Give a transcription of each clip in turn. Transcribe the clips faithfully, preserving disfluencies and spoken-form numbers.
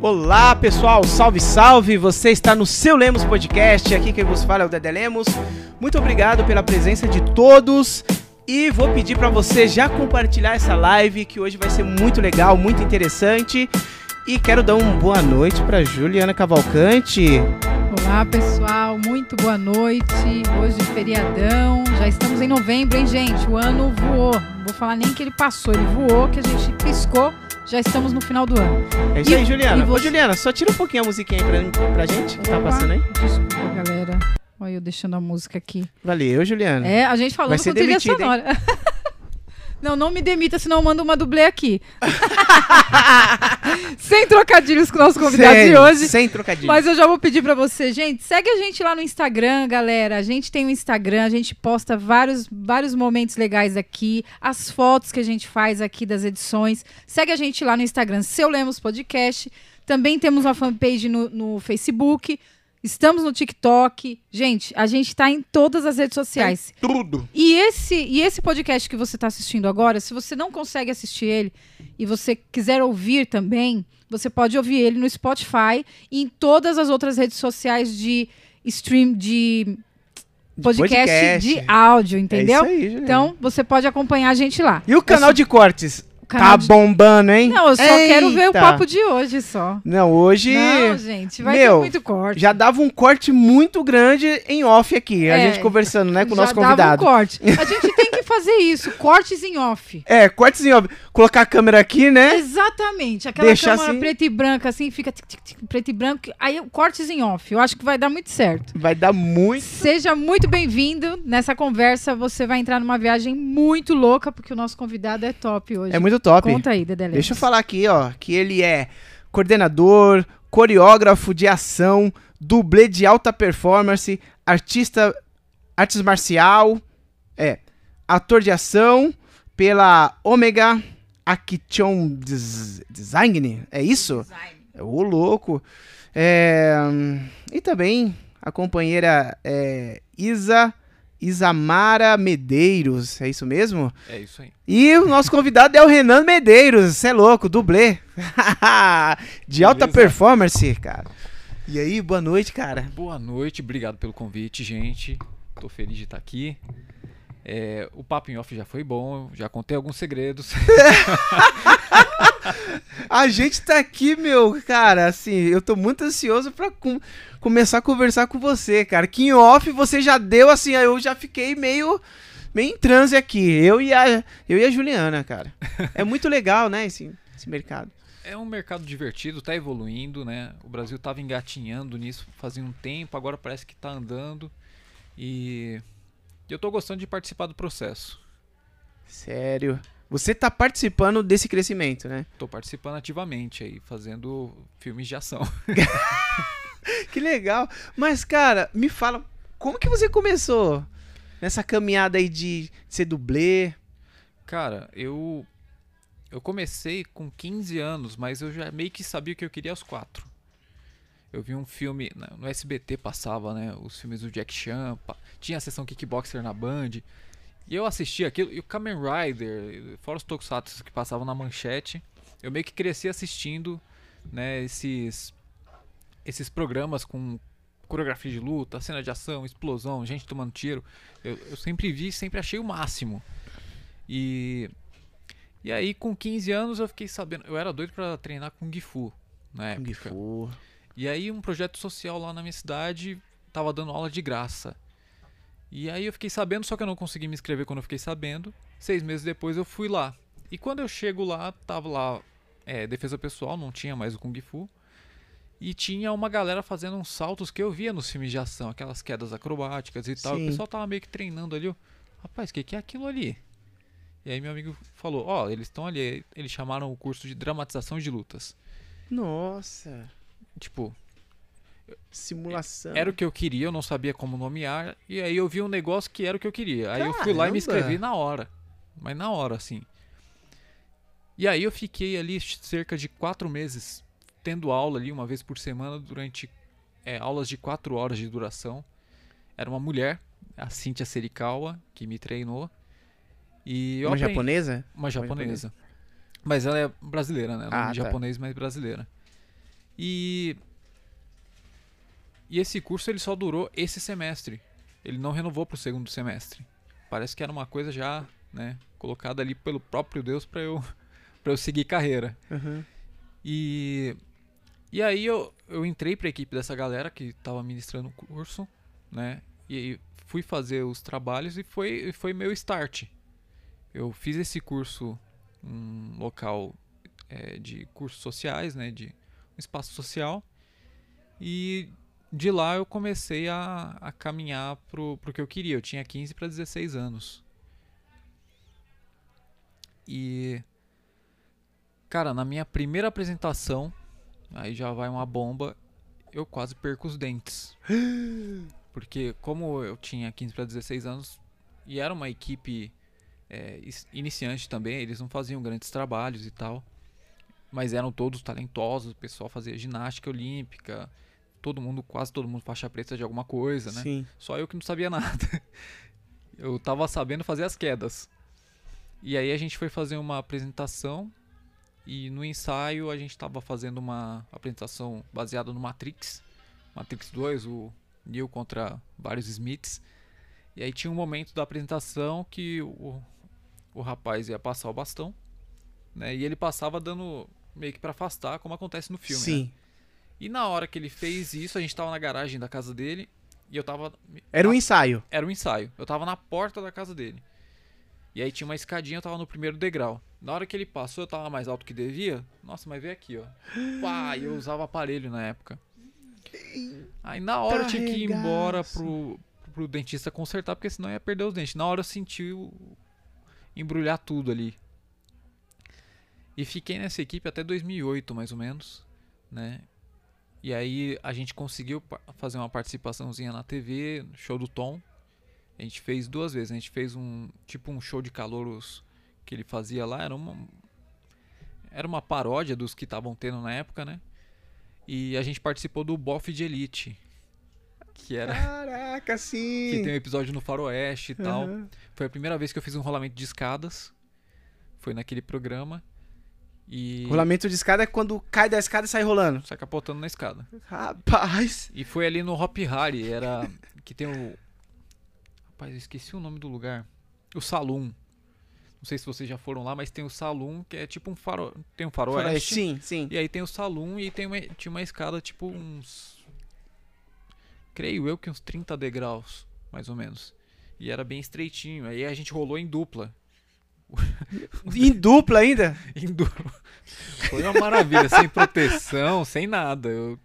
Olá pessoal, salve salve, você está no seu Lemos Podcast, aqui quem vos fala é o Dedé Lemos. Muito obrigado pela presença de todos e vou pedir para você já compartilhar essa live que hoje vai ser muito legal, muito interessante. E quero dar uma boa noite para Juliana Cavalcante. Olá pessoal, muito boa noite, hoje feriadão, já estamos em novembro, hein gente, o ano voou, não vou falar nem que ele passou, ele voou, que a gente piscou, já estamos no final do ano. É isso e, aí, Juliana. você... Ô Juliana, só tira um pouquinho a musiquinha aí pra, pra gente, que tá passando aí. Desculpa galera, olha eu deixando a música aqui. Valeu, Juliana. É, a gente falando com trilha sonora. Não, não me demita, senão eu mando uma dublê aqui. Sem trocadilhos com o nosso convidado sem, de hoje. Sem trocadilhos. Mas eu já vou pedir pra você, gente, segue a gente lá no Instagram, galera. A gente tem um Instagram, a gente posta vários, vários momentos legais aqui, as fotos que a gente faz aqui das edições. Segue a gente lá no Instagram, Seu Lemos Podcast. Também temos uma fanpage no, no Facebook. Estamos no TikTok. Gente, a gente tá em todas as redes sociais. É tudo. E esse, e esse podcast que você está assistindo agora, se você não consegue assistir ele e você quiser ouvir também, você pode ouvir ele no Spotify e em todas as outras redes sociais de stream, de podcast, de, podcast. de áudio, entendeu? É isso aí, Juliana. Então, você pode acompanhar a gente lá. E o canal eu... de cortes? Tá de... bombando, hein? Não, eu só Eita. quero ver o papo de hoje só. Não, hoje... Não, gente, vai Meu, ter muito corte. Já dava um corte muito grande em off aqui, é, a gente conversando, né, com o nosso convidado. Já dava um corte. A gente tem que fazer isso, cortes em off. É, cortes em off. Colocar a câmera aqui, né? Exatamente. Aquela Deixar câmera assim... preta e branca, assim, fica tic, tic, tic, preto e branco. Aí cortes em off. Eu acho que vai dar muito certo. Vai dar muito. Seja muito bem-vindo. Nessa conversa, você vai entrar numa viagem muito louca, porque o nosso convidado é top hoje. É muito top. Conta aí, Dedé Lemos. Deixa eu falar aqui, ó, que ele é coordenador, coreógrafo de ação, dublê de alta performance, artista, artes marcial, é, ator de ação pela Omega Action Design, é isso? Design. Ô, louco. É, e também a companheira é, Isa... Isamara Medeiros, é isso mesmo? É isso aí. E o nosso convidado é o Renan Medeiros, você é louco, dublê. De alta Beleza. Performance, cara. E aí, boa noite, cara. Boa noite, obrigado pelo convite, gente. Tô feliz de estar aqui. É, o papo em off já foi bom, já contei alguns segredos. A gente tá aqui, meu, cara, assim, eu tô muito ansioso pra com, começar a conversar com você, cara. Que em off você já deu, assim, eu já fiquei meio, meio em transe aqui, eu e, a, eu e a Juliana, cara. É muito legal, né, esse, esse mercado. É um mercado divertido, tá evoluindo, né? O Brasil tava engatinhando nisso fazia um tempo, agora parece que tá andando e... eu tô gostando de participar do processo. Sério? Você tá participando desse crescimento, né? Tô participando ativamente aí, fazendo filmes de ação. Que legal. Mas, cara, me fala, como que você começou nessa caminhada aí de ser dublê? Cara, eu, eu comecei com quinze anos, mas eu já meio que sabia o que eu queria aos quatro. Eu vi um filme, no S B T passava, né, os filmes do Jack Chan, tinha a sessão Kickboxer na Band, e eu assistia aquilo, e o Kamen Rider, fora os tokusatsu que passavam na manchete, eu meio que cresci assistindo, né, esses, esses programas com coreografia de luta, cena de ação, explosão, gente tomando tiro, eu, eu sempre vi, sempre achei o máximo. E, e aí com quinze anos eu fiquei sabendo, eu era doido pra treinar Kung Fu, na época. Kung Fu... E aí um projeto social lá na minha cidade tava dando aula de graça. E aí eu fiquei sabendo, só que eu não consegui me inscrever quando eu fiquei sabendo. Seis meses depois eu fui lá. E quando eu chego lá, tava lá é, defesa pessoal, não tinha mais o Kung Fu. E tinha uma galera fazendo uns saltos que eu via nos filmes de ação, aquelas quedas acrobáticas e tal. Sim. O pessoal tava meio que treinando ali. Eu, rapaz, o que, que é aquilo ali? E aí meu amigo falou, ó, oh, eles estão ali. Eles chamaram o curso de dramatização de lutas. Nossa... Tipo, simulação. Era o que eu queria, eu não sabia como nomear. E aí eu vi um negócio que era o que eu queria. Aí Caramba. eu fui lá e me inscrevi na hora. Mas na hora, assim. E aí eu fiquei ali cerca de quatro meses tendo aula ali uma vez por semana durante é, aulas de quatro horas de duração. Era uma mulher, a Cynthia Serikawa, que me treinou. E eu uma aprendi... japonesa? Uma japonesa. Mas ela é brasileira, né? Ela ah, é tá. japonês, mas brasileira. E, e esse curso ele só durou esse semestre. Ele não renovou pro segundo semestre. Parece que era uma coisa já, né, colocada ali pelo próprio Deus para eu, pra eu seguir carreira. Uhum. E, e aí eu, eu entrei pra equipe dessa galera que estava ministrando o curso, né? E fui fazer os trabalhos e foi, foi meu start. Eu fiz esse curso num local é, de cursos sociais, né? De um espaço social. E de lá eu comecei a, a caminhar pro, pro que eu queria. Eu tinha quinze para dezesseis anos. E... Cara, na minha primeira apresentação, aí já vai uma bomba, eu quase perco os dentes. Porque como eu tinha quinze para dezesseis anos e era uma equipe é, iniciante também, eles não faziam grandes trabalhos e tal, mas eram todos talentosos, o pessoal fazia ginástica olímpica, todo mundo, quase todo mundo faixa preta de alguma coisa, né? Sim. Só eu que não sabia nada. Eu tava sabendo fazer as quedas. E aí a gente foi fazer uma apresentação. E no ensaio a gente estava fazendo uma apresentação baseada no Matrix. Matrix dois, o Neo contra vários Smiths. E aí tinha um momento da apresentação que o, o rapaz ia passar o bastão, né? E ele passava dando meio que para afastar, como acontece no filme. Sim. Né? E na hora que ele fez isso, a gente tava na garagem da casa dele. E eu tava... Era um ensaio. Era um ensaio. Eu tava na porta da casa dele. E aí tinha uma escadinha, eu tava no primeiro degrau. Na hora que ele passou, eu tava mais alto que devia. Nossa, mas veio aqui, ó. Pá, e eu usava aparelho na época. Aí na hora eu tinha que ir embora pro, pro dentista consertar, porque senão eu ia perder os dentes. Na hora eu senti o... embrulhar tudo ali. E fiquei nessa equipe até dois mil e oito, mais ou menos, né? E aí a gente conseguiu fazer uma participaçãozinha na T V, no show do Tom. A gente fez duas vezes. A gente fez um tipo um show de calouros que ele fazia lá. Era uma, era uma paródia dos que estavam tendo na época, né? E a gente participou do Bofe de Elite. Que era... Caraca, sim! Que tem um episódio no Faroeste e Uhum. tal. Foi a primeira vez que eu fiz um rolamento de escadas. Foi naquele programa. E... Rolamento de escada é quando cai da escada e sai rolando. sai capotando na escada. Rapaz! E foi ali no Hop Harry, era... que tem o... Rapaz, eu esqueci o nome do lugar. O Saloon. Não sei se vocês já foram lá, mas tem o Saloon, que é tipo um faro... Tem um faroeste. Sim, sim. E aí tem o Saloon e tem uma... tinha uma escada tipo uns... Creio eu que uns trinta degraus, mais ou menos. E era bem estreitinho. Aí a gente rolou em dupla. Em dupla ainda? Em dupla. Foi uma maravilha, sem proteção, sem nada. Eu...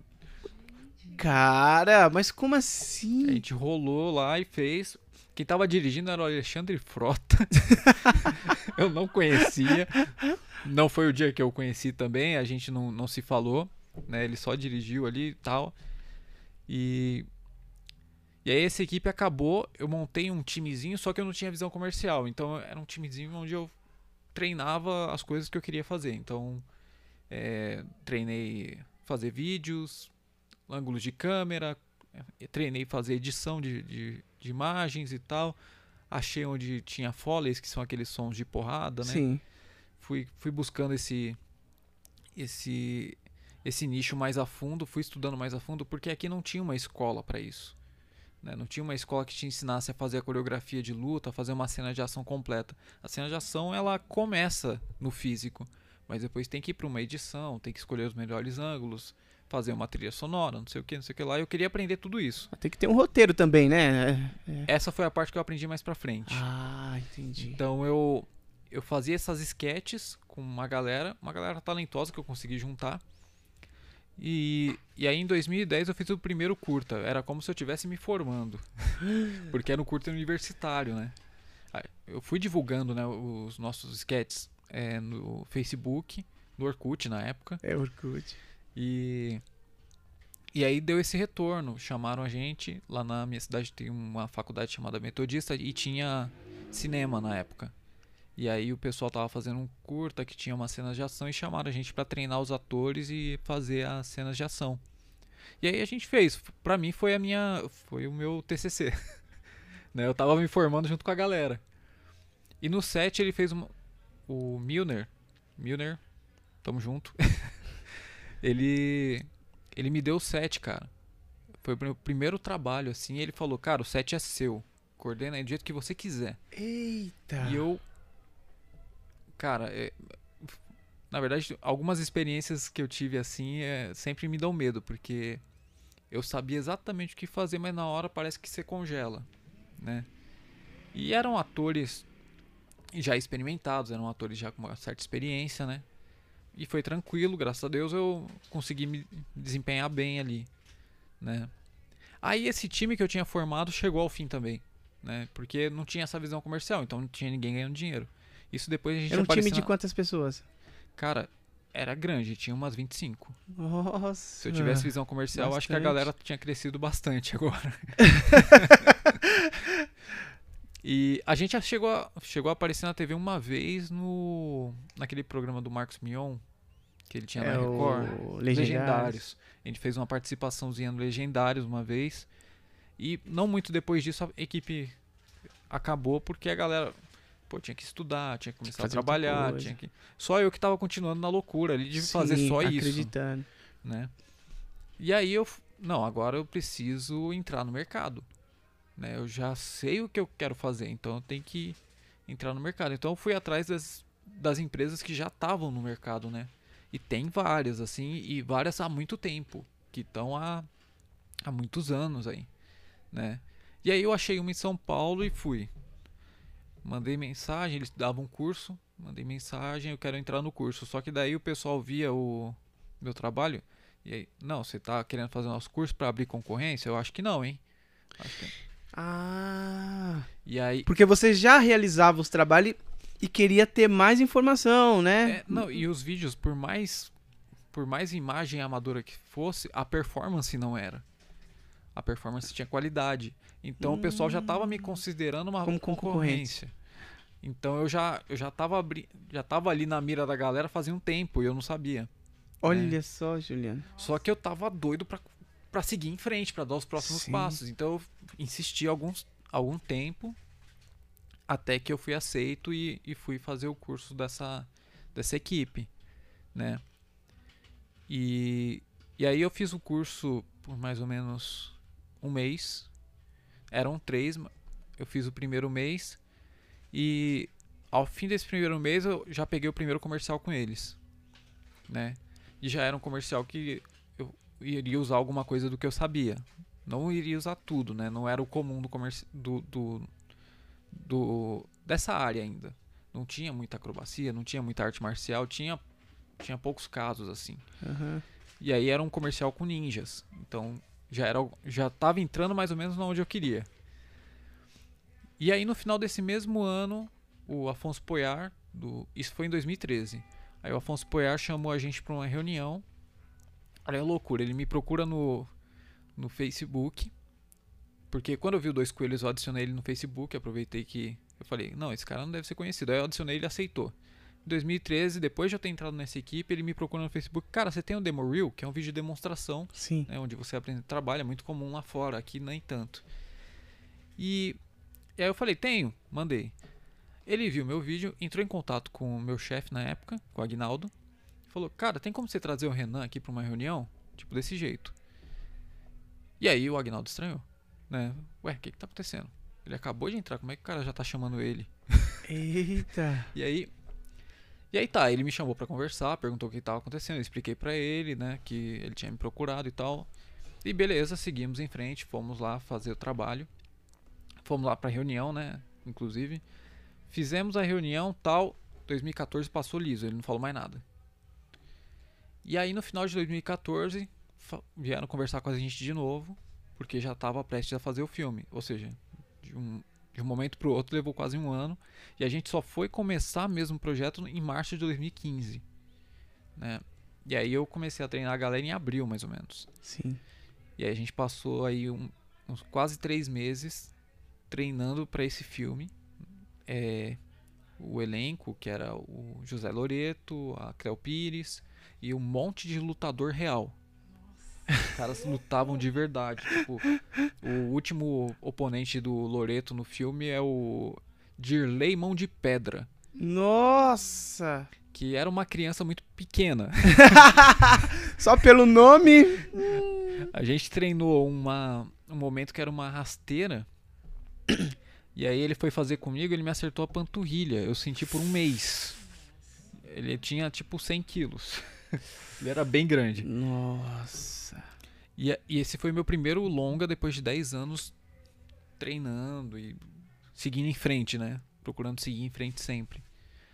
Cara, mas como A assim? gente rolou lá e fez. Quem tava dirigindo era o Alexandre Frota. Eu não conhecia. Não foi o dia que eu conheci também. A gente não, não se falou, né? Ele só dirigiu ali e tal. E... E aí essa equipe acabou. Eu montei um timezinho, só que eu não tinha visão comercial. Então era um timezinho onde eu treinava as coisas que eu queria fazer. Então é, treinei fazer vídeos, ângulos de câmera, treinei fazer edição de, de, de imagens e tal. Achei onde tinha foleys, que são aqueles sons de porrada, né? Sim. Fui, fui buscando esse, esse, esse nicho mais a fundo, fui estudando mais a fundo, porque aqui não tinha uma escola para isso. Né? Não tinha uma escola que te ensinasse a fazer a coreografia de luta, a fazer uma cena de ação completa. A cena de ação, ela começa no físico, mas depois tem que ir para uma edição, tem que escolher os melhores ângulos, fazer uma trilha sonora, não sei o que, não sei o que lá. Eu queria aprender tudo isso. Tem que ter um roteiro também, né? É. Essa foi a parte que eu aprendi mais pra frente. Ah, entendi. Então eu, eu fazia essas sketches com uma galera, uma galera talentosa que eu consegui juntar. E, e aí em dois mil e dez eu fiz o primeiro curta. Era como se eu estivesse me formando. Porque era um curta universitário, né? Eu fui divulgando, né, os nossos sketches é, no Facebook, no Orkut na época. É Orkut. E, e aí deu esse retorno. Chamaram a gente. Lá na minha cidade tem uma faculdade chamada Metodista e tinha cinema na época. E aí o pessoal tava fazendo um curta que tinha umas cenas de ação e chamaram a gente pra treinar os atores e fazer as cenas de ação. E aí a gente fez. Pra mim foi a minha, foi o meu T C C. Né? Eu tava me formando junto com a galera. E no set ele fez uma, o Milner. Milner, tamo junto. ele, ele me deu o set, cara. Foi o meu primeiro trabalho, assim, e ele falou, cara, o set é seu. Coordena aí do jeito que você quiser. Eita! E eu... Cara, é, na verdade, algumas experiências que eu tive, assim, é, sempre me dão medo, porque eu sabia exatamente o que fazer, mas na hora parece que você congela, né? E eram atores já experimentados, eram atores já com uma certa experiência, né? E foi tranquilo, graças a Deus eu consegui me desempenhar bem ali, né? Aí esse time que eu tinha formado chegou ao fim também, né? Porque não tinha essa visão comercial, então não tinha ninguém ganhando dinheiro. Isso depois a gente Era um time apareceu de na... quantas pessoas? Cara, era grande, tinha umas vinte e cinco. Nossa! Se eu tivesse visão comercial, bastante. acho que a galera tinha crescido bastante agora. E a gente já chegou a, chegou a aparecer na T V uma vez no naquele programa do Marcos Mion, que ele tinha É na Record. o Legendários. A gente fez uma participaçãozinha no Legendários uma vez. E não muito depois disso a equipe acabou porque a galera pô, tinha que estudar, tinha que começar a fazer outra trabalhar, coisa. tinha que... Só eu que tava continuando na loucura ali de Sim, fazer só isso, acreditando. né? E aí eu, f- não, agora eu preciso entrar no mercado, né? Eu já sei o que eu quero fazer, então eu tenho que entrar no mercado. Então eu fui atrás das, das empresas que já estavam no mercado, né? E tem várias, assim, e várias há muito tempo, que estão há, há muitos anos aí, né? E aí eu achei uma em São Paulo e fui. Mandei mensagem, eles davam curso, mandei mensagem, eu quero entrar no curso. Só que daí o pessoal via o meu trabalho e aí, não, você tá querendo fazer nosso curso para abrir concorrência? Eu acho que não, hein? Acho que... Ah, E aí, porque você já realizava os trabalhos e queria ter mais informação, né? é, não, e os vídeos, por mais por mais imagem amadora que fosse, a performance não era. A performance tinha qualidade. Então o pessoal já tava me considerando uma Como concorrência. Então eu já eu já tava abri... já tava ali na mira da galera fazia um tempo e eu não sabia. Olha só, Juliano. Só que eu tava doido pra, pra seguir em frente, pra dar os próximos Sim. passos. Então eu insisti alguns, algum tempo até que eu fui aceito e, e fui fazer o curso dessa, dessa equipe, né? E, e aí eu fiz o curso por mais ou menos um mês. Eram três, eu fiz o primeiro mês e ao fim desse primeiro mês eu já peguei o primeiro comercial com eles, né? E já era um comercial que eu iria usar alguma coisa do que eu sabia. Não iria usar tudo, né? Não era o comum do comerci... do, do, do dessa área ainda. Não tinha muita acrobacia, não tinha muita arte marcial, tinha tinha poucos casos assim. Aham. E aí era um comercial com ninjas. Então já era já tava entrando mais ou menos onde eu queria. E aí no final desse mesmo ano, o Afonso Poyar, do, isso foi em dois mil e treze. Aí o Afonso Poyar chamou a gente para uma reunião. Olha a loucura, ele me procura no, no Facebook. Porque quando eu vi o Dois Coelhos, eu adicionei ele no Facebook. Aproveitei que eu falei, não, esse cara não deve ser conhecido. Aí eu adicionei, ele aceitou. Em dois mil e treze, depois de eu ter entrado nessa equipe, ele me procurou no Facebook. Cara, você tem o Demo Reel, que é um vídeo de demonstração, Sim. né, onde você aprende trabalho, é muito comum lá fora, aqui nem tanto. E, e aí eu falei, tenho, mandei. Ele viu meu vídeo, entrou em contato com o meu chefe na época, com o Aguinaldo. Falou, cara, tem como você trazer o Renan aqui pra uma reunião? Tipo, desse jeito. E aí o Aguinaldo estranhou, né? Ué, o que que tá acontecendo? Ele acabou de entrar, como é que o cara já tá chamando ele? Eita. E aí... E aí tá, ele me chamou pra conversar, perguntou o que tava acontecendo, eu expliquei pra ele, né, que ele tinha me procurado e tal. E beleza, seguimos em frente, fomos lá fazer o trabalho. Fomos lá pra reunião, né, inclusive. Fizemos a reunião, tal, dois mil e quatorze passou liso, ele não falou mais nada. E aí no final de dois mil e quatorze, vieram conversar com a gente de novo, porque já tava prestes a fazer o filme. Ou seja, de um... de um momento pro outro levou quase um ano. E a gente só foi começar mesmo o projeto em março de dois mil e quinze, né? E aí eu comecei a treinar a galera em abril, mais ou menos. Sim. E aí a gente passou aí um, uns quase três meses treinando para esse filme. É, o elenco, que era o José Loreto, a Cleo Pires e um monte de lutador real. Os caras lutavam de verdade. Tipo, o último oponente do Loreto no filme é o Dirley Mão de Pedra, Nossa! que era uma criança muito pequena. Só pelo nome. A gente treinou uma, um momento que era uma rasteira. E aí ele foi fazer comigo, ele me acertou a panturrilha. Eu senti por um mês. Ele tinha tipo cem quilos. Ele era bem grande. Nossa. E, e esse foi meu primeiro longa depois de dez anos treinando e seguindo em frente, né? Procurando seguir em frente sempre.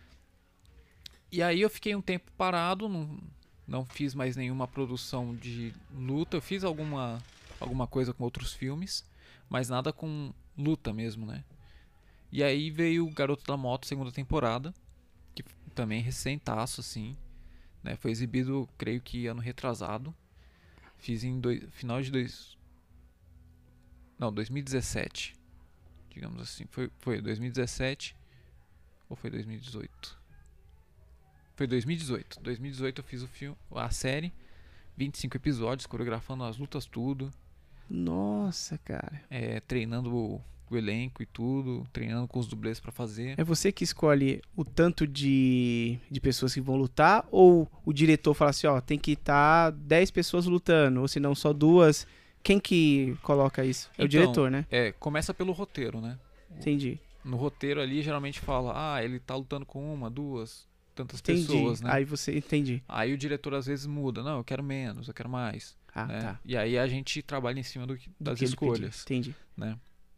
E aí eu fiquei um tempo parado, não, não fiz mais nenhuma produção de luta. Eu fiz alguma, alguma coisa com outros filmes, mas nada com luta mesmo, né? E aí veio o Garoto da Moto, segunda temporada, que também recém-taço, assim, né? Foi exibido, creio que ano retrasado. Fiz em dois, final de dois, não, dois mil e dezessete, digamos assim. Foi, foi dois mil e dezessete ou foi dois mil e dezoito? Foi dois mil e dezoito. dois mil e dezoito eu fiz o filme, a série, vinte e cinco episódios, coreografando as lutas, tudo. Nossa, cara. É, treinando o, o elenco e tudo, treinando com os dublês pra fazer. É você que escolhe o tanto de, de pessoas que vão lutar, ou o diretor fala assim, ó, tem que estar dez pessoas lutando, ou se não só duas. Quem que coloca isso? É Então, o diretor, né? É, começa pelo roteiro, né? Entendi. No roteiro ali geralmente fala, ah, ele tá lutando com uma, duas, tantas Entendi. pessoas, né? Aí você, entendi. Aí o diretor às vezes muda, não, eu quero menos, eu quero mais. Ah, né? tá. E aí a gente trabalha em cima do, que- Do das que ele escolhas, pediu. Entendi. né?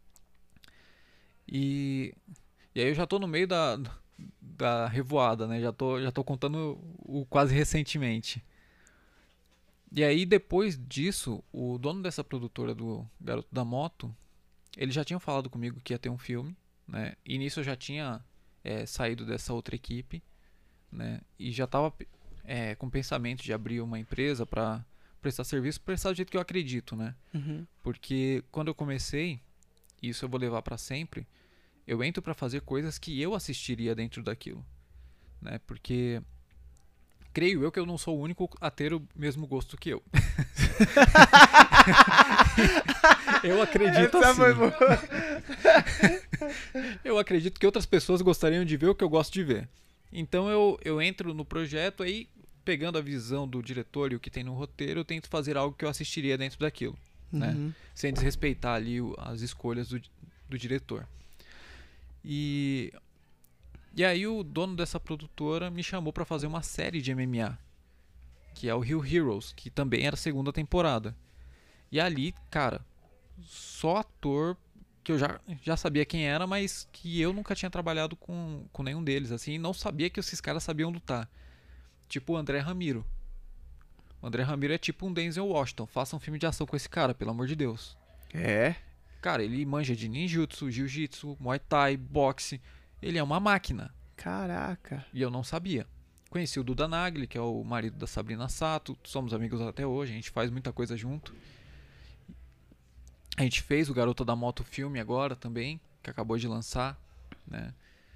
E, e aí eu já tô no meio da, da revoada, né? Já tô, já tô contando o quase recentemente. E aí depois disso, o dono dessa produtora do Garoto da Moto, ele já tinha falado comigo que ia ter um filme, né? E nisso eu já tinha é, saído dessa outra equipe, né? E já tava é, com o pensamento de abrir uma empresa para prestar serviço, prestar do jeito que eu acredito, né? Uhum. Porque quando eu comecei, isso eu vou levar para sempre, eu entro para fazer coisas que eu assistiria dentro daquilo, né? Porque creio eu que eu não sou o único a ter o mesmo gosto que eu. Eu acredito Essa assim. foi boa. Eu acredito que outras pessoas gostariam de ver o que eu gosto de ver. Então eu, eu entro no projeto aí, pegando a visão do diretor e o que tem no roteiro, eu tento fazer algo que eu assistiria dentro daquilo, né? Uhum. Sem desrespeitar ali o- as escolhas do, do diretor. E, e aí o dono dessa produtora me chamou pra fazer uma série de M M A, que é o Hill Heroes, que também era a segunda temporada. E ali, cara, só ator que eu já, já sabia quem era, mas que eu nunca tinha trabalhado com, com nenhum deles, assim, e não sabia que esses caras sabiam lutar. Tipo o André Ramiro. O André Ramiro é tipo um Denzel Washington. Faça um filme de ação com esse cara, pelo amor de Deus. É. Cara, ele manja de ninjutsu, jiu-jitsu, muay thai, boxe. Ele é uma máquina. Caraca. E eu não sabia. Conheci o Duda Nagli, que é o marido da Sabrina Sato. Somos amigos até hoje, a gente faz muita coisa junto. A gente fez o Garoto da Moto filme agora também, que acabou de lançar, né?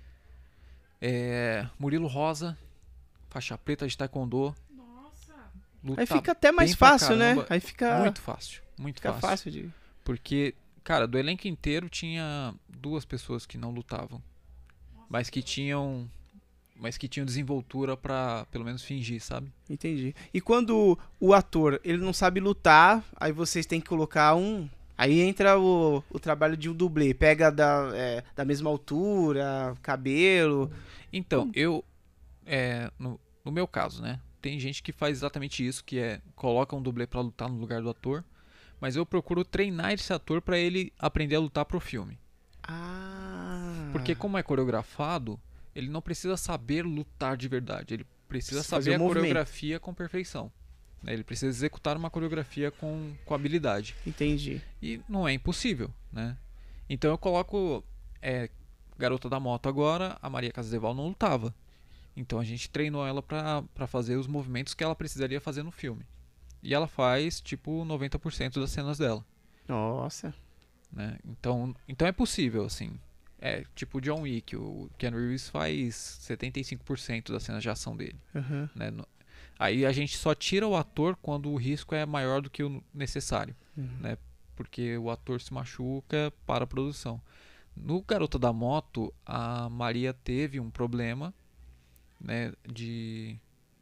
É, Murilo Rosa, faixa preta de taekwondo. Nossa. Luta Aí fica até mais bem pra fácil, né? caramba. Aí fica, Muito fácil, muito fica fácil. fácil de... Porque, cara, do elenco inteiro tinha duas pessoas que não lutavam, mas que tinham, mas que tinham desenvoltura pra pelo menos fingir, sabe? Entendi. E quando o ator, ele não sabe lutar, aí vocês têm que colocar um... Aí entra o, o trabalho de um dublê. Pega da, é, da mesma altura, cabelo... Então, eu, é, no, no meu caso, né? Tem gente que faz exatamente isso, que é coloca um dublê pra lutar no lugar do ator, mas eu procuro treinar esse ator pra ele aprender a lutar pro filme. Ah... Porque como é coreografado, ele não precisa saber lutar de verdade, ele precisa Precisa fazer saber o a movimento. coreografia com perfeição, né? Ele precisa executar uma coreografia com, com habilidade. Entendi. E não é impossível, né? Então eu coloco é, Garota da Moto agora, a Maria Casdeval não lutava. Então a gente treinou ela pra, pra fazer os movimentos que ela precisaria fazer no filme. E ela faz, tipo, noventa por cento das cenas dela, Nossa. né? Então, então é possível, assim. É tipo o John Wick, o Ken Reeves faz setenta e cinco por cento das cenas de ação dele, Uhum. né? No- Aí a gente só tira o ator quando o risco é maior do que o necessário, Uhum. né? Porque o ator se machuca para a produção. No Garota da Moto, a Maria teve um problema, né, de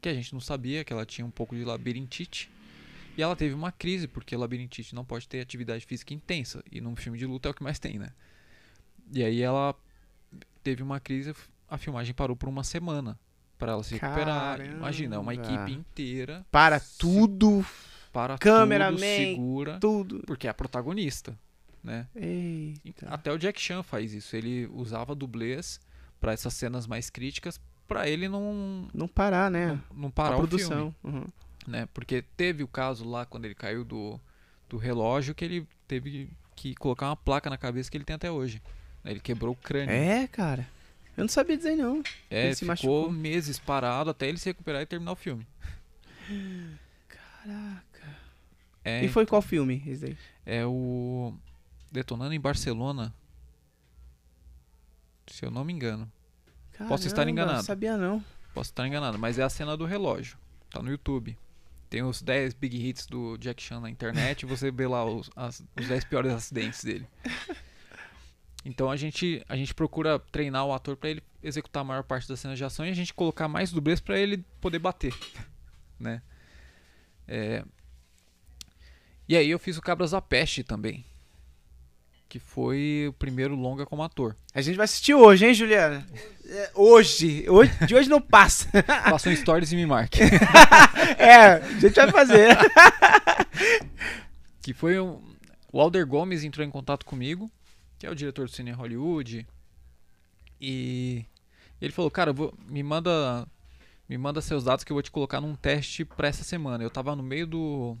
que a gente não sabia, que ela tinha um pouco de labirintite. E ela teve uma crise, porque labirintite não pode ter atividade física intensa. E num filme de luta é o que mais tem, né? E aí ela teve uma crise, a filmagem parou por uma semana para ela se recuperar. Caramba. Imagina, uma equipe inteira Para tudo, para Cameraman, tudo, segura, tudo. porque é a protagonista, né? Eita. Até o Jack Chan faz isso. Ele usava dublês para essas cenas mais críticas, para ele não Não parar, né? não, não parar a o produção. filme, Uhum. né? Porque teve o caso lá quando ele caiu do, do relógio que ele teve que colocar uma placa na cabeça que ele tem até hoje. Ele quebrou o crânio. É, cara. Eu não sabia dizer, não. É, ele se ficou machucou. meses parado até ele se recuperar e terminar o filme. Caraca. É, E foi qual filme esse daí? é o Detonando em Barcelona, se eu não me engano. Posso estar Caramba, enganado. Não sabia, não. Posso estar enganado, mas é a cena do relógio. Tá no YouTube. Tem os dez big hits do Jack Chan na internet e você vê lá os, as, os dez piores acidentes dele. Então a gente, a gente procura treinar o ator para ele executar a maior parte das cenas de ação e a gente colocar mais dublês para ele poder bater, né? É... E aí eu fiz o Cabras da Peste também, que foi o primeiro longa como ator. A gente vai assistir hoje, hein, Juliana? É, hoje. hoje. De hoje não passa. Faça um stories e me marque. É, a gente vai fazer. Que foi um... O Alder Gomes entrou em contato comigo, que é o diretor do Cine Hollywood, e ele falou, cara, vou, me manda me manda seus dados que eu vou te colocar num teste pra essa semana. Eu tava no meio do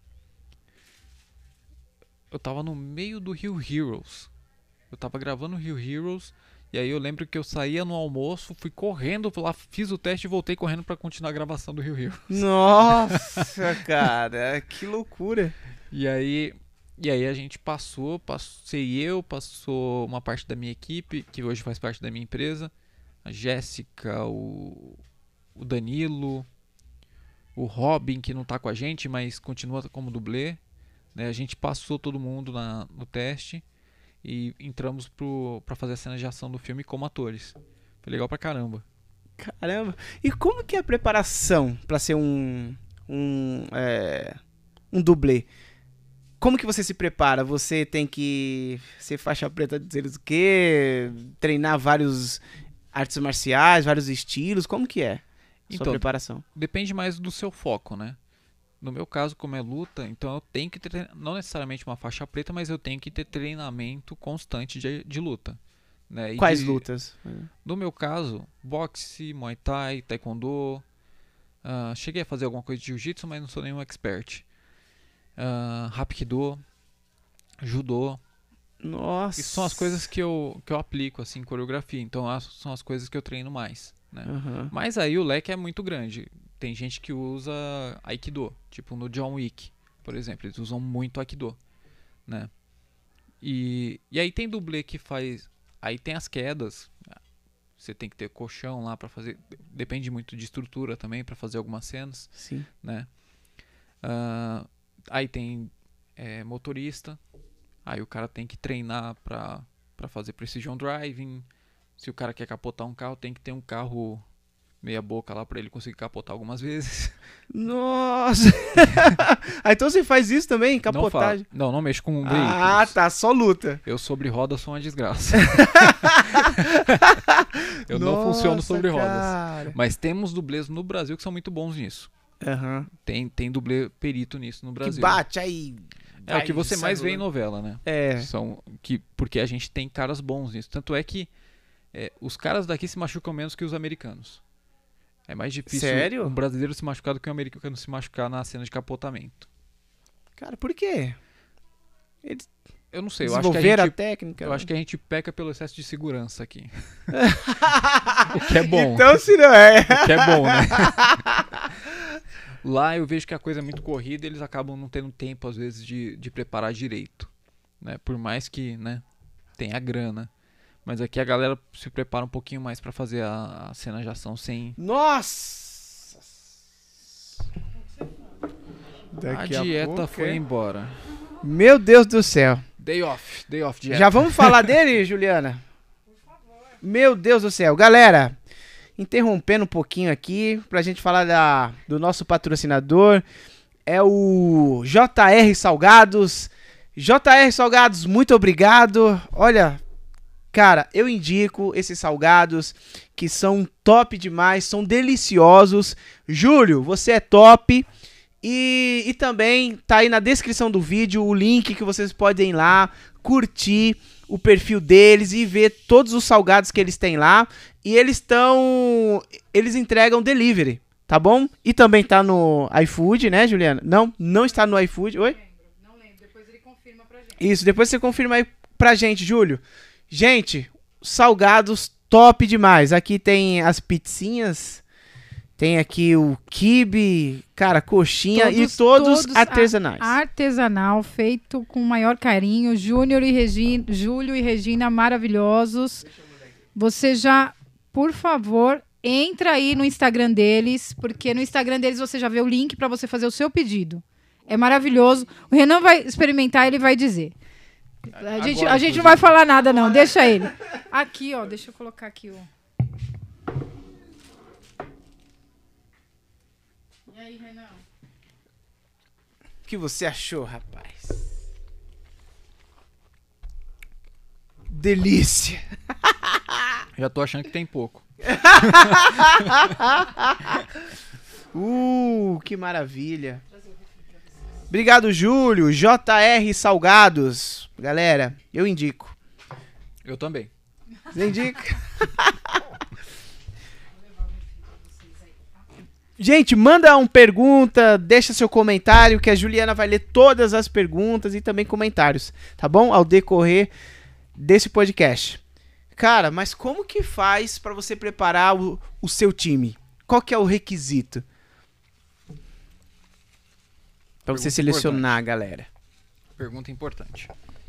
eu tava no meio do Rio Heroes. Eu tava gravando o Rio Heroes e aí eu lembro que eu saía no almoço, fui correndo lá, fiz o teste e voltei correndo pra continuar a gravação do Rio Heroes. Nossa, cara, que loucura. E aí E aí a gente passou, passei eu, passou uma parte da minha equipe, que hoje faz parte da minha empresa, a Jéssica, o, o Danilo, o Robin, que não tá com a gente, mas continua como dublê, né? A gente passou todo mundo na, no teste e entramos pro, pra fazer a cena de ação do filme como atores. Foi legal pra caramba. Caramba. E como que é a preparação pra ser um, um, é, um dublê? Como que você se prepara? Você tem que ser faixa preta de dizer o quê? Treinar vários artes marciais, vários estilos? Como que é a sua Então, preparação? depende mais do seu foco, né? No meu caso, como é luta, então eu tenho que ter, não necessariamente uma faixa preta, mas eu tenho que ter treinamento constante de, de luta. Né? E Quais de, lutas? No meu caso, boxe, muay thai, taekwondo. Uh, cheguei a fazer alguma coisa de jiu-jitsu, mas não sou nenhum expert. Uh, Hapkido, judô. Nossa. Isso são as coisas que eu, que eu aplico assim, em coreografia. Então as, são as coisas que eu treino mais, né? Uhum. Mas aí o leque é muito grande. Tem gente que usa Aikido, tipo no John Wick, por exemplo. Eles usam muito Aikido, né? E, e aí tem dublê que faz... Aí tem as quedas. Você tem que ter colchão lá pra fazer... Depende muito de estrutura também pra fazer algumas cenas. Sim. Né? Uh, aí tem é, motorista. Aí o cara tem que treinar pra, pra fazer precision driving. Se o cara quer capotar um carro, tem que ter um carro meia boca lá pra ele conseguir capotar algumas vezes. Nossa! Ah, então você faz isso também? Capotagem? Não, não, não mexo com veículos. Ah, tá. Só luta. Eu sobre rodas sou uma desgraça. Eu não Nossa, funciono sobre cara. rodas. Mas temos dublês no Brasil que são muito bons nisso. Uhum. Tem, tem dublê perito nisso no Brasil. Que bate aí. É o que você mais vê em no... novela, né? É. São que, porque a gente tem caras bons nisso. Tanto é que é, os caras daqui se machucam menos que os americanos. É mais difícil Sério? um brasileiro se machucar do que um americano se machucar na cena de capotamento. Cara, por quê? Eles Eu não sei, eu acho que a desenvolveram a, gente, técnica. eu né? acho que a gente peca pelo excesso de segurança aqui. O que é bom. Então, se não é. O que é bom, né? Lá eu vejo que a coisa é muito corrida e eles acabam não tendo tempo, às vezes, de, de preparar direito. Né? Por mais que, né, tenha grana. Mas aqui a galera se prepara um pouquinho mais pra fazer a, a cena de ação sem... Nossa! a Daqui dieta pouco, foi é. embora. Meu Deus do céu. Day off, day off dieta. Já vamos falar dele, Juliana? Por favor. Meu Deus do céu. Galera, interrompendo um pouquinho aqui pra gente falar da, do nosso patrocinador. É o J R Salgados. J R Salgados, muito obrigado. Olha, cara, eu indico esses salgados que são top demais, são deliciosos. Júlio, você é top. E, e também tá aí na descrição do vídeo o link que vocês podem ir lá, curtir o perfil deles e ver todos os salgados que eles têm lá. E eles estão... Eles entregam delivery, tá bom? E também tá no iFood, né, Juliana? Não, não está no iFood. Oi? Não lembro, depois ele confirma pra gente. Isso, depois você confirma aí pra gente, Júlio. Gente, salgados top demais. Aqui tem as pizzinhas... Tem aqui o quibe, cara, coxinha todos, e todos, todos artesanais. Artesanal, feito com o maior carinho. Júnior e Regina, Júlio e Regina, maravilhosos. Você já, por favor, entra aí no Instagram deles, porque no Instagram deles você já vê o link para você fazer o seu pedido. É maravilhoso. O Renan vai experimentar, ele vai dizer. A gente, Agora, a gente não vai falar nada, não. Deixa ele. Aqui, ó, deixa eu colocar aqui o... E aí, Renan? O que você achou, rapaz? Delícia! Já tô achando que tem pouco. uh, que maravilha! Obrigado, Júlio. J R Salgados. Galera, eu indico. Eu também. Você indica? Gente, manda uma pergunta, deixa seu comentário, que a Juliana vai ler todas as perguntas e também comentários, tá bom? Ao decorrer desse podcast. Cara, mas como que faz pra você preparar o, o seu time? Qual que é o requisito? Pra você selecionar a galera. Pergunta importante.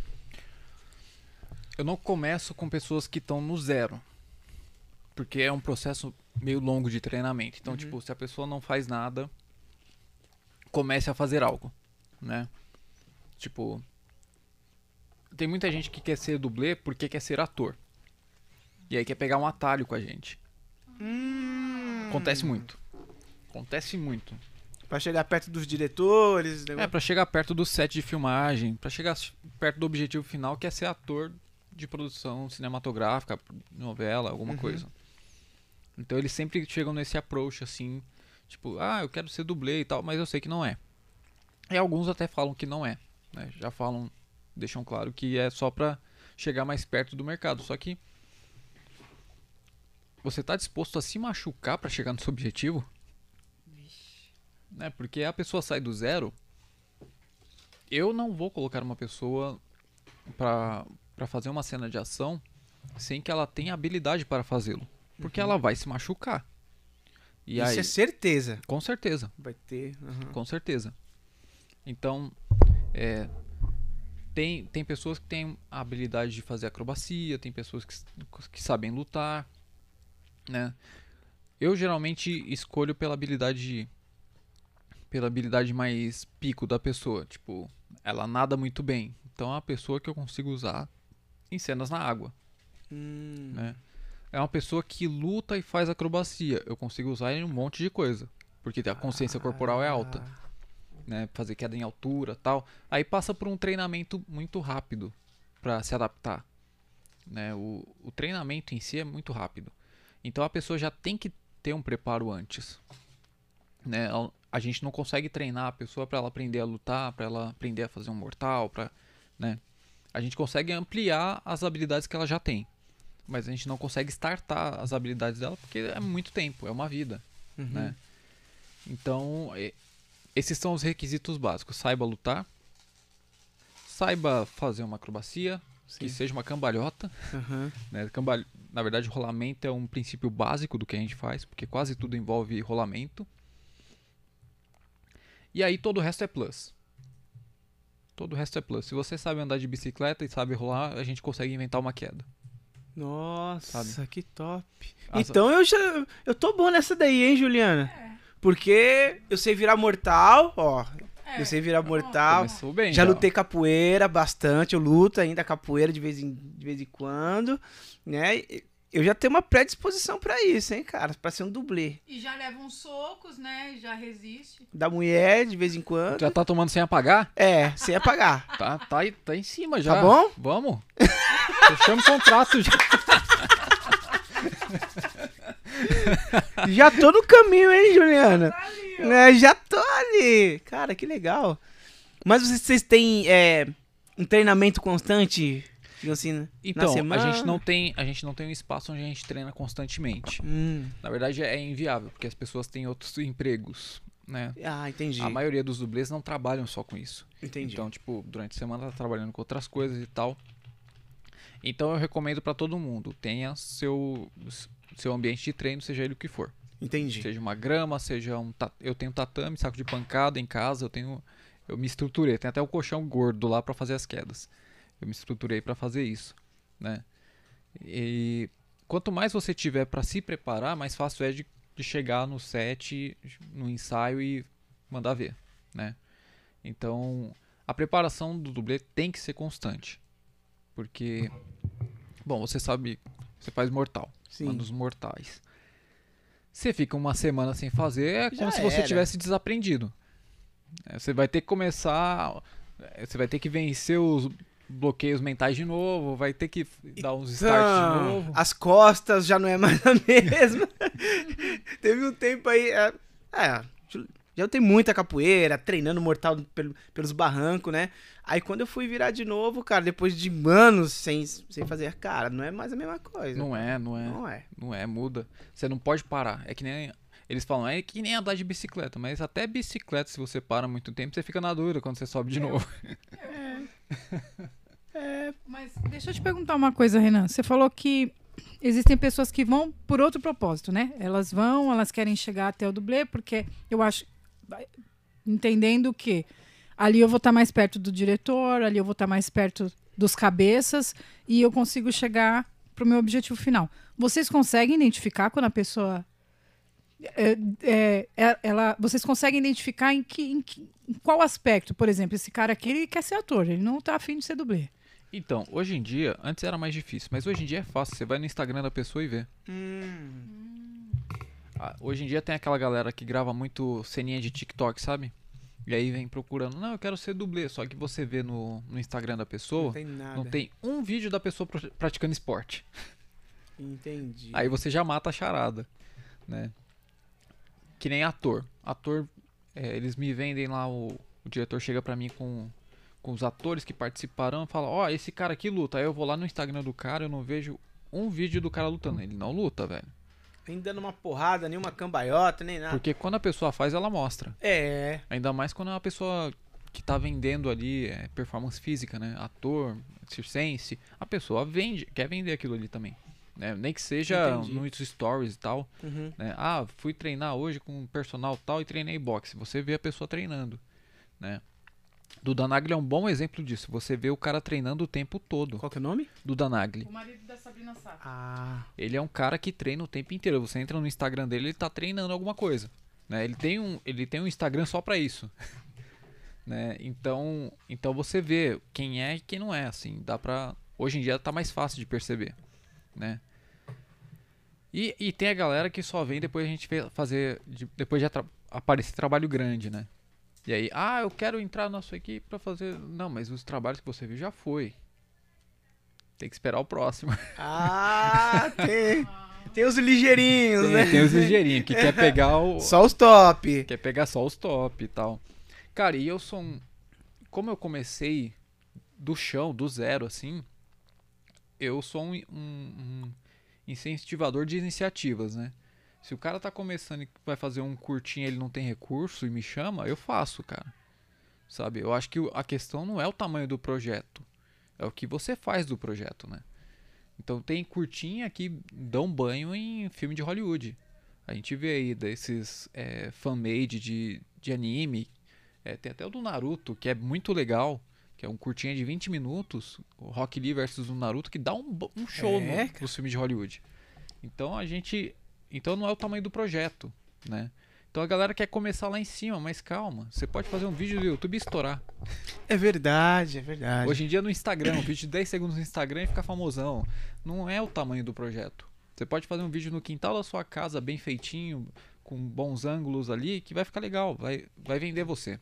Eu não começo com pessoas que estão no zero. Porque é um processo meio longo de treinamento. Então, uhum. tipo, se a pessoa não faz nada, comece a fazer algo, né? Tipo, tem muita gente que quer ser dublê porque quer ser ator. E aí quer pegar um atalho com a gente. Hum. Acontece muito. Acontece muito. Pra chegar perto dos diretores... É, pra chegar perto do set de filmagem, pra chegar perto do objetivo final, que é ser ator de produção cinematográfica, novela, alguma uhum. coisa. Então eles sempre chegam nesse approach assim, tipo, ah, eu quero ser dublê e tal, mas eu sei que não é. E alguns até falam que não é, né? Já falam, deixam claro que é só pra chegar mais perto do mercado. Só que você tá disposto a se machucar pra chegar no seu objetivo? Né? Porque a pessoa sai do zero. Eu não vou colocar uma pessoa pra, pra fazer uma cena de ação sem que ela tenha habilidade para fazê-lo. Porque uhum. ela vai se machucar. E Isso aí, é certeza. Com certeza. Vai ter. Uhum. Com certeza. Então, é, tem, tem pessoas que têm a habilidade de fazer acrobacia, tem pessoas que, que sabem lutar, né? Eu geralmente escolho pela habilidade, pela habilidade mais pico da pessoa. Tipo, ela nada muito bem. Então é uma pessoa que eu consigo usar em cenas na água. Hum. Né? É uma pessoa que luta e faz acrobacia. Eu consigo usar em um monte de coisa. Porque a consciência ah. corporal é alta. Né? Fazer queda em altura, tal. Aí passa por um treinamento muito rápido para se adaptar. Né? O, o treinamento em si é muito rápido. Então a pessoa já tem que ter um preparo antes. Né? A gente não consegue treinar a pessoa para ela aprender a lutar, para ela aprender a fazer um mortal, pra, né? A gente consegue ampliar as habilidades que ela já tem. Mas a gente não consegue startar as habilidades dela porque é muito tempo, é uma vida. Uhum. Né? Então, esses são os requisitos básicos. Saiba lutar, saiba fazer uma acrobacia, Sim. que seja uma cambalhota. Uhum. Né? Cambal... Na verdade, rolamento é um princípio básico do que a gente faz, porque quase tudo envolve rolamento. E aí todo o resto é plus. Todo o resto é plus. Se você sabe andar de bicicleta e sabe rolar, a gente consegue inventar uma queda. Nossa, sabe? Que top. As... Então eu já eu tô bom nessa daí, hein, Juliana? É. Porque eu sei virar mortal, ó. É. Eu sei virar mortal. Começou bem, já então. lutei capoeira bastante, eu luto ainda capoeira de vez em, de vez em quando, né? eu já tenho uma predisposição pra isso, hein, cara? Pra ser um dublê. E já leva uns socos, né? Já resiste. Da mulher, de vez em quando. Já tá tomando sem apagar? É, sem apagar. Tá, tá, aí- tá em cima já. Tá bom? Vamos. Fechamos o contrato já. Já tô no caminho, hein, Juliana? É, já tô ali. Cara, que legal. Mas vocês, vocês têm é, um treinamento constante, digamos assim, na Então, semana? a gente não tem, a gente não tem um espaço onde a gente treina constantemente. Hum. Na verdade é inviável, porque as pessoas têm outros empregos, né? Ah, entendi. A maioria dos dublês não trabalham só com isso. Entendi. Então, tipo, durante a semana tá trabalhando com outras coisas e tal. Então eu recomendo pra todo mundo, tenha seu seu ambiente de treino, seja ele o que for. Entendi. Seja uma grama, seja um ta- eu tenho tatame, saco de pancada em casa, eu tenho eu me estruturei, tem até o colchão gordo lá pra fazer as quedas. Eu me estruturei pra fazer isso, né? E quanto mais você tiver pra se preparar, mais fácil é de, de chegar no set, no ensaio e mandar ver, né? Então, a preparação do dublê tem que ser constante. Porque, bom, você sabe, você faz mortal, Sim. um dos mortais. Você fica uma semana sem fazer, é como Já se você era. tivesse desaprendido. É, Você vai ter que começar, é, você vai ter que vencer os bloqueios mentais de novo, vai ter que dar uns starts de Então, novo. as costas já não é mais a mesma. Teve um tempo aí. É, é, já tem muita capoeira, treinando mortal pelo- pelos barrancos, né? Aí quando eu fui virar de novo, cara, depois de anos sem, sem fazer, cara, não é mais a mesma coisa. Não é, não é, Não é. não é, muda. Você não pode parar. É que nem eles falam, é que nem andar de bicicleta, mas até bicicleta, se você para muito tempo, você fica na dúvida quando você sobe de novo. Mas deixa eu te perguntar uma coisa, Renan. Você falou que existem pessoas que vão por outro propósito, né? Elas vão, elas querem chegar até o dublê, porque eu acho, entendendo que ali eu vou estar mais perto do diretor, ali eu vou estar mais perto dos cabeças e eu consigo chegar para o meu objetivo final. Vocês conseguem identificar quando a pessoa é, é, é- ela, vocês conseguem identificar em, que, em, que- em qual aspecto? Por exemplo, esse cara aqui ele quer ser ator, ele não tá afim de ser dublê. Então, hoje em dia, antes era mais difícil, mas hoje em dia é fácil. Você vai no Instagram da pessoa e vê. Hum. Ah, hoje em dia tem aquela galera que grava muito ceninha de TikTok, sabe? E aí vem procurando, não, eu quero ser dublê. Só que você vê no, no Instagram da pessoa, Não tem nada. não tem um vídeo da pessoa pra- praticando esporte. Entendi. Aí você já mata a charada, né? Que nem ator. Ator, é, eles me vendem lá, o, o diretor chega pra mim com, com os atores que participaram e fala, ó, esse cara aqui luta. Aí eu vou lá no Instagram do cara, eu não vejo um vídeo do cara lutando. Ele não luta, velho. Nem dando uma porrada, nem uma cambaiota, nem nada. Porque quando a pessoa faz, ela mostra. É. Ainda mais quando é uma pessoa que tá vendendo ali é, performance física, né? Ator, circense. A pessoa vende, quer vender aquilo ali também. Né? Nem que seja Entendi. nos stories e tal. Uhum. Né? Ah, fui treinar hoje com um personal tal e treinei boxe. Você vê a pessoa treinando, né? Duda Nagli é um bom exemplo disso. Você vê o cara treinando o tempo todo. Qual que é o nome? Duda Nagli. O marido da Sabrina Sato. Ah. Ele é um cara que treina o tempo inteiro. Você entra no Instagram dele, ele tá treinando alguma coisa, né? Ele tem um, ele tem um Instagram só pra isso. Né? Então, então você vê quem é e quem não é, assim, dá pra... Hoje em dia tá mais fácil de perceber, né? E, e tem a galera que só vem depois a gente vê fazer, de- depois de atra- aparecer trabalho grande, né? E aí, ah, eu quero entrar na sua equipe pra fazer... Não, mas os trabalhos que você viu já foi. Tem que esperar o próximo. Ah, tem. Tem os ligeirinhos, Tem, né? tem os ligeirinhos que quer pegar o... Só os top. Quer pegar só os top e tal. Cara, e eu sou um... Como eu comecei do chão, do zero, assim, eu sou um, um- um incentivador de iniciativas, né? Se o cara tá começando e vai fazer um curtinho e ele não tem recurso e me chama, eu faço, cara. Sabe? Eu acho que o- a questão não é o tamanho do projeto. É o que você faz do projeto, né? Então tem curtinha que dão banho em filme de Hollywood. A gente vê aí desses é, fan-made de, de anime. É, tem até o do Naruto, que é muito legal. Que é um curtinha de vinte minutos. O Rock Lee versus o Naruto, que dá um, bo- um show É, no, cara. nos filmes de Hollywood. Então a gente... Então não é o tamanho do projeto, né? Então a galera quer começar lá em cima, mas calma. Você pode fazer um vídeo do YouTube e estourar. É verdade, é verdade. Hoje em dia no Instagram, um vídeo de dez segundos no Instagram e ficar famosão. Não é o tamanho do projeto, Você pode fazer um vídeo no quintal da sua casa, bem feitinho, com bons ângulos ali, que vai ficar legal, vai, vai vender você.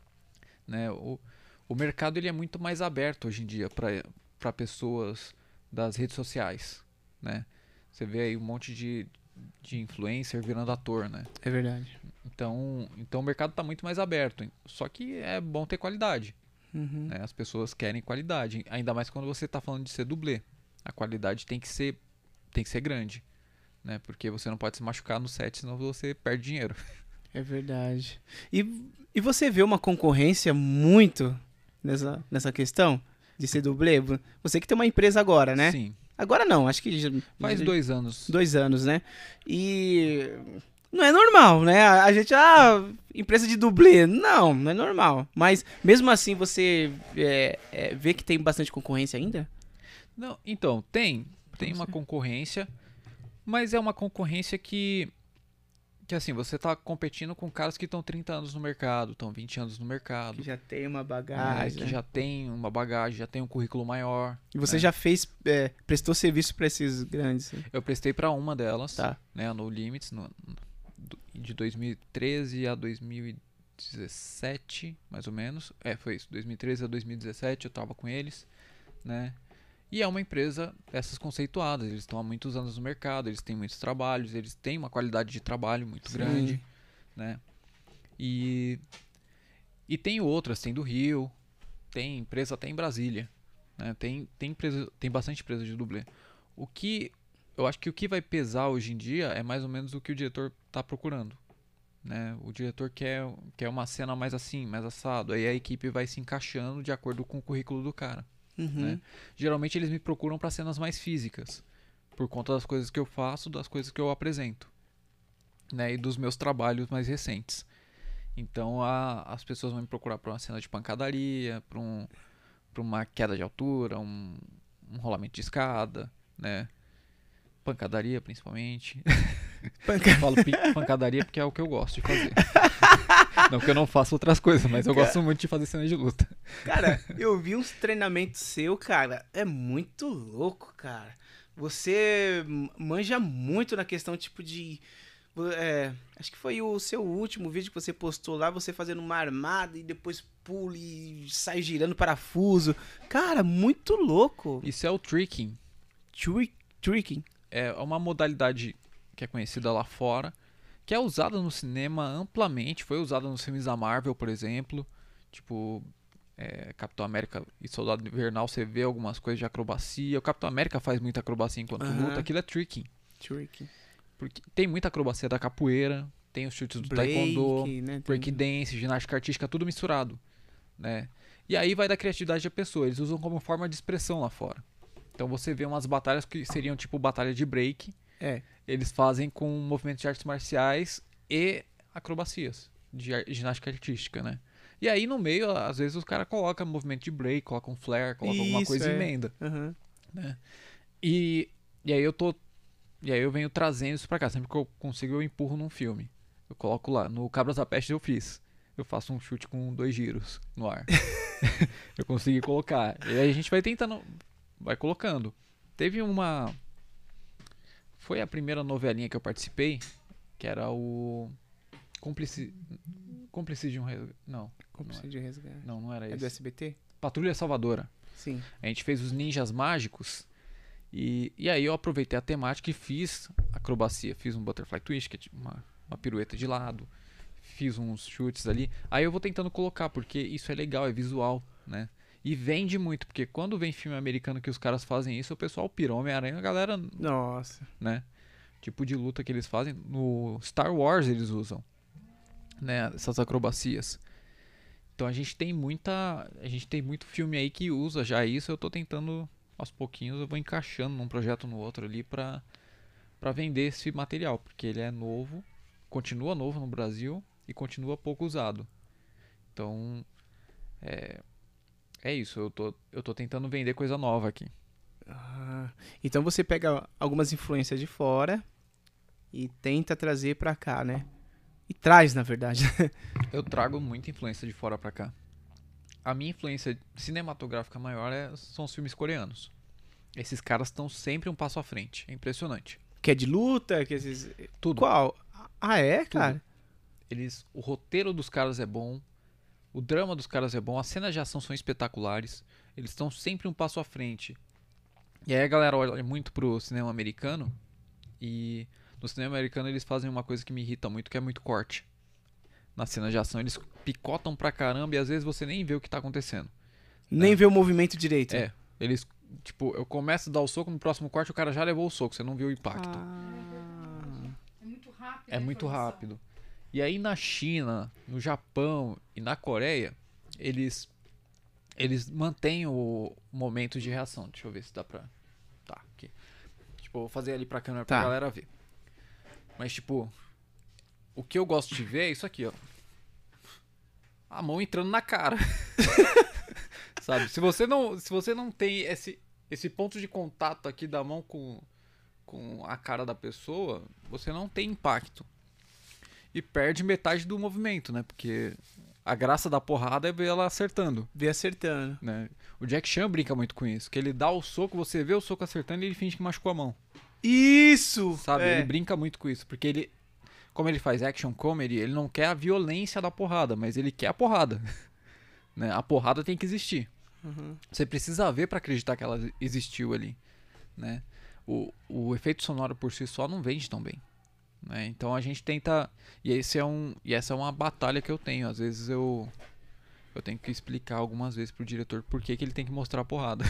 Né? O, o mercado ele é muito mais aberto hoje em dia para pessoas das redes sociais. Né? Você vê aí um monte de, de influencer virando ator. Né? É verdade. Então, então o mercado está muito mais aberto. Só que é bom ter qualidade. Uhum. Né? As pessoas querem qualidade. Ainda mais quando você está falando de ser dublê. A qualidade tem que ser, tem que ser grande. Né? Porque você não pode se machucar no set, senão você perde dinheiro. É verdade. E, e você vê uma concorrência muito nessa, nessa questão de ser dublê? Você que tem uma empresa agora, né? Sim. Agora não, acho que... Já, Faz já, dois anos. Dois anos, né? E... Não é normal, né? A, a gente... Ah, empresa de dublê. Não, não é normal. Mas, mesmo assim, você é, é, vê que tem bastante concorrência ainda? Não, então, tem. Tem uma concorrência, mas é uma concorrência que... Que assim, você tá competindo com caras que estão trinta anos no mercado, estão vinte anos no mercado. Que já tem uma né, bagagem. que né? já tem uma bagagem, já tem um currículo maior. E você né? já fez, é, prestou serviço para esses grandes? Né? Eu prestei para uma delas, Tá. né, no Limits, no, de dois mil e treze a dois mil e dezessete, mais ou menos. É, foi isso, dois mil e treze a dois mil e dezessete eu tava com eles, né? E é uma empresa dessas conceituadas, eles estão há muitos anos no mercado, eles têm muitos trabalhos, eles têm uma qualidade de trabalho muito Sim. grande, né? E, e tem outras, tem do Rio, tem empresa até em Brasília, né? Tem, tem, empresa, tem bastante empresa de dublê. O que, eu acho que o que vai pesar hoje em dia é mais ou menos o que o diretor está procurando, né? O diretor quer, quer uma cena mais assim, mais assado, aí a equipe vai se encaixando de acordo com o currículo do cara. Uhum. Né? Geralmente eles me procuram para cenas mais físicas, por conta das coisas que eu faço, das coisas que eu apresento, né? E dos meus trabalhos mais recentes. Então a, as pessoas vão me procurar para uma cena de pancadaria, para um, para uma queda de altura, um, um rolamento de escada, né? Pancadaria principalmente. Panca... Eu falo pancadaria porque é o que eu gosto de fazer. Não que eu não faça outras coisas, mas eu Cara... gosto muito de fazer cena de luta. Cara, eu vi uns treinamentos seu, cara, é muito louco, cara. Você manja muito na questão, tipo, de... É, acho que foi o seu último vídeo que você postou lá, você fazendo uma armada e depois pula e sai girando parafuso. Cara, muito louco. Isso é o tricking. Trick, tricking. É uma modalidade que é conhecida lá fora, que é usada no cinema amplamente, foi usada nos filmes da Marvel, por exemplo, tipo é, Capitão América e Soldado Invernal, você vê algumas coisas de acrobacia, o Capitão América faz muita acrobacia enquanto Uhum. luta, aquilo é tricking. Tricking. Porque tem muita acrobacia da capoeira, tem os chutes do Break, taekwondo, né? breakdance, ginástica artística, tudo misturado, né? E aí vai da criatividade da pessoa, eles usam como forma de expressão lá fora. Então você vê umas batalhas que seriam tipo batalha de break, É. eles fazem com movimentos de artes marciais e acrobacias de ar- ginástica artística, né? E aí no meio, às vezes o cara coloca movimento de break, coloca um flare, coloca alguma Isso, coisa e é. emenda, Uhum. né? E, e aí eu tô e aí eu venho trazendo isso pra cá, sempre que eu consigo eu empurro num filme. Eu coloco lá, no Cabras da Peste eu fiz. Eu faço um chute com dois giros no ar. Eu consegui colocar. E aí a gente vai tentando, vai colocando. Teve uma Foi a primeira novelinha que eu participei, que era o Cúmplice Cúmplice de um Res... Não, Cúmplice de resgate. não, não era É do esse. S B T? Patrulha Salvadora. Sim. A gente fez os Ninjas Mágicos e, e aí eu aproveitei a temática e fiz acrobacia. Fiz um butterfly twist, que é tipo uma, uma pirueta de lado. Fiz uns chutes ali. Aí eu vou tentando colocar, porque isso é legal, é visual, né? E vende muito, porque quando vem filme americano que os caras fazem isso, o pessoal pira. Homem-Aranha, a galera, Nossa. né? Tipo de luta que eles fazem. No Star Wars eles usam, né? Essas acrobacias. Então a gente tem muita. A gente tem muito filme aí que usa já isso. Eu tô tentando, aos pouquinhos, eu vou encaixando num projeto no outro ali pra, pra vender esse material. Porque ele é novo, continua novo no Brasil e continua pouco usado. Então. É. É isso, eu tô, eu tô tentando vender coisa nova aqui. Ah, então você pega algumas influências de fora e tenta trazer pra cá, né? E traz, na verdade. Eu trago muita influência de fora pra cá. A minha influência cinematográfica maior é, são os filmes coreanos. Esses caras estão sempre um passo à frente, é impressionante. Que é de luta, que esses... Tudo. Qual? Ah, é, cara? Eles, o roteiro dos caras é bom, o drama dos caras é bom, as cenas de ação são espetaculares, eles estão sempre um passo à frente. E aí a galera olha muito pro cinema americano, e no cinema americano eles fazem uma coisa que me irrita muito, que é muito corte. Na cena de ação eles picotam pra caramba e às vezes você nem vê o que tá acontecendo. Nem É. vê o movimento direito. É, eles, tipo, eu começo a dar o soco, no próximo corte o cara já levou o soco, você não viu o impacto. Ah. É muito rápido. É muito rápido. E aí na China, no Japão e na Coreia, eles eles mantêm o momento de reação. Deixa eu ver se dá pra... Tá, aqui. Tipo, eu vou fazer ali pra câmera pra Tá. galera ver. Mas tipo, o que eu gosto de ver é isso aqui, ó. A mão entrando na cara. Sabe? Se você não, se você não tem esse, esse ponto de contato aqui da mão com, com a cara da pessoa, você não tem impacto. E perde metade do movimento, né? Porque a graça da porrada é ver ela acertando, Vê acertando. né? O Jack Chan brinca muito com isso. Que ele dá o soco, você vê o soco acertando e ele finge que machucou a mão. Isso! Sabe? É. Ele brinca muito com isso. Porque ele... Como ele faz action comedy, ele não quer a violência da porrada, mas ele quer a porrada. Né? A porrada tem que existir. Uhum. Você precisa ver pra acreditar que ela existiu ali, né? O, o efeito sonoro por si só não vende tão bem, né? Então a gente tenta, e esse é um, e essa é uma batalha que eu tenho. Às vezes eu eu tenho que explicar algumas vezes pro diretor por que que ele tem que mostrar a porrada.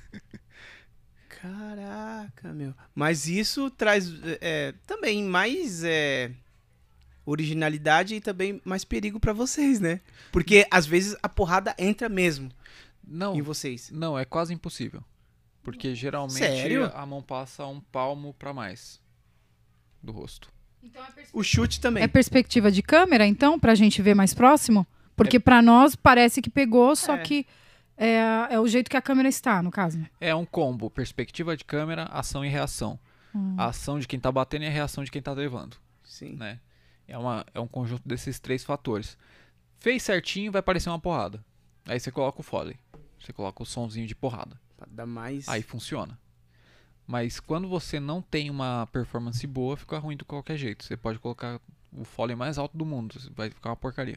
Caraca, meu. Mas isso traz é, também mais é, originalidade e também mais perigo pra vocês, né? Porque às vezes a porrada entra mesmo Não, em vocês. não, é quase impossível. Porque geralmente Sério? a mão passa um palmo pra mais do rosto. Então é, O chute também. é perspectiva de câmera, então, pra gente ver mais próximo? Porque pra nós parece que pegou, só É. que é, é o jeito que a câmera está, no caso. É um combo, perspectiva de câmera, ação e reação. Hum. A ação de quem tá batendo e a reação de quem tá levando, Sim. né? É, uma, é um conjunto desses três fatores. Fez certinho, vai parecer uma porrada. Aí você coloca o Foley. Você coloca o sonzinho de porrada. Pra dar mais. Aí funciona. Mas quando você não tem uma performance boa, fica ruim de qualquer jeito. Você pode colocar o Foley mais alto do mundo, vai ficar uma porcaria.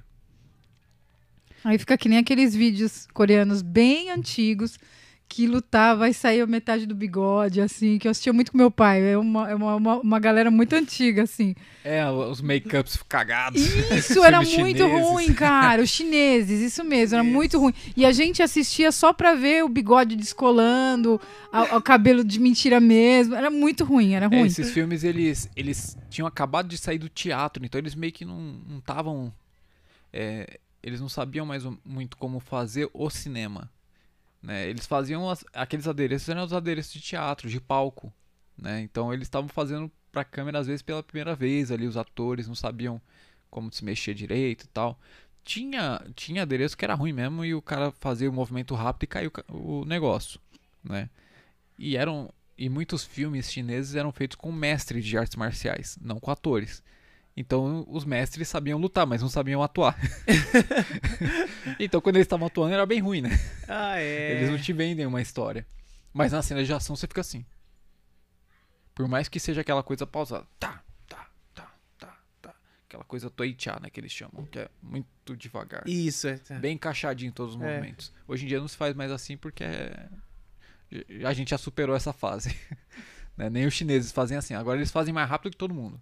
Aí fica que nem aqueles vídeos coreanos bem antigos que lutava e saía metade do bigode, assim, que eu assistia muito com meu pai. É uma, é uma, uma, uma galera muito antiga, assim. É, os make-ups cagados. Isso era Filmes muito chineses. ruim, cara. Os chineses, isso mesmo, era muito ruim. E a gente assistia só pra ver o bigode descolando, a- o cabelo de mentira mesmo. Era muito ruim, era É, ruim. esses filmes, eles, eles tinham acabado de sair do teatro, então eles meio que não estavam... É, eles não sabiam mais o- muito como fazer o cinema, né? Eles faziam as- aqueles adereços, eram os adereços de teatro, de palco, né? Então eles estavam fazendo pra câmera às vezes pela primeira vez ali, os atores não sabiam como se mexer direito e tal. Tinha, tinha adereço que era ruim mesmo e o cara fazia o movimento rápido e caiu ca- o negócio, né? E eram e muitos filmes chineses eram feitos com mestres de artes marciais, não com atores. Então os mestres sabiam lutar, mas não sabiam atuar. Então quando eles estavam atuando era bem ruim, né? Ah, é. Eles não te vendem uma história. Mas na cena de ação você fica assim. Por mais que seja aquela coisa pausada. Tá, tá, tá, tá, tá. Aquela coisa toichá, né, que eles chamam. Que é muito devagar. Isso, é. tá. Bem encaixadinho em todos os É. movimentos. Hoje em dia não se faz mais assim porque é- a gente já superou essa fase. Né? Nem os chineses fazem assim. Agora eles fazem mais rápido que todo mundo.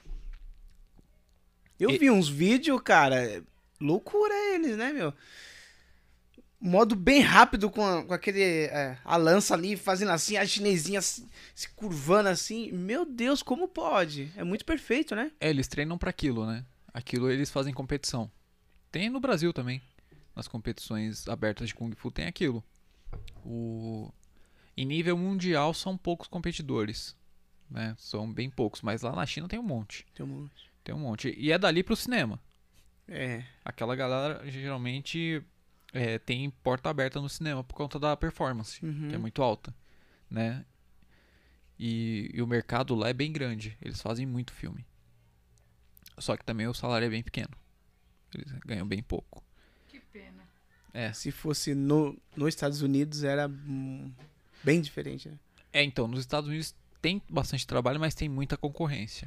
Eu E- vi uns vídeos, cara. Loucura eles, né, meu? Modo bem rápido com, a- com aquele. é, a lança ali, fazendo assim, a chinesinha se, se curvando assim. Meu Deus, como pode? É muito perfeito, né? É, eles treinam pra aquilo, né? Aquilo eles fazem competição. Tem no Brasil também. Nas competições abertas de Kung Fu tem aquilo. O... Em nível mundial são poucos competidores, né? São bem poucos, mas lá na China tem um monte. Tem um monte. Tem um monte. E é dali pro cinema. É. Aquela galera geralmente é, tem porta aberta no cinema por conta da performance, Uhum. que é muito alta, né? E, e o mercado lá é bem grande. Eles fazem muito filme. Só que também o salário é bem pequeno. Eles ganham bem pouco. Que pena. É, Se fosse no, nos Estados Unidos, era hum, bem diferente, né? É, então, nos Estados Unidos tem bastante trabalho, mas tem muita concorrência.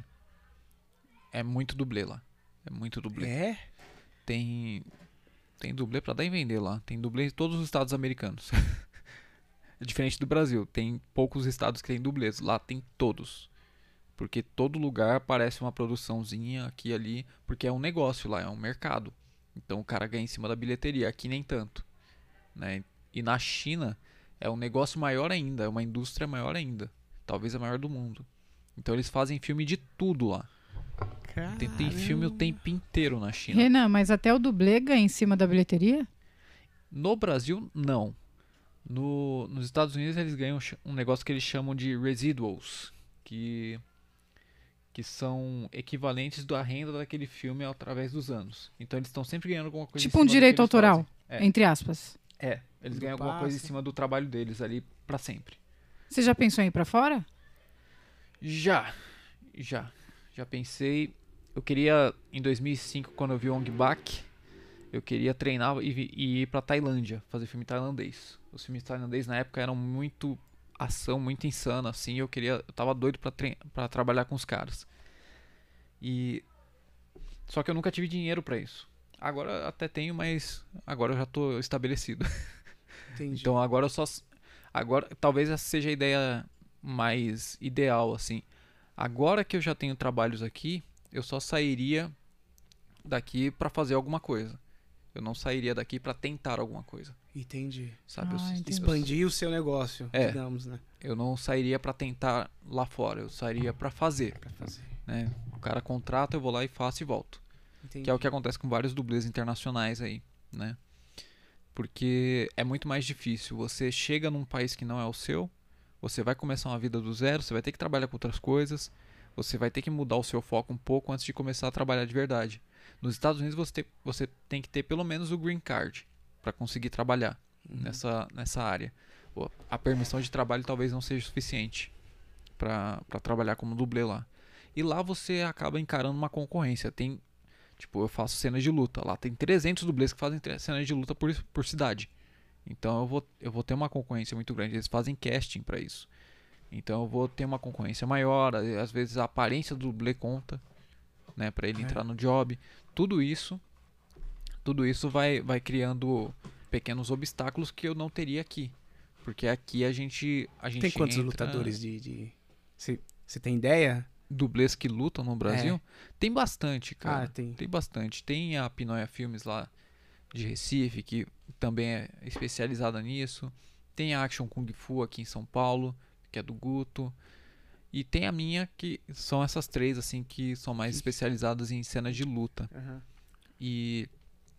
É muito dublê lá. É muito dublê. É? Tem, tem dublê pra dar e vender lá. Tem dublê em todos os estados americanos. É diferente do Brasil. Tem poucos estados que tem dublês. Lá tem todos. Porque todo lugar parece uma produçãozinha aqui e ali. Porque é um negócio lá, é um mercado. Então o cara ganha em cima da bilheteria. Aqui nem tanto, né? E na China é um negócio maior ainda. É uma indústria maior ainda. Talvez a maior do mundo. Então eles fazem filme de tudo lá. Tem, tem filme o tempo inteiro na China. Renan, mas até o dublê ganha em cima da bilheteria? No Brasil, não. No, nos Estados Unidos eles ganham um negócio que eles chamam de residuals, que, que são equivalentes da renda daquele filme através dos anos. Então eles estão sempre ganhando alguma coisa Tipo em um cima do que direito eles autoral, fazem. É, entre aspas. é, eles Do ganham alguma coisa em passe. cima do trabalho deles ali pra sempre. Você já pensou em ir pra fora? Já, já, já pensei. Eu queria, em dois mil e cinco, quando eu vi o Ong Bak, eu queria treinar e, vi- e ir pra Tailândia, fazer filme tailandês. Os filmes tailandês na época eram muito ação, muito insana, assim. Eu queria, eu tava doido pra, trein- pra trabalhar com os caras. E só que eu nunca tive dinheiro pra isso. Agora até tenho, mas agora eu já tô estabelecido. Entendi. Então agora eu só. Agora, talvez essa seja a ideia mais ideal, assim. Agora que eu já tenho trabalhos aqui, eu só sairia daqui pra fazer alguma coisa. Eu não sairia daqui pra tentar alguma coisa, Entendi. sabe? Eu- Ah, eu- entendi. Expandir o seu negócio, É. digamos, né? Eu não sairia pra tentar lá fora, eu sairia pra fazer, Pra fazer. né? O cara contrata, eu vou lá e faço e volto. Entendi. Que é o que acontece com vários dublês internacionais aí, né? Porque é muito mais difícil. Você chega num país que não é o seu, você vai começar uma vida do zero, você vai ter que trabalhar com outras coisas, você vai ter que mudar o seu foco um pouco antes de começar a trabalhar de verdade. Nos Estados Unidos você, te- você tem que ter pelo menos o green card para conseguir trabalhar Uhum. nessa, nessa área. O- A permissão de trabalho talvez não seja suficiente para trabalhar como dublê lá. E lá você acaba encarando uma concorrência. Tem, tipo, eu faço cenas de luta. Lá tem trezentos dublês que fazem tre- cenas de luta por, por cidade. Então eu vou, eu vou ter uma concorrência muito grande. Eles fazem casting para isso. Então eu vou ter uma concorrência maior. a- Às vezes a aparência do dublê conta, né, para ele É. entrar no job. Tudo isso, tudo isso vai, vai criando pequenos obstáculos que eu não teria aqui. Porque aqui a gente, a gente Tem quantos entra- lutadores de... de... Você você tem ideia? dublês que lutam no Brasil? Tem bastante, cara. Ah, tem. Tem bastante. Tem a Pinoia Filmes lá de Recife, que também é especializada nisso. Tem a Action Kung Fu aqui em São Paulo, que é do Guto. E tem a minha, que são essas três, assim, que são mais especializadas em cenas de luta. Aham. E,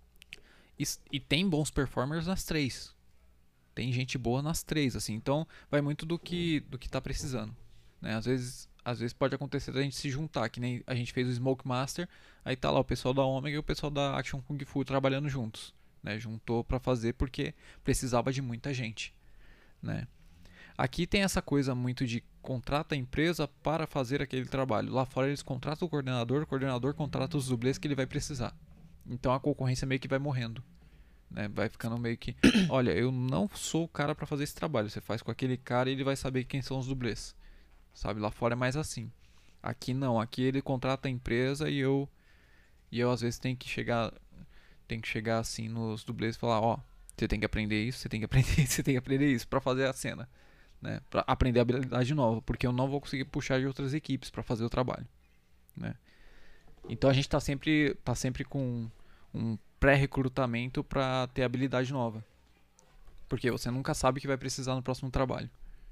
e, s- e tem bons performers nas três. Tem gente boa nas três, assim. Então vai muito do que, do que tá precisando, né? Às vezes, às vezes pode acontecer da gente se juntar, que nem a gente fez o Smoke Master, aí tá lá o pessoal da Omega e o pessoal da Action Kung Fu trabalhando juntos, né? Juntou pra fazer porque precisava de muita gente, né? Aqui tem essa coisa muito de contrata a empresa para fazer aquele trabalho. Lá fora eles contratam o coordenador, o coordenador contrata os dublês que ele vai precisar. Então a concorrência meio que vai morrendo, né? Vai ficando meio que, olha, eu não sou o cara para fazer esse trabalho. Você faz com aquele cara e ele vai saber quem são os dublês. Sabe, lá fora é mais assim. Aqui não, aqui ele contrata a empresa e eu e eu às vezes tenho que chegar tenho que chegar assim nos dublês e falar, ó, você tem que aprender isso, você tem que aprender isso, você tem que aprender isso pra fazer a cena, né? Para aprender a habilidade nova, porque eu não vou conseguir puxar de outras equipes pra fazer o trabalho, né? Então a gente tá sempre tá sempre com um pré-recrutamento pra ter habilidade nova. Porque você nunca sabe o que vai precisar no próximo trabalho.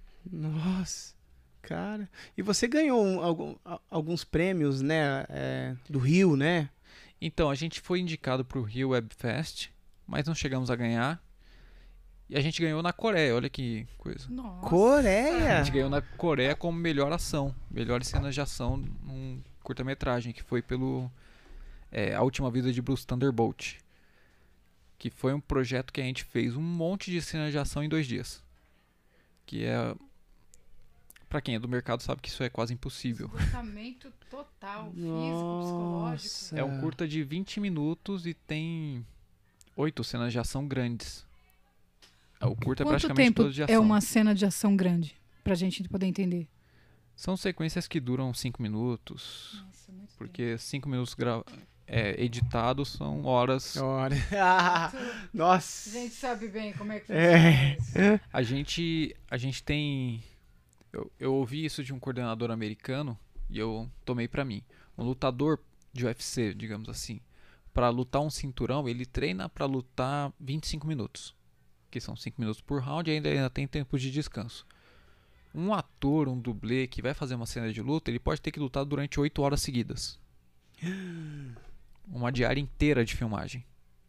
Nossa, cara. E você ganhou um- algum- a- alguns prêmios, né? é, do Rio, né? Então, a gente foi indicado pro Rio Web Fest, mas não chegamos a ganhar. E a gente ganhou na Coreia, olha que coisa. Nossa. A Coreia! gente ganhou na Coreia como melhor ação, melhores cenas de ação num curta-metragem, que foi pelo é, A Última Vida de Bruce Thunderbolt. Que foi um projeto que a gente fez um monte de cenas de ação em dois dias. Que é... Pra quem é do mercado sabe que isso é quase impossível. Esgotamento total, físico, psicológico. É um curta de vinte minutos e tem oito cenas de ação grandes. O curta é Quanto praticamente tempo todo de ação. é uma cena de ação grande? Pra gente poder entender. São sequências que duram cinco minutos, Nossa, muito tempo. porque cinco minutos gra- é, editados são horas. Olha. Nossa. A gente sabe bem como é que É. funciona isso. A gente, a gente tem... Eu, eu ouvi isso de um coordenador americano e eu tomei pra mim. Um lutador de U F C, digamos assim, pra lutar um cinturão, ele treina pra lutar vinte e cinco minutos. Que são cinco minutos por round e ainda, ainda tem tempo de descanso. Um ator, um dublê que vai fazer uma cena de luta, ele pode ter que lutar durante oito horas seguidas. Uma diária inteira de filmagem.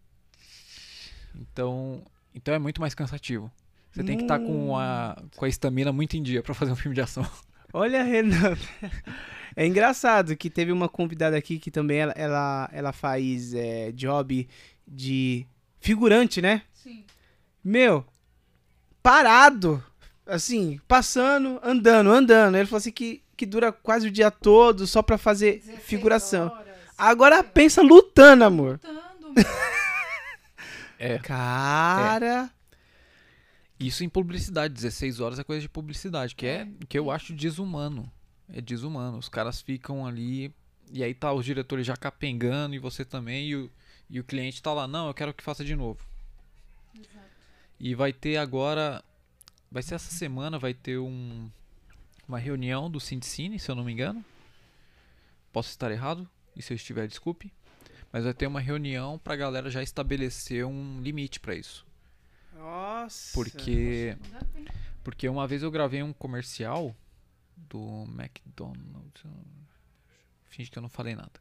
Então, então é muito mais cansativo. Você tem que estar com a com a estamina muito em dia pra fazer um filme de ação. Olha, Renan. É engraçado que teve uma convidada aqui que também ela, ela, ela faz é, job de figurante, né? Sim. Meu, parado, assim, passando, andando, andando. Ele falou assim que, que dura quase o dia todo só pra fazer dezesseis figuração. horas. Agora pensa lutando, amor. Lutando, meu. É. Cara. Isso em publicidade, dezesseis horas é coisa de publicidade, que é, É. que eu acho desumano. É desumano. Os caras ficam ali e aí tá os diretores já capengando e você também e o, e o cliente tá lá, não, eu quero que faça de novo. Exato. E vai ter agora, vai ser essa semana, vai ter um, uma reunião do Cine, se eu não me engano. Posso estar errado, e se eu estiver, desculpe. Mas vai ter uma reunião pra galera já estabelecer um limite pra isso. Nossa. Porque, Não dá tempo. porque uma vez eu gravei um comercial do McDonald's. Finge que eu não falei nada.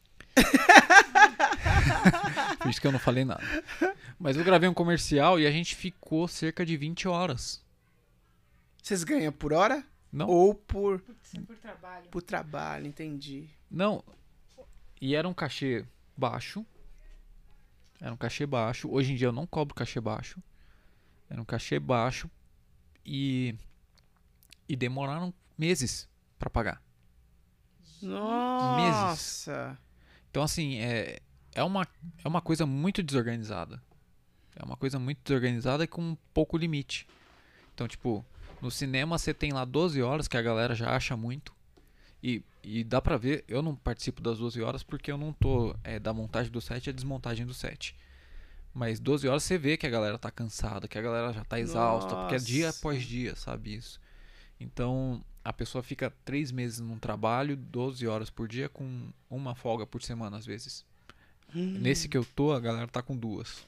Finge que eu não falei nada. Mas eu gravei um comercial e a gente ficou cerca de vinte horas. Vocês ganham por hora? Não, Ou por, Putz, é por trabalho. por trabalho, entendi. não. E era um cachê baixo. Era um cachê baixo. Hoje em dia eu não cobro cachê baixo. Era um cachê baixo e e demoraram meses pra pagar. Nossa. Então assim, é é uma é uma coisa muito desorganizada. É uma coisa muito desorganizada e com um pouco limite. Então, tipo, no cinema você tem lá doze horas, que a galera já acha muito. E, e dá pra ver, eu não participo das doze horas porque eu não tô é, da montagem do set e a desmontagem do set. Mas doze horas você vê que a galera tá cansada, que a galera já tá exausta, porque é dia Nossa. após dia, sabe isso? Então, a pessoa fica três meses num trabalho, doze horas por dia, com uma folga por semana, às vezes. Hum. Nesse que eu tô, a galera tá com duas.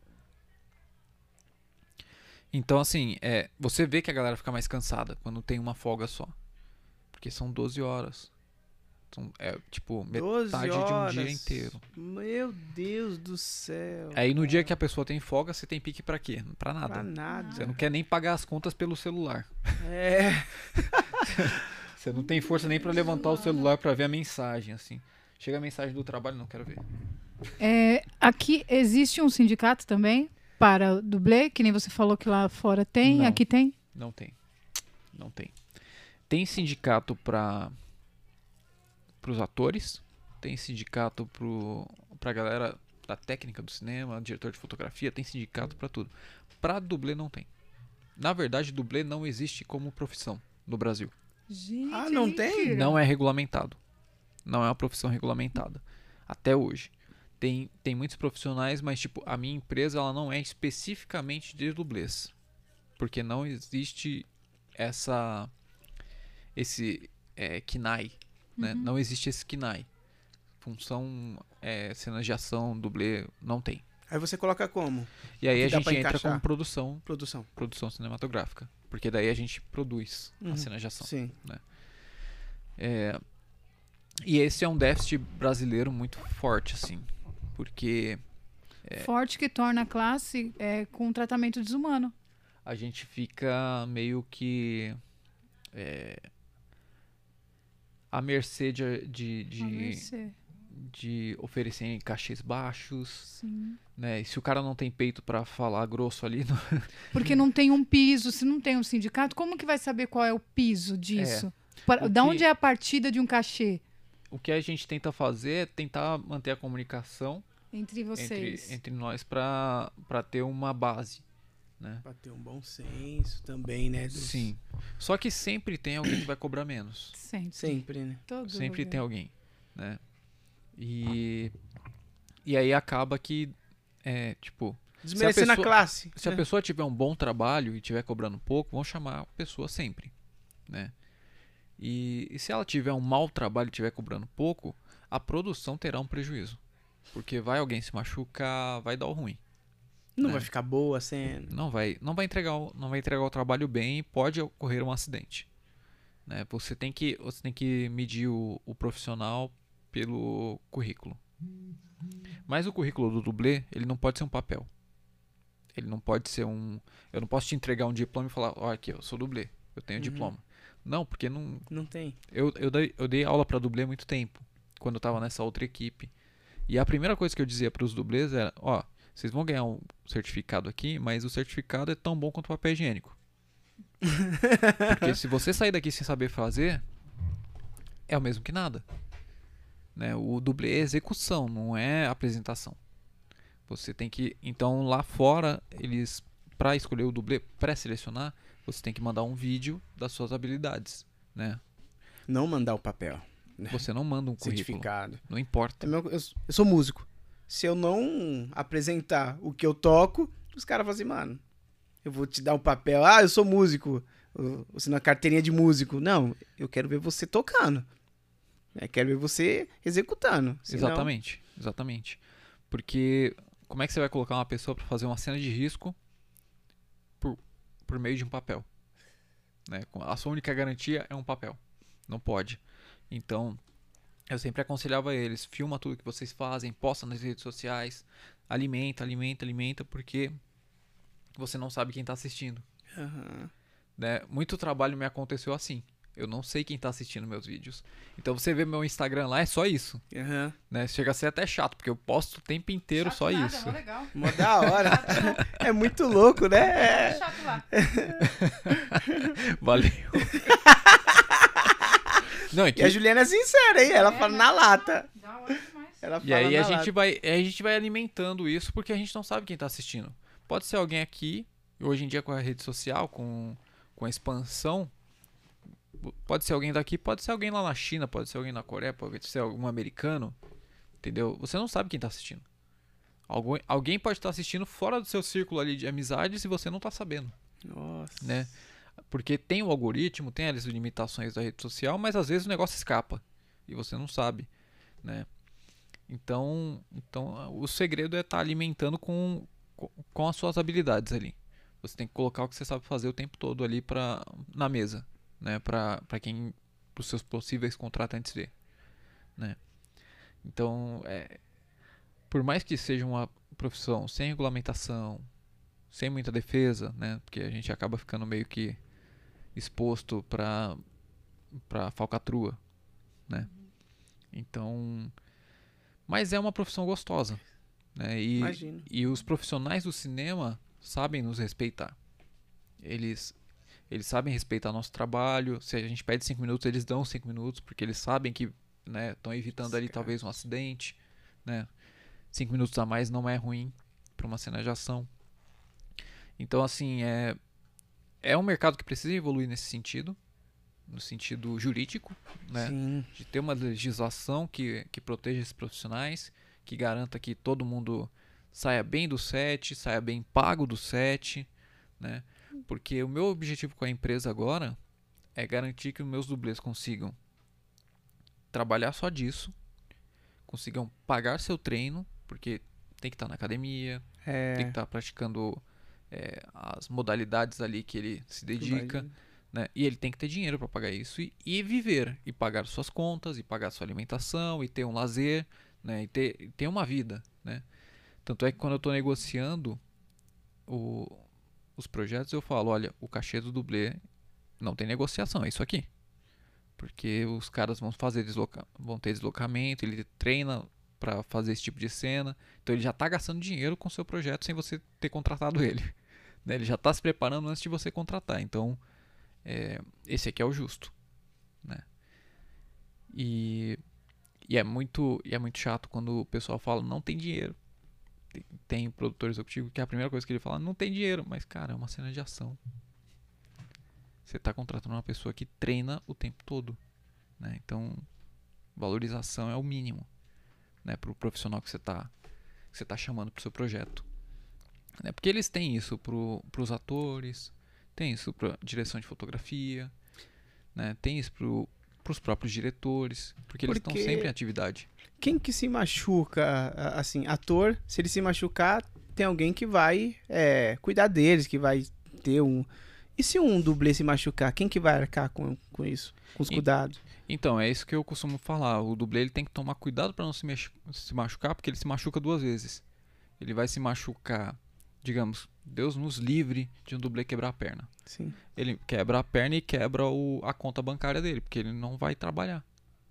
Então, assim, é, você vê que a galera fica mais cansada quando tem uma folga só. Porque são doze horas. São, é, tipo, doze metade de um horas. dia inteiro. Meu Deus do céu. Aí no dia que a pessoa tem folga, você tem pique pra quê? Pra nada. Pra nada. Você não quer nem pagar as contas pelo celular. É. Você não tem força nem pra levantar o celular pra ver a mensagem, assim. Chega a mensagem do trabalho, não quero ver. É, aqui existe um sindicato também para dublê, que nem você falou que lá fora tem, Não. aqui tem? Não tem. Não tem. Tem sindicato para os atores, tem sindicato pro, pra galera da técnica do cinema, diretor de fotografia, tem sindicato pra tudo. Pra dublê não tem. Na verdade, dublê não existe como profissão no Brasil. Gente, Ah, não tem? mentira. Não é regulamentado. Não é uma profissão regulamentada. Até hoje. Tem, tem muitos profissionais, mas tipo, a minha empresa ela não é especificamente de dublês. Porque não existe essa esse é, K N A I, né? Não existe esse K N A I. Função, é, cenas de ação, dublê, não tem. Aí você coloca como? E aí Que a dá gente pra entra encaixar. com produção, Produção. produção cinematográfica. Porque daí a gente produz Uhum. a cena de ação. Sim. É, e esse é um déficit brasileiro muito forte, assim. Porque Forte que torna a classe é, com um tratamento desumano. a gente fica meio que é, à mercê de, de, de, A mercê. de oferecerem cachês baixos, Sim. né? E se o cara não tem peito pra falar grosso ali, não- Porque não tem um piso, se não tem um sindicato, como que vai saber qual é o piso disso? Para- O da que- onde é a partida de um cachê o que a gente tenta fazer é tentar manter a comunicação entre entre, vocês? entre nós pra para ter uma base, né? Pra ter um bom senso também, né? dos- Sim. Só que sempre tem alguém que vai cobrar menos. Sempre. Sempre, né? Todo Sempre lugar. tem alguém, né? E, e aí acaba que, é, tipo, Desmerecendo a, pessoa- classe. se a né? pessoa tiver um bom trabalho e estiver cobrando pouco, vão chamar a pessoa sempre, né? E, e se ela tiver um mau trabalho e estiver cobrando pouco, a produção terá um prejuízo. Porque vai alguém se machucar, vai dar o ruim. Não né? vai ficar boa a cena. Não vai, não vai entregar, o- não vai entregar o trabalho bem e pode ocorrer um acidente. Né? Você tem que, você tem que medir o, o profissional pelo currículo. Mas o currículo do dublê, ele não pode ser um papel. Ele não pode ser um... Eu não posso te entregar um diploma e falar, ó, aqui, eu sou dublê, eu tenho Uhum. diploma. Não, porque não... Não tem. Eu, eu, dei, eu dei aula pra dublê há muito tempo, quando eu tava nessa outra equipe. E a primeira coisa que eu dizia pros dublês era, ó, vocês vão ganhar um certificado aqui, mas o certificado é tão bom quanto o papel higiênico. Porque se você sair daqui sem saber fazer, é o mesmo que nada. Né? O dublê é execução, não é apresentação. Você tem que... Então lá fora, eles... Pra escolher o dublê, pré-selecionar, você tem que mandar um vídeo das suas habilidades. Né? Não mandar o papel. né? Você não manda um currículo. Certificado. Não importa. É meu- eu, eu sou músico. Se eu não apresentar o que eu toco, os caras falam assim, mano, eu vou te dar um papel. Ah, eu sou músico. Ou você na carteirinha de músico. Não, eu quero ver você tocando. Eu quero ver você executando. Senão- Exatamente, exatamente. Porque como é que você vai colocar uma pessoa pra fazer uma cena de risco por, por meio de um papel? Né? Com- A sua única garantia é um papel. Não pode. Então, eu sempre aconselhava eles, filma tudo que vocês fazem, posta nas redes sociais, alimenta, alimenta, alimenta, porque você não sabe quem tá assistindo. Aham. Né? Muito trabalho me aconteceu assim. Eu não sei quem tá assistindo meus vídeos. Então você vê meu Instagram lá, é só isso. Aham. Né? Chega a ser até chato, porque eu posto o tempo inteiro Chato só nada, isso. mó legal. Mó da hora. É muito louco, né? É É. chato lá. Valeu. Não, é que- E a Juliana é sincera, hein? Ela É, fala né? na lata. Da hora demais. Ela fala E aí na a gente, lata. vai, a gente vai alimentando isso porque a gente não sabe quem tá assistindo. Pode ser alguém aqui, hoje em dia com a rede social, com, com a expansão, pode ser alguém daqui, pode ser alguém lá na China, pode ser alguém na Coreia, pode ser algum americano, entendeu? Você não sabe quem tá assistindo. Alguém, alguém pode estar assistindo fora do seu círculo ali de amizades e você não tá sabendo, Nossa. né? Porque tem o algoritmo, tem as limitações da rede social, mas às vezes o negócio escapa e você não sabe, né? Então, então o segredo é estar alimentando com, com- com as suas habilidades ali. Você tem que colocar o que você sabe fazer o tempo todo ali pra, na mesa, né? Para para quem, para os seus possíveis contratantes ver, né? Então, é, por mais que seja uma profissão sem regulamentação, sem muita defesa, né? Porque a gente acaba ficando meio que exposto para para falcatrua, né? Então, mas é uma profissão gostosa, né? E, Imagino. e os profissionais do cinema sabem nos respeitar. Eles eles sabem respeitar nosso trabalho. Se a gente pede cinco minutos, eles dão cinco minutos, porque eles sabem que, né, estão evitando ali Certo. talvez um acidente, né? Cinco minutos a mais não é ruim para uma cena de ação. Então, assim, é é um mercado que precisa evoluir nesse sentido, no sentido jurídico, né? Sim. De ter uma legislação que, que proteja esses profissionais, que garanta que todo mundo saia bem do set, saia bem pago do set, né? Porque o meu objetivo com a empresa agora é garantir que os meus dublês consigam trabalhar só disso, consigam pagar seu treino, porque tem que estar na academia, É. tem que estar praticando é, as modalidades ali que ele se dedica, Imagino. né? E ele tem que ter dinheiro para pagar isso e, e viver, e pagar suas contas, e pagar sua alimentação, e ter um lazer, né? E ter, e ter uma vida, né? Tanto é que quando eu estou negociando o- os projetos, eu falo, olha, o cachê do dublê não tem negociação, é isso aqui. Porque os caras vão fazer desloca vão ter deslocamento, ele treina para fazer esse tipo de cena, então ele já está gastando dinheiro com o seu projeto sem você ter contratado ele, né? Ele já está se preparando antes de você contratar, então é, esse aqui é o justo, né? E, e é muito e é muito chato quando o pessoal fala não tem dinheiro, tem, tem produtor executivo que a primeira coisa que ele fala, não tem dinheiro, mas cara, é uma cena de ação. Você tá contratando uma pessoa que treina o tempo todo, né? Então, valorização é o mínimo, né, pro profissional que você tá, que você tá chamando pro seu projeto. Né? Porque eles têm isso pro, pros atores, tem isso pra direção de fotografia, né? Tem isso pro, pros próprios diretores, porque, porque eles estão sempre em atividade. Quem que se machuca, assim, ator, se ele se machucar, tem alguém que vai é, cuidar deles, que vai ter um... E se um dublê se machucar, quem que vai arcar com, com isso? Com os cuidados? Então, é isso que eu costumo falar. O dublê ele tem que tomar cuidado para não se, se machucar, porque ele se machuca duas vezes. Ele vai se machucar, digamos, Deus nos livre de um dublê quebrar a perna. Sim. Ele quebra a perna e quebra o, a conta bancária dele, porque ele não vai trabalhar.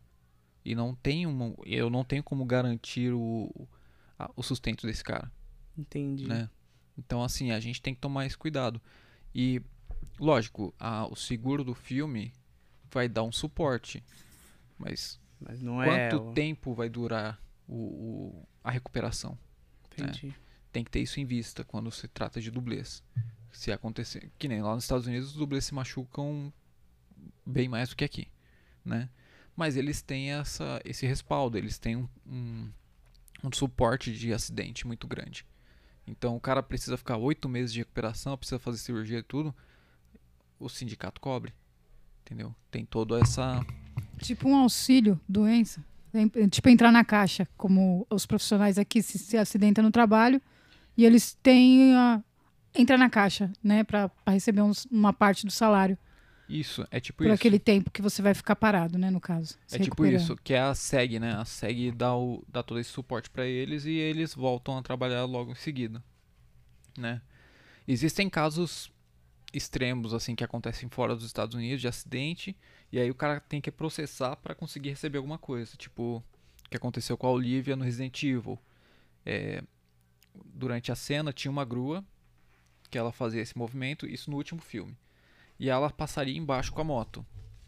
E não tem uma, eu não tenho como garantir o, a, o sustento desse cara. Entendi. Né? Então, assim, a gente tem que tomar esse cuidado. E, lógico, a, o seguro do filme vai dar um suporte. Mas, mas não quanto é o... tempo vai durar o, o, a recuperação? Entendi. Né? Tem que ter isso em vista quando se trata de dublês. Se acontecer, que nem lá nos Estados Unidos, os dublês se machucam bem mais do que aqui, né? Mas eles têm essa, esse respaldo, eles têm um, um, um suporte de acidente muito grande. Então o cara precisa ficar oito meses de recuperação, precisa fazer cirurgia e tudo, o sindicato cobre, entendeu? Tem toda essa... Tipo um auxílio doença, tipo entrar na caixa, como os profissionais aqui se, se acidentam no trabalho e eles têm a... entra na caixa, né, para receber uns, uma parte do salário. Isso, é tipo por isso. Por aquele tempo que você vai ficar parado, né, no caso. É tipo isso, que é a S E G, né? A S E G dá, o, dá todo esse suporte para eles e eles voltam a trabalhar logo em seguida, né? Existem casos extremos, assim, que acontecem fora dos Estados Unidos, de acidente, e aí o cara tem que processar para conseguir receber alguma coisa. Tipo, o que aconteceu com a Olivia no Resident Evil. É, durante a cena tinha uma grua que ela fazia esse movimento, isso no último filme. E ela passaria embaixo com a moto.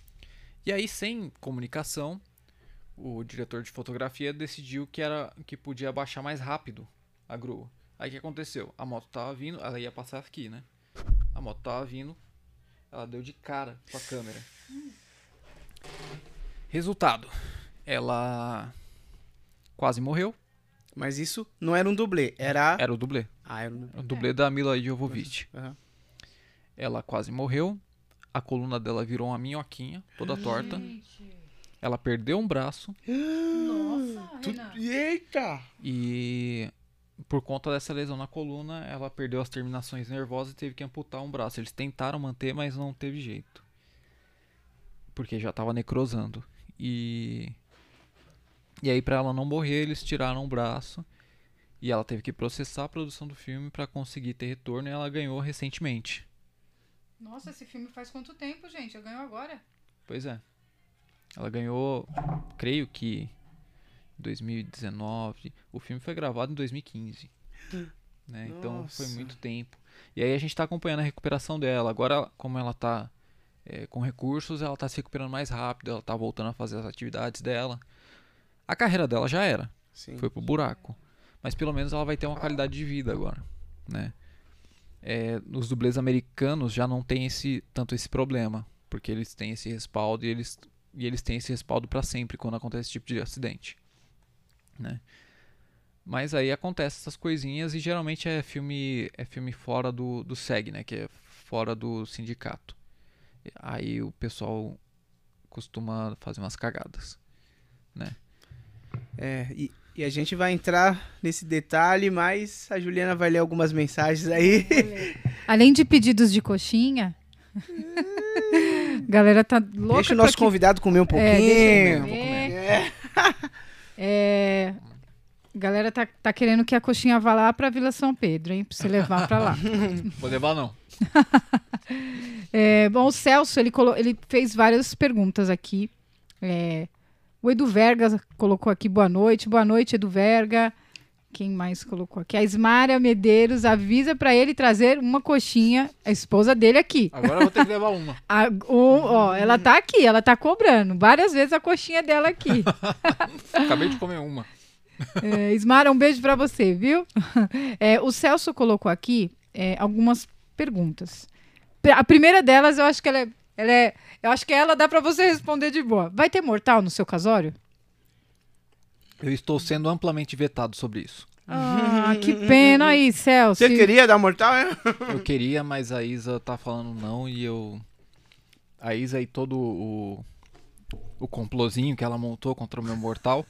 E aí, sem comunicação, o diretor de fotografia decidiu que, era, que podia abaixar mais rápido a grua. Aí o que aconteceu? A moto tava vindo, ela ia passar aqui, né? A moto tava vindo, ela deu de cara com a câmera. Resultado, ela quase morreu. Mas isso não era um dublê, era... Era o dublê. Ah, era um dublê. O dublê é. da Mila Jovovich. Uhum. Ela quase morreu. A coluna dela virou uma minhoquinha, toda torta. Gente. Ela perdeu um braço. Nossa, tu... Renan. Eita! E por conta dessa lesão na coluna, ela perdeu as terminações nervosas e teve que amputar um braço. Eles tentaram manter, mas não teve jeito. Porque já estava necrosando. E... E aí, pra ela não morrer, eles tiraram o braço. E ela teve que processar a produção do filme pra conseguir ter retorno. E ela ganhou recentemente. Nossa, esse filme faz quanto tempo, gente? Eu ganhou agora? Pois é. Ela ganhou, creio que em dois mil e dezenove. O filme foi gravado em dois mil e quinze. Né? Então foi muito tempo. E aí a gente tá acompanhando a recuperação dela. Agora, como ela tá é, com recursos, ela tá se recuperando mais rápido. Ela tá voltando a fazer as atividades dela. A carreira dela já era. Sim. Foi pro buraco. Mas pelo menos ela vai ter uma qualidade de vida agora, né? É, os dublês americanos já não tem esse, tanto esse problema, porque eles têm esse respaldo e eles, e eles têm esse respaldo para sempre quando acontece esse tipo de acidente, né? Mas aí acontece essas coisinhas e geralmente é filme, é filme fora do, do S E G, né? Que é fora do sindicato. Aí o pessoal costuma fazer umas cagadas, né? É, e, e a gente vai entrar nesse detalhe, mas a Juliana vai ler algumas mensagens aí. Além de pedidos de coxinha, galera tá louca. Deixa o nosso que... convidado comer um pouquinho. É, deixa comer. É. É, galera tá, tá querendo que a coxinha vá lá pra Vila São Pedro, hein? Pra você levar pra lá. Vou levar não. É, bom, o Celso, ele, colo... ele fez várias perguntas aqui. É... O Edu Verga colocou aqui, boa noite. Boa noite, Edu Verga. Quem mais colocou aqui? A Ismária Medeiros avisa pra ele trazer uma coxinha, a esposa dele aqui. Agora eu vou ter que levar uma. A, o, ó, ela tá aqui, ela tá cobrando várias vezes a coxinha dela aqui. Acabei de comer uma. É, Ismara, um beijo pra você, viu? É, o Celso colocou aqui é, algumas perguntas. A primeira delas, eu acho que ela é, ela é. Eu acho que ela dá pra você responder de boa. Vai ter mortal no seu casório? Eu estou sendo amplamente vetado sobre isso. Ah, que pena aí, Celso. Você queria dar mortal, é? Eu queria, mas a Isa tá falando não e eu... A Isa e todo o... O complozinho que ela montou contra o meu mortal.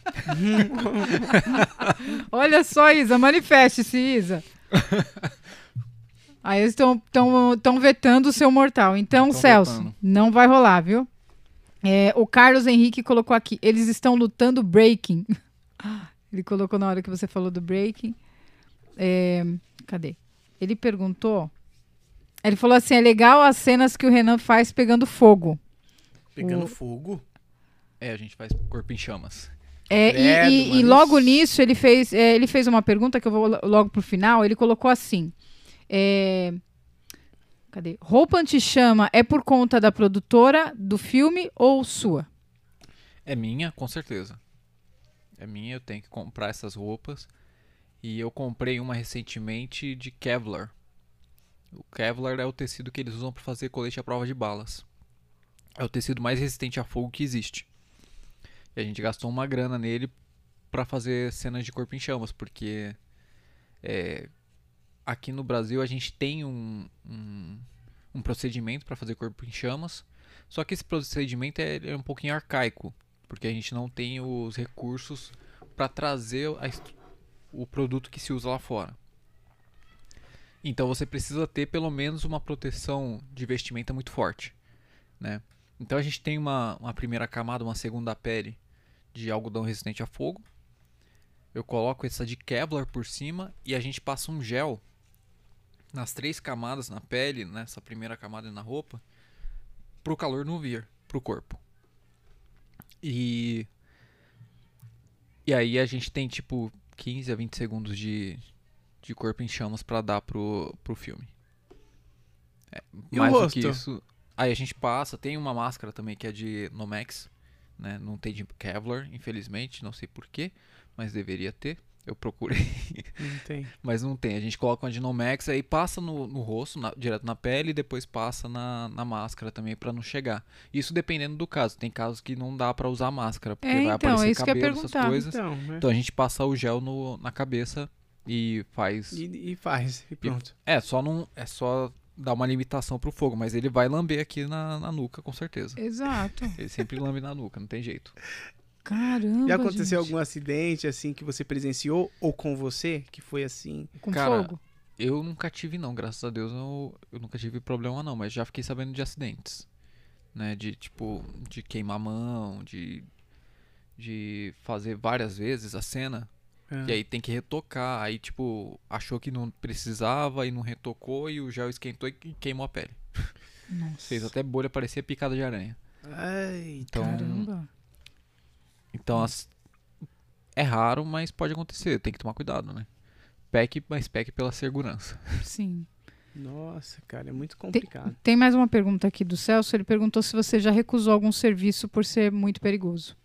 Olha só, Isa, manifeste-se, Isa. Aí eles estão vetando o seu mortal. Então, Tão Celso, vetando. não vai rolar, viu? É, o Carlos Henrique colocou aqui. Eles estão lutando breaking. Ele colocou na hora que você falou do breaking. É, cadê? Ele perguntou. Ele falou assim: é legal as cenas que o Renan faz pegando fogo. Pegando O- fogo? É, a gente faz corpo em chamas. É, e- Credo, e, e mano, logo isso- nisso ele fez, é, ele fez uma pergunta que eu vou lo- logo pro final. Ele colocou assim: é, cadê? Roupa anti-chama é por conta da produtora do filme ou sua? É minha, com certeza. É minha, eu tenho que comprar essas roupas. E eu comprei uma recentemente de Kevlar. O Kevlar é o tecido que eles usam para fazer colete à prova de balas. É o tecido mais resistente a fogo que existe. E a gente gastou uma grana nele para fazer cenas de corpo em chamas, porque é, aqui no Brasil a gente tem um, um, um procedimento para fazer corpo em chamas, só que esse procedimento é, é um pouquinho arcaico, porque a gente não tem os recursos para trazer a estru- o produto que se usa lá fora. Então você precisa ter pelo menos uma proteção de vestimenta muito forte, né? Então a gente tem uma, uma primeira camada, uma segunda pele de algodão resistente a fogo. Eu coloco essa de Kevlar por cima e a gente passa um gel nas três camadas na pele, nessa primeira camada e na roupa, para o calor não vir para o corpo. E, e aí a gente tem tipo quinze a vinte segundos de, de corpo em chamas para dar pro, pro filme. É, E o mais do rosto? que isso, aí a gente passa, tem uma máscara também que é de Nomex, né? Não tem de Kevlar, infelizmente, não sei porquê, mas deveria ter. Eu procurei, Não tem. mas não tem. A gente coloca uma de Nomex, aí passa no, no rosto, na- direto na pele, e depois passa na, na máscara também pra não chegar. Isso dependendo do caso. Tem casos que não dá pra usar máscara, porque É, vai então, aparecer é isso que eu ia cabelo, essas perguntar. coisas. Então, né? Então a gente passa o gel no, na cabeça e faz. E, e faz, e pronto. É, só não. É só dar uma limitação pro fogo, mas ele vai lamber aqui na, na nuca, com certeza. Exato. Ele sempre lambe na nuca, não tem jeito. Caramba. Já aconteceu gente. algum acidente, assim, que você presenciou, ou com você, que foi assim? Com Cara, fogo? Eu nunca tive não, graças a Deus eu, eu nunca tive problema não, mas já fiquei sabendo de acidentes, né, de tipo, de queimar a mão, de, de fazer várias vezes a cena, Ah. e aí tem que retocar, aí tipo, achou que não precisava e não retocou e o gel esquentou e queimou a pele. Nossa. Fez até bolha, parecia picada de aranha. Ai, Então, Caramba. então as- é raro, mas pode acontecer, tem que tomar cuidado, né. Peque, mas peque pela segurança. Sim. nossa, cara, é muito complicado. Tem mais uma pergunta aqui do Celso. Ele perguntou se você já recusou algum serviço por ser muito perigoso.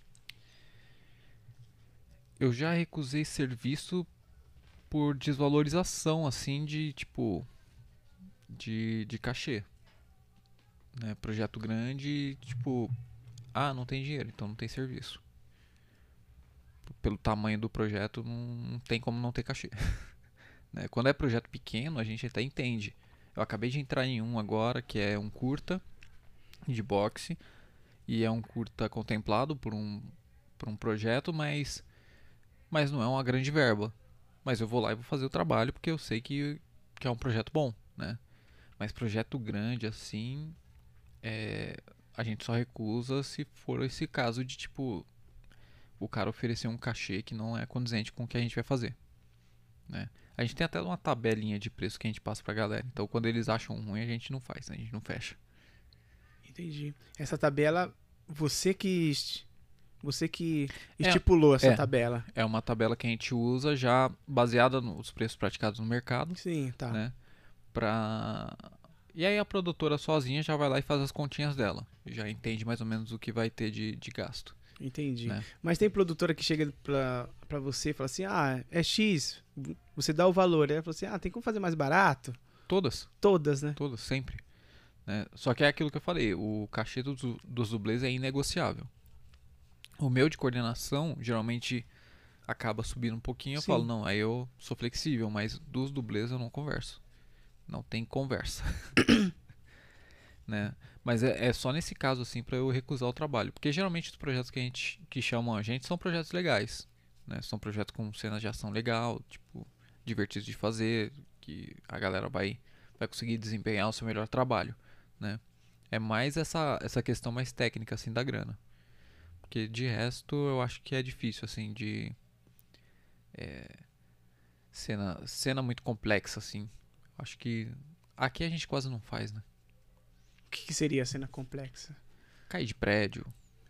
Eu já recusei serviço por desvalorização, assim, de tipo. De, de cachê. Né? Projeto grande, tipo. Ah, não tem dinheiro, então não tem serviço. Pelo tamanho do projeto, não, não tem como não ter cachê. Né? Quando é projeto pequeno, a gente até entende. Eu acabei de entrar em um agora, que é um curta de boxe. E é um curta contemplado por um, por um projeto, mas. Mas não é uma grande verba. Mas eu vou lá e vou fazer o trabalho porque eu sei que, que é um projeto bom, né? Mas projeto grande assim, é, a gente só recusa se for esse caso de tipo o cara oferecer um cachê que não é condizente com o que a gente vai fazer, né? A gente tem até uma tabelinha de preço que a gente passa pra galera. Então quando eles acham ruim a gente não faz, né? A gente não fecha. Entendi. Essa tabela, você que est- você que É, estipulou essa é. tabela. É uma tabela que a gente usa já baseada nos preços praticados no mercado. Sim, tá. Né? Pra... E aí a produtora sozinha já vai lá e faz as continhas dela. Já entende mais ou menos o que vai ter de, de gasto. Entendi. Né? Mas tem produtora que chega pra, pra você e fala assim, ah, é X, você dá o valor. Aí ela fala assim, ah, tem como fazer mais barato? Todas, Todas, né? todas, sempre. Né? Só que é aquilo que eu falei, o cachê dos, dos dublês é inegociável. O meu de coordenação, geralmente, acaba subindo um pouquinho, eu Sim. falo, não, aí eu sou flexível, mas dos dublês eu não converso. Não tem conversa. Né? Mas é, é só nesse caso, assim, pra eu recusar o trabalho. Porque geralmente os projetos que a gente que chamam a gente são projetos legais. Né? São projetos com cenas de ação legal, tipo, divertidos de fazer, que a galera vai, vai conseguir desempenhar o seu melhor trabalho. Né? É mais essa, essa questão mais técnica, assim, da grana. Porque de resto eu acho que é difícil, assim, de... É, cena, cena muito complexa, assim. Acho que aqui a gente quase não faz, né? O que, que seria a cena complexa? Cair de prédio.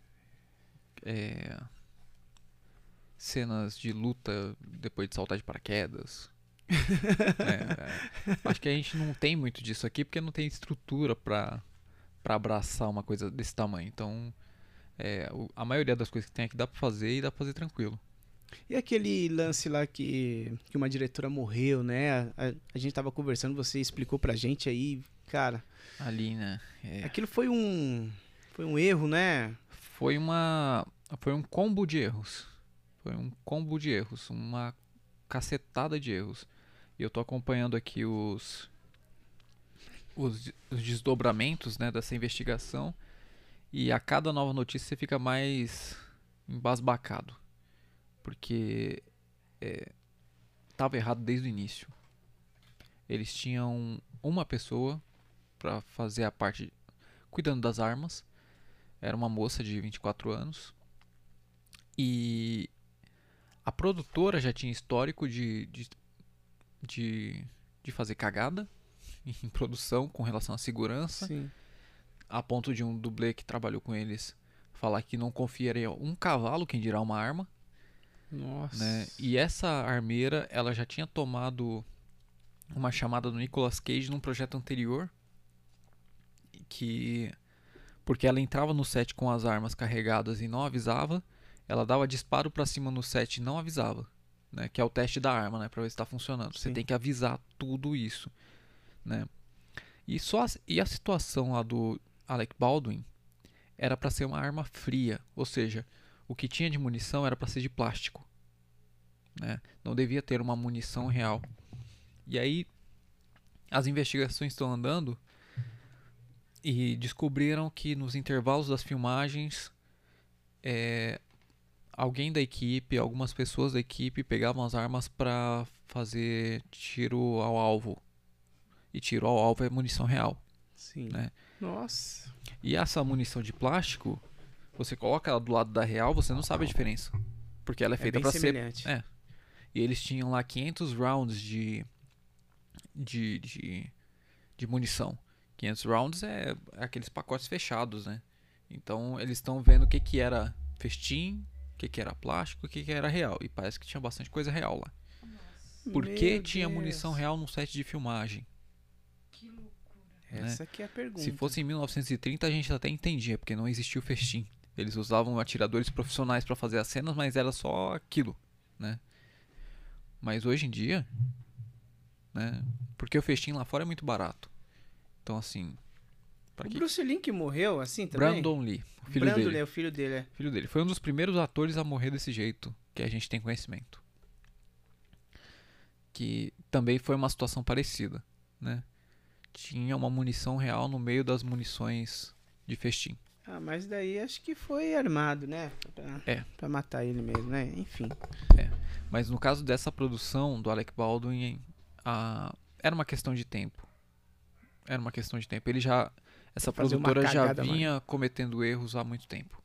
É, cenas de luta depois de saltar de paraquedas. É, é, acho que a gente não tem muito disso aqui porque não tem estrutura pra, pra abraçar uma coisa desse tamanho. Então, é, o- a maioria das coisas que tem aqui dá pra fazer e dá pra fazer tranquilo. E aquele lance lá que, que uma diretora morreu, né? A, a gente tava conversando, você explicou pra gente aí, cara. Ali, né? é, Aquilo foi um. Foi um erro, né? Foi uma. Foi um combo de erros. Foi um combo de erros. Uma cacetada de erros. E eu tô acompanhando aqui os. Os, os desdobramentos, né, dessa investigação. E a cada nova notícia você fica mais embasbacado. Porque é, tava errado desde o início. Eles tinham uma pessoa pra fazer a parte cuidando das armas. Era uma moça de vinte e quatro anos. E a produtora já tinha histórico de, de, de, de fazer cagada em produção com relação à segurança. Sim. A ponto de um dublê que trabalhou com eles falar que não confiaria um cavalo, quem dirá uma arma. Nossa. Né? E essa armeira, ela já tinha tomado uma chamada do Nicolas Cage num projeto anterior. Que... Porque ela entrava no set com as armas carregadas e não avisava. Ela dava disparo pra cima no set e não avisava. Né? Que é o teste da arma, né? Pra ver se tá funcionando. Você Sim. tem que avisar tudo isso. Né? E, só a, e a situação lá do Alec Baldwin era pra ser uma arma fria. Ou seja, o que tinha de munição era pra ser de plástico. Né? Não devia ter uma munição real. E aí, as investigações estão andando e descobriram que nos intervalos das filmagens, é, alguém da equipe, algumas pessoas da equipe pegavam as armas para fazer tiro ao alvo. E tiro ao alvo é munição real. Sim. Né? Nossa. E essa munição de plástico, você coloca ela do lado da real, você não sabe a diferença. Porque ela é É feita bem para ser... semelhante. É. E eles tinham lá quinhentos rounds de, de, de, de munição. quinhentos rounds é aqueles pacotes fechados, né? Então eles estão vendo o que, que era festim, o que, que era plástico, o que, que era real. E parece que tinha bastante coisa real lá. Por que Meu tinha Deus. munição real num set de filmagem? Que loucura. Essa que é a pergunta. Se fosse em mil novecentos e trinta a gente até entendia, porque não existia o festim. Eles usavam atiradores profissionais para fazer as cenas, mas era só aquilo, né? Mas hoje em dia, né? Porque o festim lá fora é muito barato. Então assim, pra O que... Bruce Lee que morreu assim também? Brandon Lee, o filho Brandon dele. Lee, é o filho dele, é. Filho dele. Foi um dos primeiros atores a morrer desse jeito, que a gente tem conhecimento. Que também foi uma situação parecida, né? Tinha uma munição real no meio das munições de festim. Ah, mas daí acho que foi armado, né? Pra, É. pra matar ele mesmo, né? Enfim. Mas no caso dessa produção do Alec Baldwin, a... era uma questão de tempo. Era uma questão de tempo. Ele já... Essa Fazer uma produtora já cagada, vinha cometendo erros há muito tempo.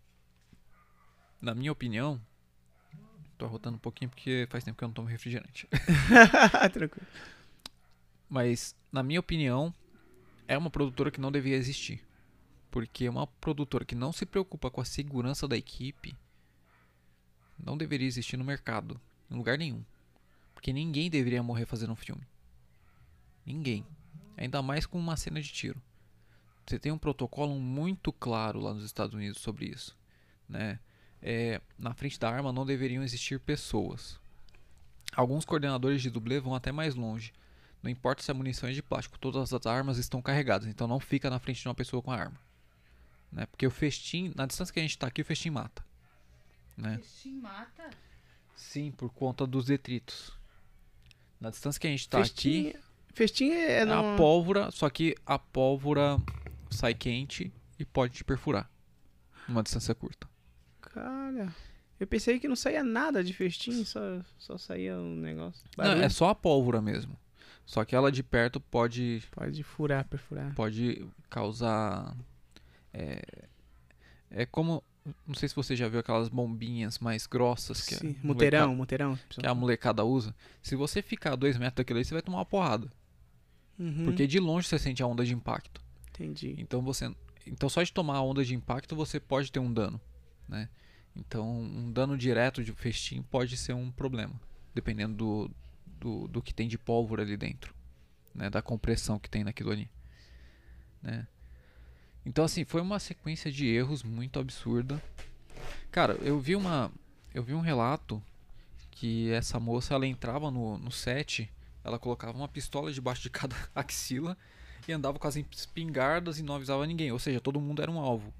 Na minha opinião... Tô arrotando um pouquinho porque faz tempo que eu não tomo refrigerante. Tranquilo. Mas, na minha opinião, é uma produtora que não devia existir. Porque uma produtora que não se preocupa com a segurança da equipe não deveria existir no mercado, em lugar nenhum. Porque ninguém deveria morrer fazendo um filme. Ninguém. Ainda mais com uma cena de tiro. Você tem um protocolo muito claro lá nos Estados Unidos sobre isso, né? é, na frente da arma não deveriam existir pessoas. Alguns coordenadores de dublê vão até mais longe. Não importa se a munição é de plástico, todas as armas estão carregadas, então não fica na frente de uma pessoa com a arma. Né? Porque o festim, na distância que a gente está aqui, o festim mata. Né? Festim mata? Sim, por conta dos detritos. Na distância que a gente está aqui, Festim é, é no... a pólvora, só que a pólvora sai quente e pode te perfurar. Numa distância curta. Cara, eu pensei que não saía nada de festim, só, só saía um negócio. Não, Barulho. é só a pólvora mesmo. Só que ela de perto pode, Pode furar, perfurar. pode causar... É, é como... Não sei se você já viu aquelas bombinhas mais grossas que, Sim, a, muteirão, molecada, muteirão. que a molecada usa. Se você ficar a dois metros daquilo aí, você vai tomar uma porrada. Uhum, Porque de longe você sente a onda de impacto. entendi. Então você, então só de tomar a onda de impacto você pode ter um dano, né? Então um dano direto de festim pode ser um problema, dependendo do, do, do que tem de pólvora ali dentro, né? Da compressão que tem naquilo ali, né? Então assim, foi uma sequência de erros muito absurda. Cara, eu vi uma, eu vi um relato que essa moça ela entrava no, no set, ela colocava uma pistola debaixo de cada axila e andava com as espingardas e não avisava ninguém. Ou seja, todo mundo era um alvo.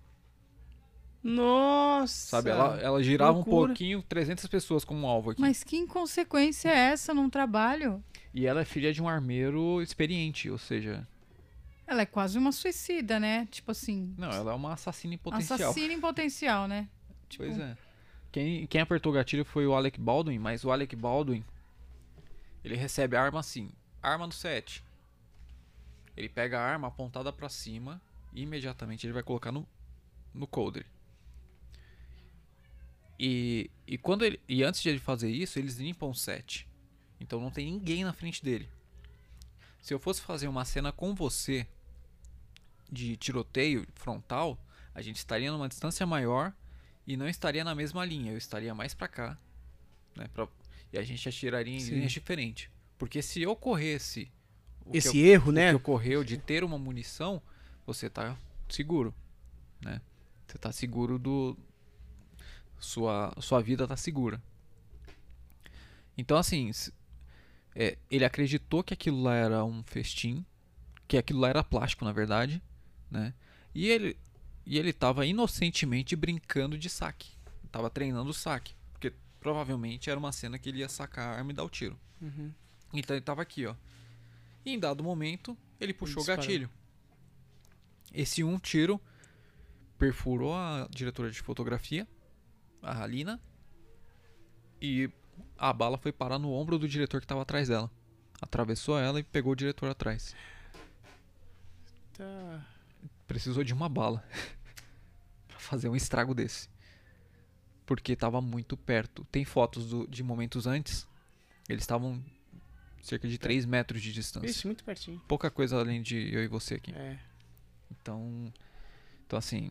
Nossa! Sabe? Ela, ela girava loucura. um pouquinho, trezentas pessoas como um alvo aqui. Mas que inconsequência é essa num trabalho? E ela é filha de um armeiro experiente, ou seja... Ela é quase uma suicida, né? Tipo assim, Não, ela é uma assassina em potencial. assassina em potencial, né? Tipo, Pois é. Quem, quem apertou o gatilho foi o Alec Baldwin, mas o Alec Baldwin, ele recebe a arma assim, arma no set. Ele pega a arma apontada pra cima e imediatamente ele vai colocar no, no coldre. E, e, quando ele, e antes de ele fazer isso, eles limpam o set. Então não tem ninguém na frente dele. Se eu fosse fazer uma cena com você de tiroteio frontal, a gente estaria numa distância maior e não estaria na mesma linha. Eu estaria mais pra cá, né? Pra, e a gente atiraria em Sim. linhas diferentes. Porque se ocorresse o Esse que, eu- erro, o né? que ocorreu de ter uma munição, você tá seguro, né? Você tá seguro do... Sua, sua vida tá segura. Então assim... se- É, ele acreditou que aquilo lá era um festim, que aquilo lá era plástico, na verdade, né? E ele e ele estava inocentemente brincando de saque, estava treinando o saque, porque provavelmente era uma cena que ele ia sacar a arma e dar o tiro. Uhum. Então ele estava aqui, ó. E em dado momento ele puxou o disparou. gatilho. Esse um tiro perfurou a diretora de fotografia, a Halina, e a bala foi parar no ombro do diretor que estava atrás dela. Atravessou ela e pegou o diretor atrás. Tá. Precisou de uma bala pra fazer um estrago desse. Porque estava muito perto. Tem fotos do- de momentos antes. Eles estavam cerca de três metros de distância. Isso, muito pertinho. Pouca coisa além de eu e você aqui. É. Então, então assim,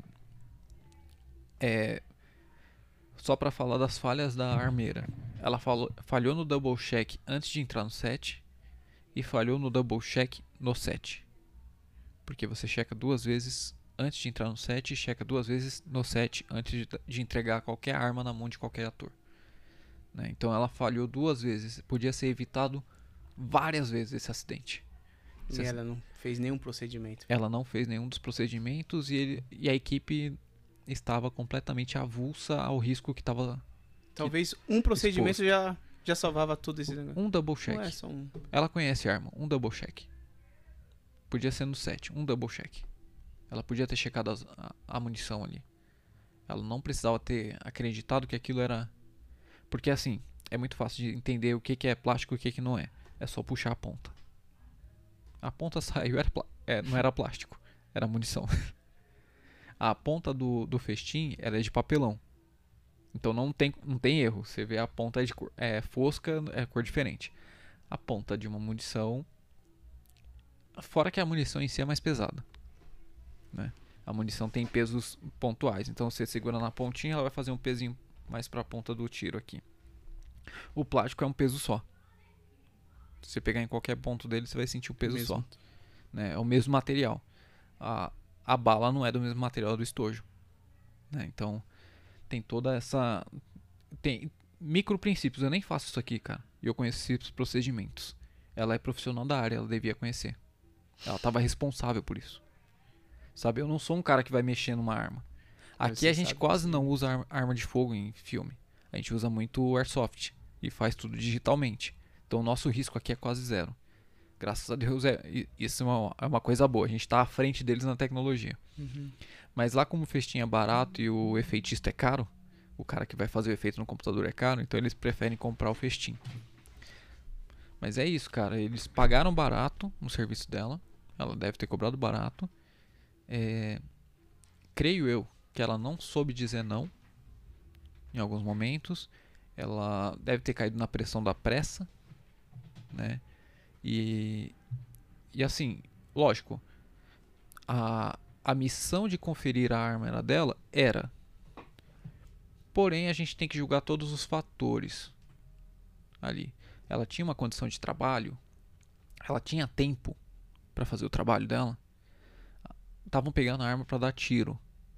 é só pra falar das falhas da armeira. Ela falou, falhou no double check antes de entrar no set e falhou no double check no set. Porque você checa duas vezes antes de entrar no set e checa duas vezes no set antes de, de entregar qualquer arma na mão de qualquer ator. Né? Então ela falhou duas vezes. Podia ser evitado várias vezes esse acidente. E Esse ela não fez nenhum procedimento. Ela não fez nenhum dos procedimentos e, ele, e a equipe estava completamente avulsa ao risco que estava. Talvez um procedimento já, já salvava todo esse negócio. Um double check. Não é só um. Ela conhece a arma, um double check. Podia ser no set, um double check. Ela podia ter checado as- a, a munição ali. Ela não precisava ter acreditado que aquilo era. Porque assim, é muito fácil de entender o que, que é plástico e o que, que não é. É só puxar a ponta. A ponta saiu, era plá- é, não era plástico, era munição. A ponta do, do festim ela é de papelão. Então não tem, não tem erro. Você vê a ponta é de cor, é fosca, é cor diferente. A ponta de uma munição. Fora que a munição em si é mais pesada. Né? A munição tem pesos pontuais. Então você segura na pontinha, ela vai fazer um pezinho mais para a ponta do tiro aqui. O plástico é um peso só. Se você pegar em qualquer ponto dele, você vai sentir o peso Mesmo. só. Né? É o mesmo material. A, a bala não é do mesmo material do estojo. Né? Então tem toda essa... Tem micro princípios. Eu nem faço isso aqui, cara. E eu conheci os procedimentos. Ela é profissional da área, ela devia conhecer. Ela estava responsável por isso. Sabe, eu não sou um cara que vai mexer numa arma. Aqui a gente quase não usa ar- arma de fogo em filme. A gente usa muito airsoft e faz tudo digitalmente. Então o nosso risco aqui é quase zero. Graças a Deus, é, isso é uma, é uma coisa boa. A gente está à frente deles na tecnologia. Uhum. Mas lá como o festim é barato e o efeitista é caro, o cara que vai fazer o efeito no computador é caro, então eles preferem comprar o festim. Mas é isso, cara. Eles pagaram barato no serviço dela. Ela deve ter cobrado barato. É, creio eu que ela não soube dizer não em alguns momentos. Ela deve ter caído na pressão da pressa, né? E, e assim, lógico, a, a missão de conferir a arma era dela? Era. Porém, a gente tem que julgar todos os fatores ali. Ela tinha uma condição de trabalho? Ela tinha tempo para fazer o trabalho dela? Estavam pegando a arma para dar tiro.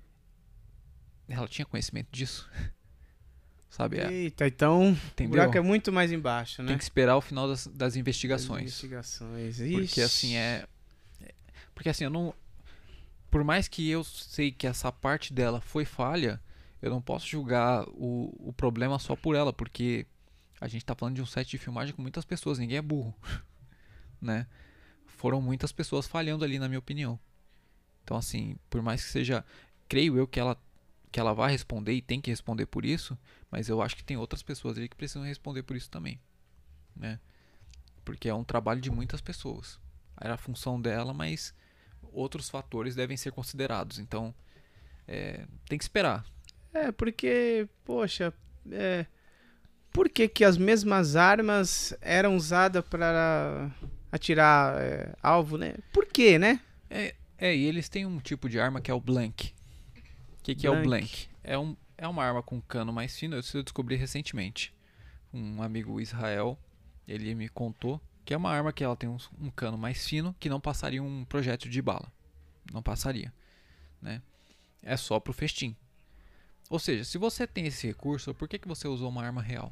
Ela tinha conhecimento disso? Sabe? É, Eita, então entendeu? o buraco é muito mais embaixo, né? Tem que esperar o final das, das investigações. Investigações. Porque assim é. Porque assim, eu não. Por mais que eu sei que essa parte dela foi falha, eu não posso julgar o, o problema só por ela, porque a gente tá falando de um set de filmagem com muitas pessoas, ninguém é burro. Né? Foram muitas pessoas falhando ali, na minha opinião. Então assim, por mais que seja. Creio eu que ela, que ela vai responder e tem que responder por isso, mas eu acho que tem outras pessoas ali que precisam responder por isso também. Né? Porque é um trabalho de muitas pessoas. Era a função dela, mas outros fatores devem ser considerados. Então, é, tem que esperar. É, porque, poxa, é, por que que as mesmas armas eram usadas para atirar é, alvo, né? Por quê, né? É, é, e eles têm um tipo de arma que é o blank. O que, que é o blank? É, um, é uma arma com cano mais fino, isso eu descobri recentemente. Um amigo Israel, ele me contou que é uma arma que ela tem um, um cano mais fino que não passaria um projétil de bala. Não passaria, né? É só pro festim. Ou seja, se você tem esse recurso, por que, que você usou uma arma real?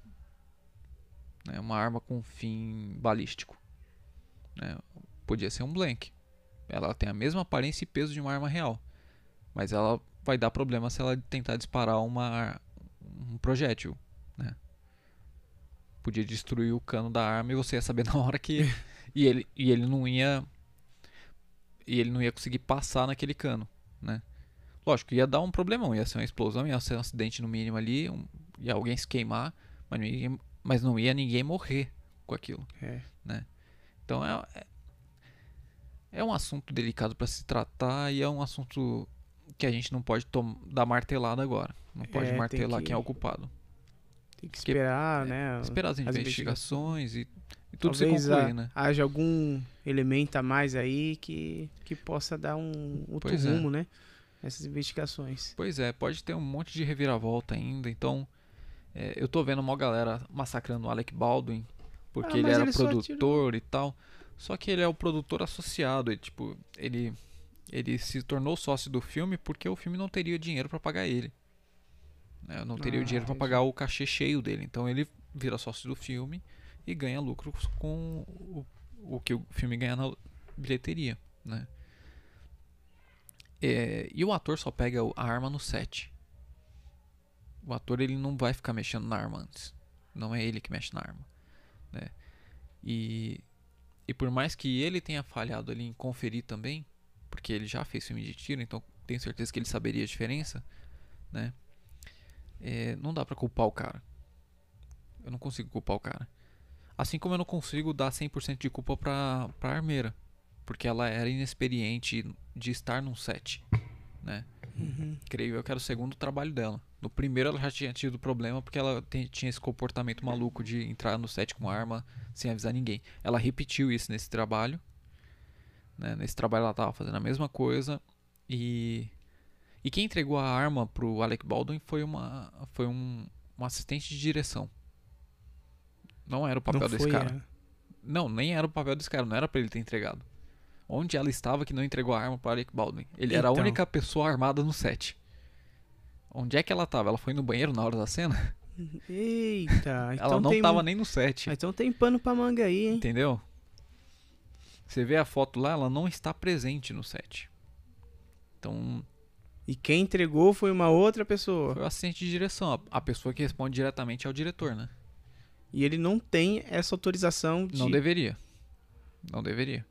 Né? Uma arma com fim balístico. Né? Podia ser um blank. Ela tem a mesma aparência e peso de uma arma real. Mas ela vai dar problema se ela tentar disparar uma, um projétil. Né? Podia destruir o cano da arma e você ia saber na hora que... e, ele, e ele não ia... E ele não ia conseguir passar naquele cano. Né? Lógico, ia dar um problemão. Ia ser uma explosão, ia ser um acidente no mínimo ali. Um, ia alguém se queimar. Mas não ia, mas não ia ninguém morrer com aquilo. É. Né? Então é, é, é um assunto delicado para se tratar e é um assunto que a gente não pode dar martelada agora. Não pode É, martelar que, quem é o culpado. Tem que esperar, é, né? Esperar as, as investigações e, e tudo Talvez se concluir, a, né? haja algum elemento a mais aí que, que possa dar um outro Pois rumo, é. né? Essas investigações. Pois é, pode ter um monte de reviravolta ainda. Então, é, eu tô vendo uma galera massacrando o Alec Baldwin porque Ah, ele mas era ele só produtor e tal. Só que ele é o produtor associado. Ele, tipo, ele, ele se tornou sócio do filme porque o filme não teria dinheiro para pagar ele. Né? Não teria Ah, o dinheiro para entendi. pagar o cachê cheio dele. Então ele vira sócio do filme e ganha lucro com o, o que o filme ganha na bilheteria. Né? É, e o ator só pega a arma no set. O ator ele não vai ficar mexendo na arma antes. Não é ele que mexe na arma. Né? E, e por mais que ele tenha falhado ali em conferir também, porque ele já fez filme de tiro, então tenho certeza que ele saberia a diferença, né? É, não dá pra culpar o cara. Eu não consigo culpar o cara. Assim como eu não consigo dar cem por cento de culpa pra, pra armeira, porque ela era inexperiente de estar num set, né? Uhum. Creio eu que era o segundo trabalho dela. No primeiro ela já tinha tido problema porque ela tem, tinha esse comportamento maluco de entrar no set com arma sem avisar ninguém. Ela repetiu isso nesse trabalho, né? Nesse trabalho ela tava fazendo a mesma coisa e e quem entregou a arma pro Alec Baldwin foi uma foi um, um assistente de direção. Não era o papel Não desse foi, cara. é. Não, nem era o papel desse cara, não era pra ele ter entregado. Onde ela estava que não entregou a arma para Alec Baldwin? Ele era a Então. única pessoa armada no set. Onde é que ela tava? Ela foi no banheiro na hora da cena? Eita, então Ela não tem, tava nem no set. então tem pano pra manga aí, hein? Entendeu? Você vê a foto lá, ela não está presente no set. Então, E quem entregou foi uma outra pessoa. foi o assistente de direção, a a pessoa que responde diretamente ao diretor, né? E ele não tem essa autorização de... Não deveria. Não deveria.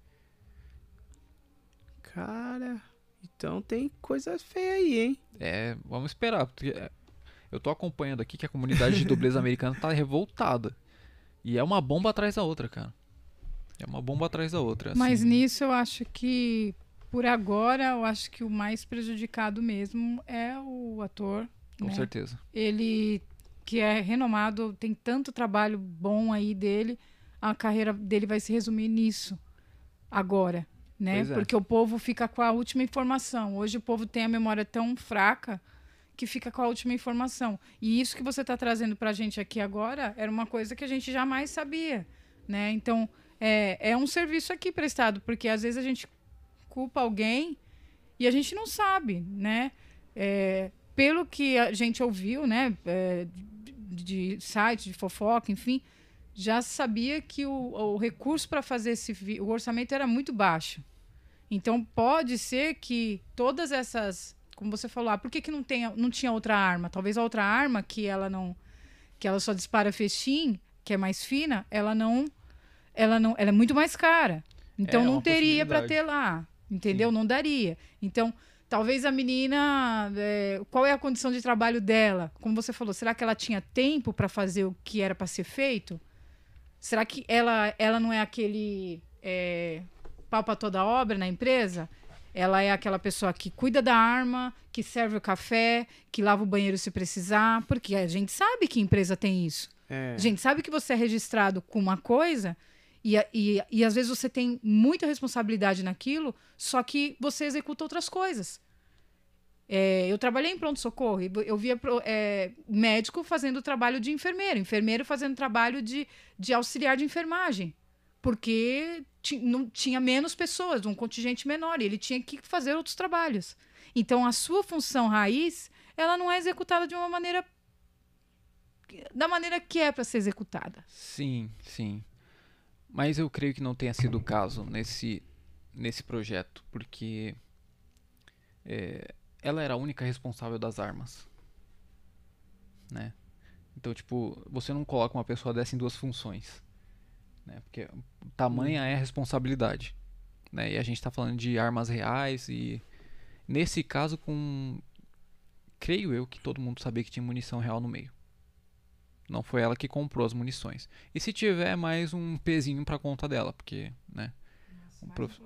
Cara, então tem coisa feia aí, hein? É, vamos esperar. Porque é, eu tô acompanhando aqui que a comunidade de dublês americana tá revoltada. E é uma bomba atrás da outra, cara. É uma bomba atrás da outra. Mas assim. nisso eu acho que, por agora, eu acho que o mais prejudicado mesmo é o ator. Com né? certeza. Ele, que é renomado, tem tanto trabalho bom aí dele, a carreira dele vai se resumir nisso agora, né? Pois é. Porque o povo fica com a última informação. Hoje o povo tem a memória tão fraca que fica com a última informação. E isso que você está trazendo para a gente aqui agora era uma coisa que a gente jamais sabia, né? Então, é, é um serviço aqui prestado, porque às vezes a gente culpa alguém e a gente não sabe, né? É, pelo que a gente ouviu, né? É, de, de site, de fofoca, enfim, já sabia que o, o recurso para fazer esse... Vi- o orçamento era muito baixo. Então, pode ser que todas essas... Como você falou, ah, por que, que não, tem, não tinha outra arma? Talvez a outra arma, que ela não... Que ela só dispara festim, que é mais fina, ela não... Ela, não, ela é muito mais cara. Então, É, é não uma teria para ter possibilidade. lá. Entendeu? Sim. Não daria. Então, talvez a menina... é, qual é a condição de trabalho dela? Como você falou, será que ela tinha tempo para fazer o que era para ser feito? Será que ela, ela não é aquele é, pau para toda obra na empresa? Ela é aquela pessoa que cuida da arma, que serve o café, que lava o banheiro se precisar, porque a gente sabe que empresa tem isso. É. A gente sabe que você é registrado com uma coisa e, a- e, e às vezes você tem muita responsabilidade naquilo, só que você executa outras coisas. É, eu trabalhei em pronto-socorro e eu via pro- é, médico fazendo trabalho de enfermeiro, enfermeiro fazendo trabalho de, de auxiliar de enfermagem, porque ti- não, tinha menos pessoas, um contingente menor, e ele tinha que fazer outros trabalhos. Então, a sua função raiz, ela não é executada de uma maneira... da maneira que é para ser executada. Sim, sim. Mas eu creio que não tenha sido o caso nesse, nesse projeto, porque é, ela era a única responsável das armas, né? Então, tipo, você não coloca uma pessoa dessa em duas funções, né? Porque tamanha é a responsabilidade, né? E a gente tá falando de armas reais e nesse caso com, creio eu que todo mundo sabia que tinha munição real no meio. Não foi ela que comprou as munições. E se tiver, mais um pezinho pra conta dela, porque, né? Um prof-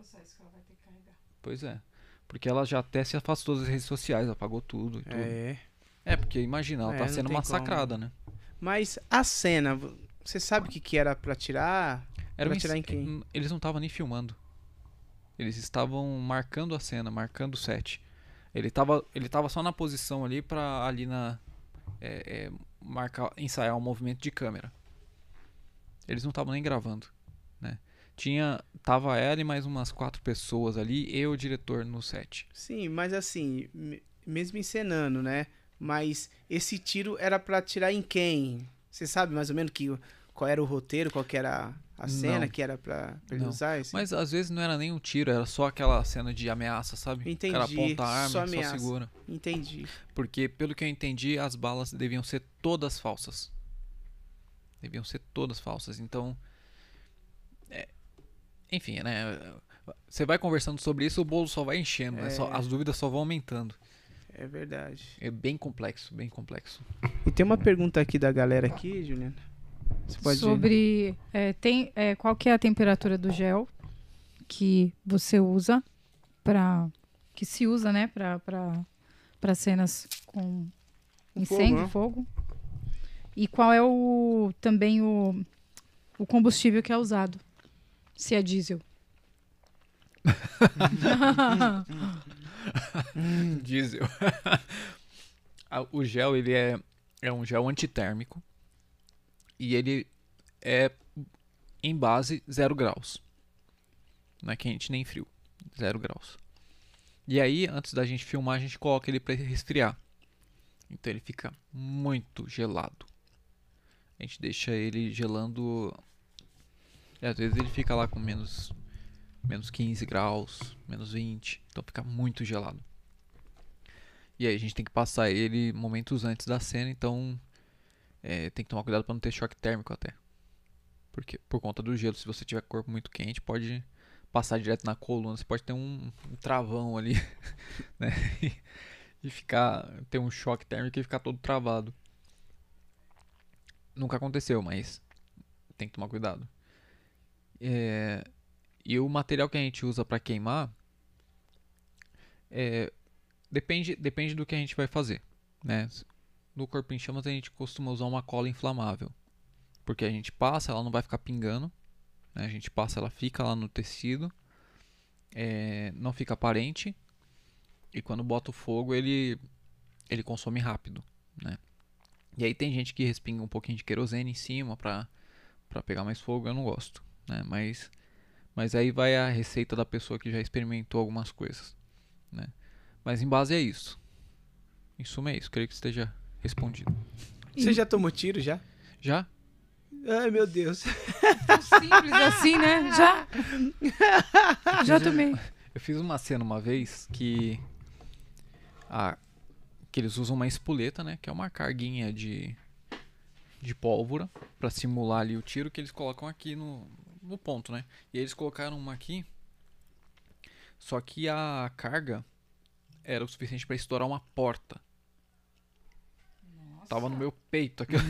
Pois é. Porque ela já até se afastou das redes sociais, apagou tudo e tudo. É, É. porque imagina, ela É, tá não sendo tem massacrada, né? Mas a cena, vo- você sabe o que, que era pra tirar? Era Pra um atirar em enc- quem? n- Eles não estavam nem filmando. Eles estavam marcando a cena, marcando o set. Ele tava, ele tava só na posição ali pra ali na... é, é, marcar, ensaiar um movimento de câmera. Eles não estavam nem gravando, né? Tinha, tava ela e mais umas quatro pessoas ali e o diretor no set. Sim, mas assim, me- mesmo encenando, né? Mas esse tiro era pra atirar em quem? Você sabe mais ou menos que, qual era o roteiro, qual que era a cena Não. que era pra, pra ele Não. usar? Esse? Mas às vezes não era nem um tiro, era só aquela cena de ameaça, sabe? Entendi, O cara aponta a arma só e só ameaça. segura. Entendi. Porque, pelo que eu entendi, as balas deviam ser todas falsas. Deviam ser todas falsas. Então, é, enfim, né? Você vai conversando sobre isso, o bolo só vai enchendo, né? Só- É. as dúvidas só vão aumentando. É verdade. É bem complexo, bem complexo. E tem uma pergunta aqui da galera aqui, Juliana. Você pode... Sobre é, tem, é, qual que é a temperatura do gel que você usa para que se usa, né, para para cenas com Com incêndio, fogo, fogo, né? e qual é o também o, o combustível que é usado, se é diesel. Diesel. Ah, o gel, ele é, é um gel antitérmico. E ele é em base zero graus. Não é quente nem frio. Zero graus. E aí, antes da gente filmar, a gente coloca ele para resfriar. Então ele fica muito gelado. A gente deixa ele gelando. E às vezes ele fica lá com menos, menos quinze graus, menos vinte. Então fica muito gelado. E aí a gente tem que passar ele momentos antes da cena. Então é, tem que tomar cuidado para não ter choque térmico até. Porque por conta do gelo, se você tiver corpo muito quente, pode passar direto na coluna. Você pode ter um, um travão ali, né? E ficar, ter um choque térmico e ficar todo travado. Nunca aconteceu, mas tem que tomar cuidado. É, e o material que a gente usa para queimar é, depende, depende do que a gente vai fazer, né? No Corpo em Chamas a gente costuma usar uma cola inflamável, porque a gente passa, ela não vai ficar pingando, né? A gente passa, ela fica lá no tecido, é, não fica aparente, e quando bota o fogo ele, ele consome rápido, né? E aí tem gente que respinga um pouquinho de querosene em cima pra, pra pegar mais fogo, eu não gosto, né? Mas, mas aí vai a receita da pessoa que já experimentou algumas coisas, né? Mas em base é isso. Em suma é isso, creio que esteja respondido. Você já tomou tiro, já? Já? Ai, meu Deus. Tão simples assim, né? Já? Já tomei. Eu fiz uma cena uma vez que... A, que eles usam uma espoleta, né? Que é uma carguinha de, de pólvora pra simular ali o tiro que eles colocam aqui no, no ponto, né? E eles colocaram uma aqui. Só que a carga era o suficiente pra estourar uma porta. Tava no meu peito aqui.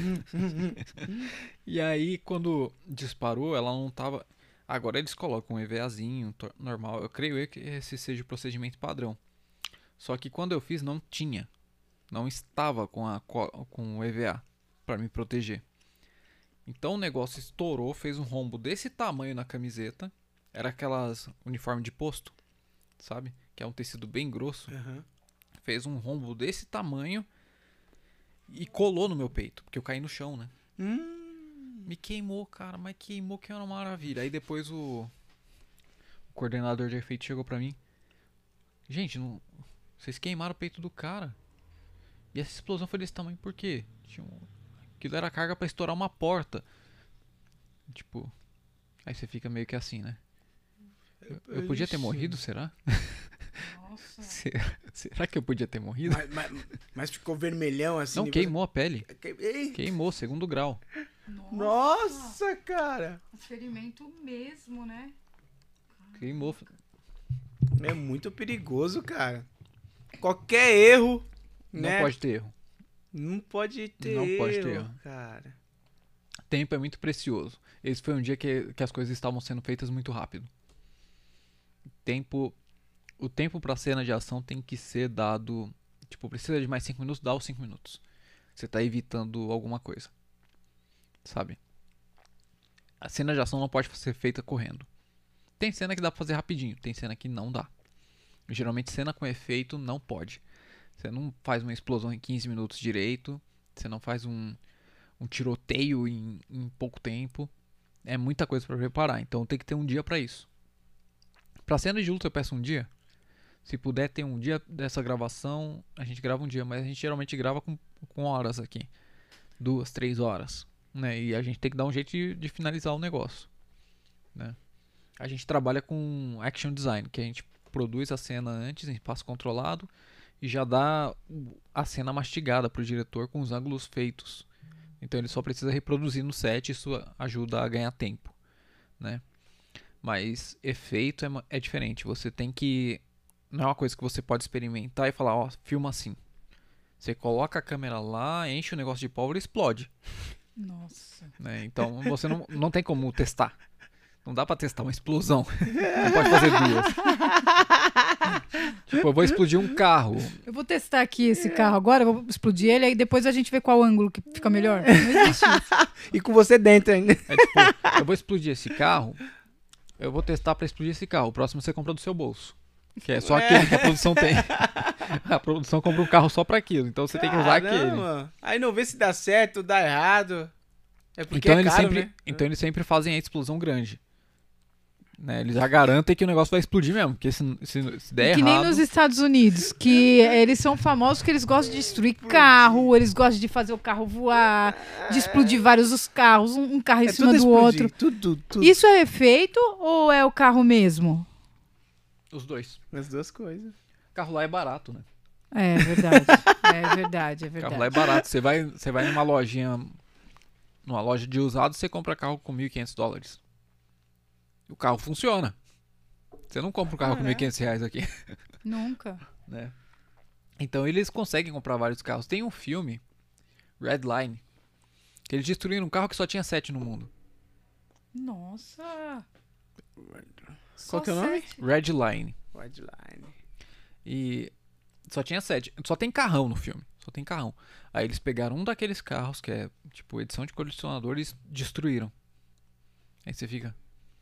E aí, quando disparou, ela não tava... Agora eles colocam um EVAzinho normal. Eu creio que esse seja o procedimento padrão. Só que quando eu fiz, não tinha. Não estava com, a, com o EVA para me proteger. Então o negócio estourou, fez um rombo desse tamanho na camiseta. Era aquelas uniforme de posto, sabe? Que é um tecido bem grosso. Uhum. Fez um rombo desse tamanho e colou no meu peito, porque eu caí no chão, né? Hum. Me queimou, cara, mas queimou que era uma maravilha. Aí depois o, o coordenador de efeito chegou pra mim. Gente, não... vocês queimaram o peito do cara. E essa explosão foi desse tamanho por quê? Tinha um... Aquilo era carga pra estourar uma porta. Tipo... Aí você fica meio que assim, né? Eu, eu podia ter morrido, será? Nossa. será? Será que eu podia ter morrido? Mas, mas, mas ficou vermelhão assim. Não, depois... queimou a pele. Ei. Queimou, segundo grau. Nossa. Nossa, cara. Um ferimento mesmo, né? Queimou. É muito perigoso, cara. Qualquer erro, Não né? pode ter erro. Não pode ter Não erro, pode ter erro. cara. Tempo é muito precioso. Esse foi um dia que, que as coisas estavam sendo feitas muito rápido. Tempo, o tempo pra cena de ação tem que ser dado... Tipo, precisa de mais cinco minutos, dá os cinco minutos. Você tá evitando alguma coisa. Sabe? A cena de ação não pode ser feita correndo. Tem cena que dá pra fazer rapidinho, tem cena que não dá. Geralmente cena com efeito não pode. Você não faz uma explosão em quinze minutos direito. Você não faz um, um tiroteio em, em pouco tempo. É muita coisa pra preparar, então tem que ter um dia pra isso. Pra cena de luta eu peço um dia. Se puder ter um dia dessa gravação, a gente grava um dia. Mas a gente geralmente grava com, com horas aqui. Duas, três horas. Né? E a gente tem que dar um jeito de, de finalizar o negócio. Né? A gente trabalha com action design, que a gente produz a cena antes em espaço controlado e já dá a cena mastigada para o diretor com os ângulos feitos. Então ele só precisa reproduzir no set, isso ajuda a ganhar tempo, né? Mas efeito é, é diferente, você tem que... Não é uma coisa que você pode experimentar e falar, ó, filma assim. Você coloca a câmera lá, enche o negócio de pólvora e explode. Nossa. Né? Então você não, não tem como testar. Não dá pra testar uma explosão. Não pode fazer duas. Tipo, eu vou explodir um carro. Eu vou testar aqui esse carro agora, eu vou explodir ele, aí depois a gente vê qual ângulo que fica melhor. Não existe isso. E com você dentro ainda. É tipo, eu vou explodir esse carro, eu vou testar pra explodir esse carro. O próximo você compra do seu bolso. Que é só É. aquele que a produção tem. A produção compra um carro só pra aquilo. Então você tem que usar aquele. Caramba. Aí não vê se dá certo, dá errado. É porque Então, é eles caro, sempre, né? então eles sempre fazem a explosão grande. Né? Eles já garantem que o negócio vai explodir mesmo, porque se, se, se der que errado... nem nos Estados Unidos, que eles são famosos porque eles gostam de destruir carro, eles gostam de fazer o carro voar, de explodir vários os carros, um, um carro em É cima tudo do explodir, outro. Tudo, tudo. Isso é efeito ou é o carro mesmo? Os dois. As duas coisas. O carro lá é barato, né? É verdade, é verdade, é O verdade. carro lá é barato. Você vai, você vai numa lojinha, numa loja de usados, você compra carro com mil e quinhentos dólares. O carro funciona. Você não compra um carro com mil e quinhentos reais aqui. Nunca. Né? Então eles conseguem comprar vários carros. Tem um filme, Red Line, que eles destruíram um carro que só tinha sete no mundo. Nossa. Qual que é o nome? Sete. Red Line. Redline. E só tinha sete. Só tem carrão no filme. Só tem carrão. Aí eles pegaram um daqueles carros, que é tipo edição de colecionador, e destruíram. Aí você fica...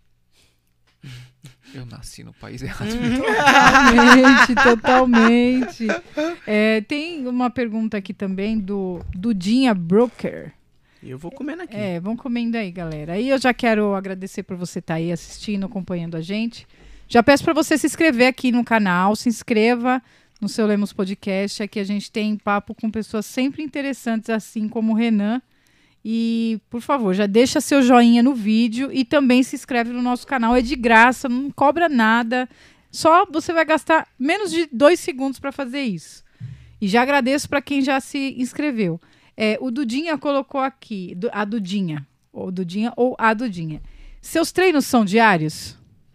Eu nasci no país errado. Totalmente, totalmente. É, tem uma pergunta aqui também do Dudinha Broker. E eu vou comendo aqui. É, vamos comendo aí, galera. Aí eu já quero agradecer por você estar aí assistindo, acompanhando a gente. Já peço para você se inscrever aqui no canal, se inscreva no Seu Lemos Podcast. Aqui a gente tem papo com pessoas sempre interessantes, assim como o Renan. E, por favor, já deixa seu joinha no vídeo e também se inscreve no nosso canal. É de graça, não cobra nada. Só você vai gastar menos de dois segundos para fazer isso. E já agradeço para quem já se inscreveu. É, o Dudinha colocou aqui, du- a Dudinha, ou Dudinha ou a Dudinha. Seus treinos são diários?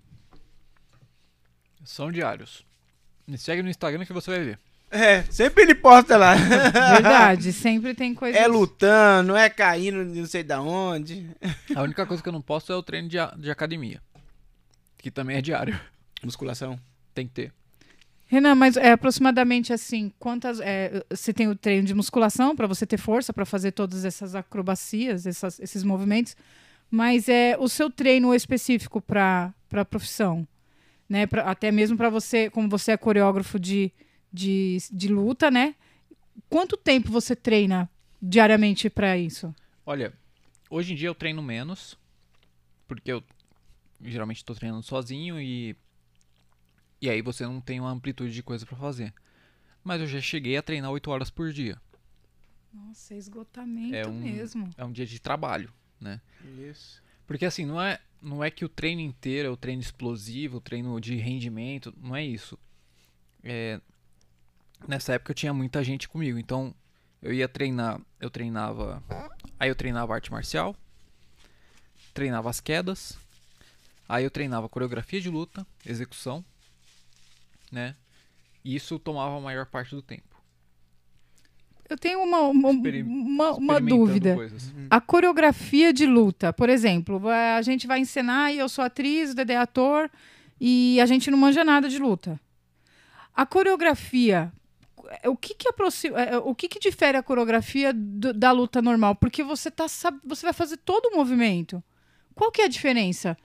São diários. Me segue no Instagram que você vai ver. É, sempre ele posta lá. Verdade, sempre tem coisa. É lutando, é caindo de não sei da onde. A única coisa que eu não posto é o treino de, a- de academia. Que também é diário. Musculação. Tem que ter. Renan, mas é aproximadamente assim, quantas. É, você tem o treino de musculação para você ter força para fazer todas essas acrobacias, essas- esses movimentos, mas é o seu treino específico para a profissão, né? Pra- até mesmo para você, como você é coreógrafo de, de, de luta, né? Quanto tempo você treina diariamente para isso? Olha, hoje em dia eu treino menos. Porque eu geralmente estou treinando sozinho e. E aí você não tem uma amplitude de coisa pra fazer. Mas eu já cheguei a treinar oito horas por dia. Nossa, é esgotamento É um- mesmo. É um dia de trabalho, né? Isso. Porque assim, não é, não é que o treino inteiro é o treino explosivo, o treino de rendimento, não é isso. É, nessa época eu tinha muita gente comigo, então eu ia treinar, eu treinava, aí eu treinava arte marcial, treinava as quedas, aí eu treinava coreografia de luta, execução, né? E isso tomava a maior parte do tempo. Eu tenho uma, uma, Experi- uma, uma experimentando dúvida. coisas. A coreografia de luta, por exemplo, a gente vai encenar e eu sou atriz, o Dedé é ator e a gente não manja nada de luta. A coreografia, o que que aproxima, é, o que que difere a coreografia do- da luta normal? Porque você tá, sab- você vai fazer todo o movimento. Qual que é a diferença?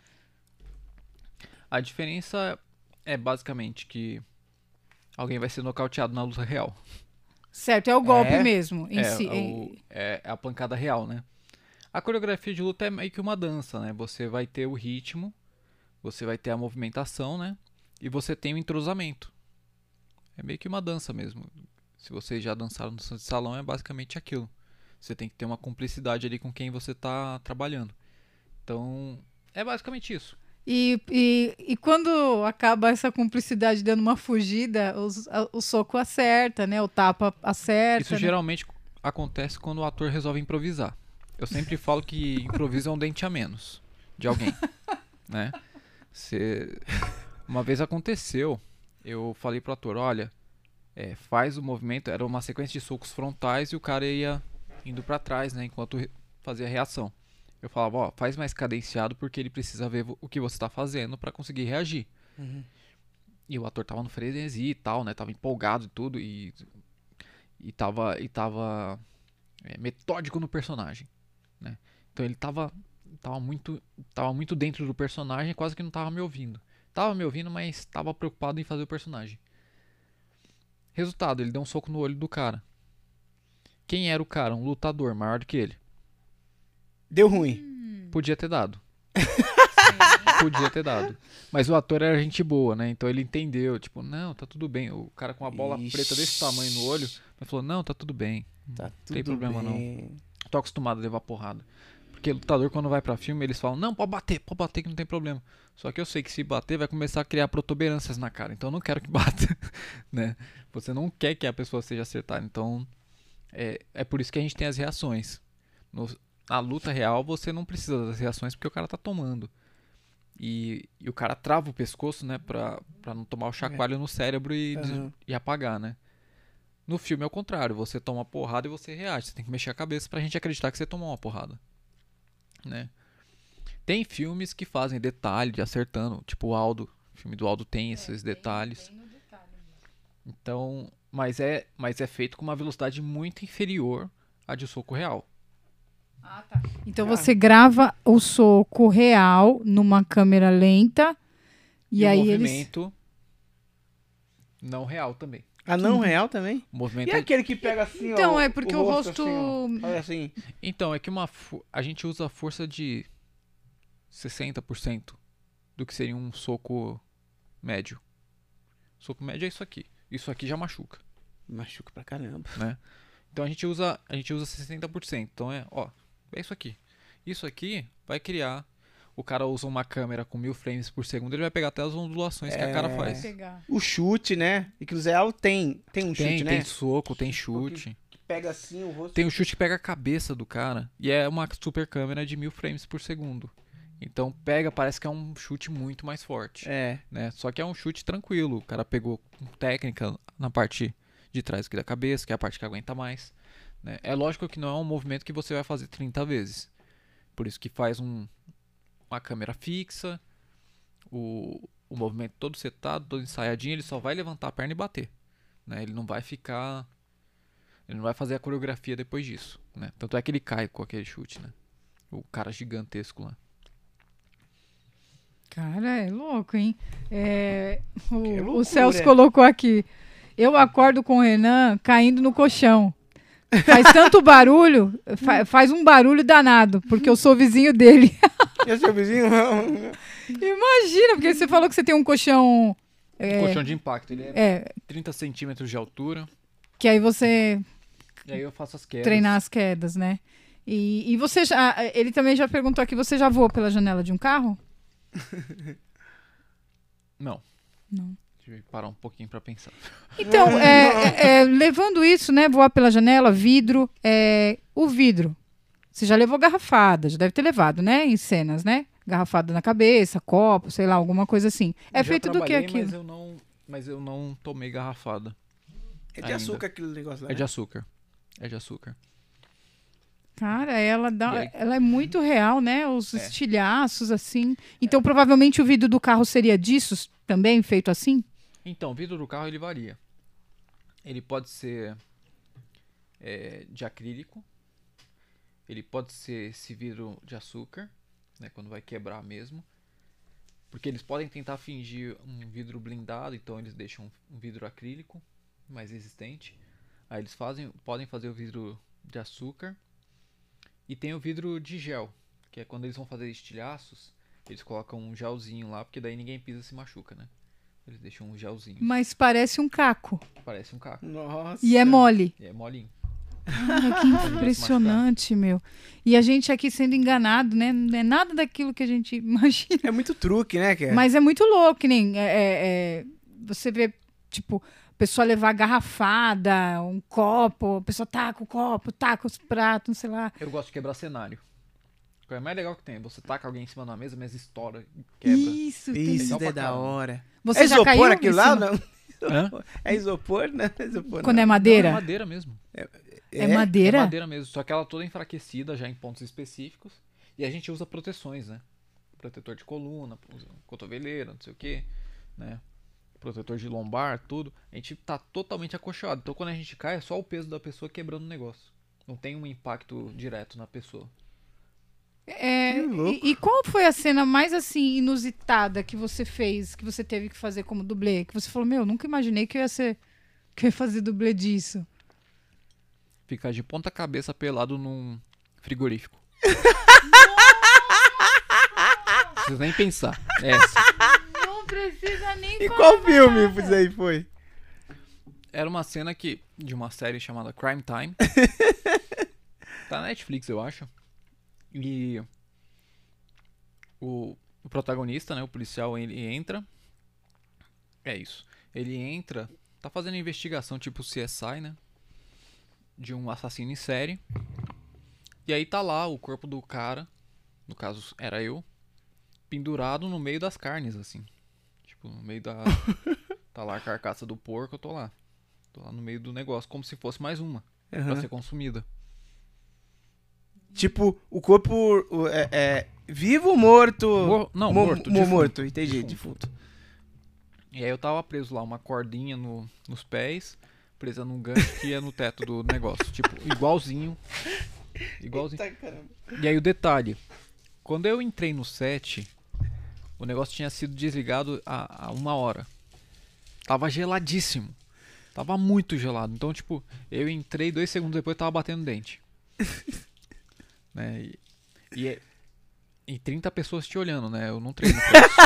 A diferença é basicamente que alguém vai ser nocauteado na luta real. Certo, é o golpe É? mesmo em É, si. é o- é a pancada real, né? A coreografia de luta é meio que uma dança, né? Você vai ter o ritmo, você vai ter a movimentação, né? E você tem o entrosamento. É meio que uma dança mesmo. Se vocês já dançaram no salão, é basicamente aquilo. Você tem que ter uma cumplicidade ali com quem você está trabalhando. Então, é basicamente isso. E, e, e quando acaba essa cumplicidade dando uma fugida, os- a- o soco acerta, né? O tapa acerta. Isso né? geralmente acontece quando o ator resolve improvisar. Eu sempre falo que improviso é um dente a menos de alguém, né? Cê- Uma vez aconteceu, eu falei pro ator, olha, é, faz o movimento, era uma sequência de socos frontais e o cara ia indo pra trás, né? Enquanto re- fazia a reação. Eu falava, ó, faz mais cadenciado porque ele precisa ver vo- o que você tá fazendo pra conseguir reagir. Uhum. E o ator tava no frenesi e tal, né? Tava empolgado e tudo e e tava e tava é, metódico no personagem, né? Então ele tava tava muito tava muito dentro do personagem, quase que não tava me ouvindo. Tava me ouvindo, mas tava preocupado em fazer o personagem. Resultado, ele deu um soco no olho do cara. Quem era o cara? Um lutador maior do que ele. Deu ruim. Podia ter dado. podia ter dado. Mas o ator era gente boa, né? Então ele entendeu, tipo, não, tá tudo bem. O cara com uma bola Ixi. preta desse tamanho no olho, mas falou, não, tá tudo bem. Tá não tudo tem problema bem. não. Tô acostumado a levar porrada. Porque lutador, quando vai pra filme, eles falam, não, pode bater, pode bater que não tem problema. Só que eu sei que se bater, vai começar a criar protuberâncias na cara. Então eu não quero que bata, né? Você não quer que a pessoa seja acertada. Então, é, é por isso que a gente tem as reações. No, na luta real, você não precisa das reações porque o cara tá tomando. E, e o cara trava o pescoço, né? Pra, pra não tomar o chacoalho no cérebro e, Uhum. e apagar, né? No filme é o contrário. Você toma uma porrada e você reage. Você tem que mexer a cabeça pra gente acreditar que você tomou uma porrada. Né? Tem filmes que fazem detalhe de acertando, tipo o Aldo, o filme do Aldo tem esses detalhes. Então, mas é, mas é feito com uma velocidade muito inferior à de soco real. Ah, tá. Então Ah. você grava o soco real numa câmera lenta e, E, aí o eles... movimento não real também. Ah, não real também? O movimento E é- aquele que pega assim, ó. Então, é porque o rosto- assim, ó. Olha assim. Então, é que uma fo- a gente usa a força de sessenta por cento do que seria um soco médio. Soco médio é isso aqui. Isso aqui já machuca, Machuca pra caramba. né? Então a gente usa, a gente usa sessenta por cento. Então é, ó, é isso aqui. Isso aqui vai criar. O cara usa uma câmera com mil frames por segundo, ele vai pegar até as ondulações que a cara É. faz. pegar. O chute, né? E que o Zé Al tem. Tem um Tem, chute, tem né? soco, tem chute. Que pega assim o rosto. Tem o chute que pega a cabeça do cara. E é uma super câmera de mil frames por segundo. Então pega, parece que é um chute muito mais forte. É. Né? Só que é um chute tranquilo. O cara pegou com técnica na parte de trás aqui da cabeça, que é a parte que aguenta mais. Né? É lógico que não é um movimento que você vai fazer trinta vezes. Por isso que faz um, uma câmera fixa, o, o movimento todo setado, todo ensaiadinho, ele só vai levantar a perna e bater. Né? Ele não vai ficar... Ele não vai fazer a coreografia depois disso. Né? Tanto é que ele cai com aquele chute. Né? O cara gigantesco lá. Cara, é louco, hein? É, Que o, loucura. o Celso colocou aqui. Eu acordo com o Renan caindo no colchão. Faz tanto barulho, fa- faz um barulho danado, porque eu sou vizinho dele. E o seu vizinho? Imagina, porque você falou que você tem um colchão. É, Colchão de impacto, ele é é, trinta centímetros de altura. que aí você E aí eu faço as quedas. treinar as quedas, né? E, e você já. Ele também já perguntou aqui: você já voou pela janela de um carro? Não. Não. Deixa eu parar um pouquinho pra pensar. Então, é, é, é, levando isso, né? Voar pela janela, vidro. É, o vidro. Você já levou garrafada, já deve ter levado, né? Em cenas, né? Garrafada na cabeça, copo, sei lá, alguma coisa assim. É Já feito do que trabalhei, aquilo? Mas eu não, mas eu não tomei garrafada. É de Ainda. açúcar aquele negócio lá. É né? de açúcar. É de açúcar. Cara, ela, dá, E aí? ela é muito real, né? Os É. estilhaços, assim. Então, provavelmente o vidro do carro seria disso também, feito assim? Então, o vidro do carro ele varia. Ele pode ser é, de acrílico. Ele pode ser esse vidro de açúcar, né, quando vai quebrar mesmo. Porque eles podem tentar fingir um vidro blindado, então eles deixam um vidro acrílico mais resistente. Aí eles fazem, podem fazer o vidro de açúcar. E tem o vidro de gel, que é quando eles vão fazer estilhaços, eles colocam um gelzinho lá, porque daí ninguém pisa e se machuca, né? Eles deixam um gelzinho, Mas parece um caco. parece um caco. Nossa. E é mole. E é molinho. Cara, que impressionante, meu. E a gente aqui sendo enganado, né? Não é nada daquilo que a gente imagina. É muito truque, né, cara? Mas é muito louco, que nem... é, é, é, você vê, tipo, a pessoa levar garrafada, um copo, a pessoa taca o copo, taca os pratos, não sei lá. Eu gosto de quebrar cenário. O que é mais legal que tem, você taca alguém em cima da mesa, mas estoura e quebra. Isso, tem... Isso Legal pra é da caramba. hora. Você é já isopor caiu aquilo em lá? cima? Não. Hã? É isopor? Não é isopor. Quando não. é Não, madeira? é madeira mesmo. É, É? madeira? É madeira mesmo, só que ela toda enfraquecida já em pontos específicos. E a gente usa proteções, né? Protetor de coluna, cotoveleira, não sei o que, né? Protetor de lombar, tudo. A gente tá totalmente acolchoado. Então quando a gente cai, é só o peso da pessoa quebrando o negócio. Não tem um impacto direto na pessoa. É, Que louco. e, e qual foi a cena mais assim inusitada que você fez, que você teve que fazer como dublê? Que você falou, meu, nunca imaginei que eu ia ser, que eu ia fazer dublê disso. Ficar de ponta cabeça pelado num frigorífico. precisa nem pensar. É essa. Não precisa nem E falar qual filme nada. isso aí foi? Era uma cena que, de uma série chamada Crime Time. Tá na Netflix, eu acho. E o, o protagonista, né, o policial, ele entra. É isso. Ele entra, tá fazendo investigação tipo C S I, né? De um assassino em série. E aí tá lá o corpo do cara, no caso era eu, pendurado no meio das carnes, assim. Tipo, no meio da... Tá lá a carcaça do porco, eu tô lá. Tô lá no meio do negócio, como se fosse mais uma, Uhum. pra ser consumida. Tipo, o corpo o- é, é vivo ou morto? Mor- não, Mo- morto, mo- defunto. morto, entendi, defunto. E aí eu tava preso lá, uma cordinha no, nos pés, presa num gancho que ia no teto do negócio. Tipo, igualzinho. Igualzinho. Eita, caramba. E aí o detalhe, quando eu entrei no set, o negócio tinha sido desligado há, há uma hora. Tava geladíssimo. Tava muito gelado. Então, tipo, eu entrei dois segundos depois tava batendo dente. Né? E, e, é- e trinta pessoas te olhando, né? Eu não treino pra isso.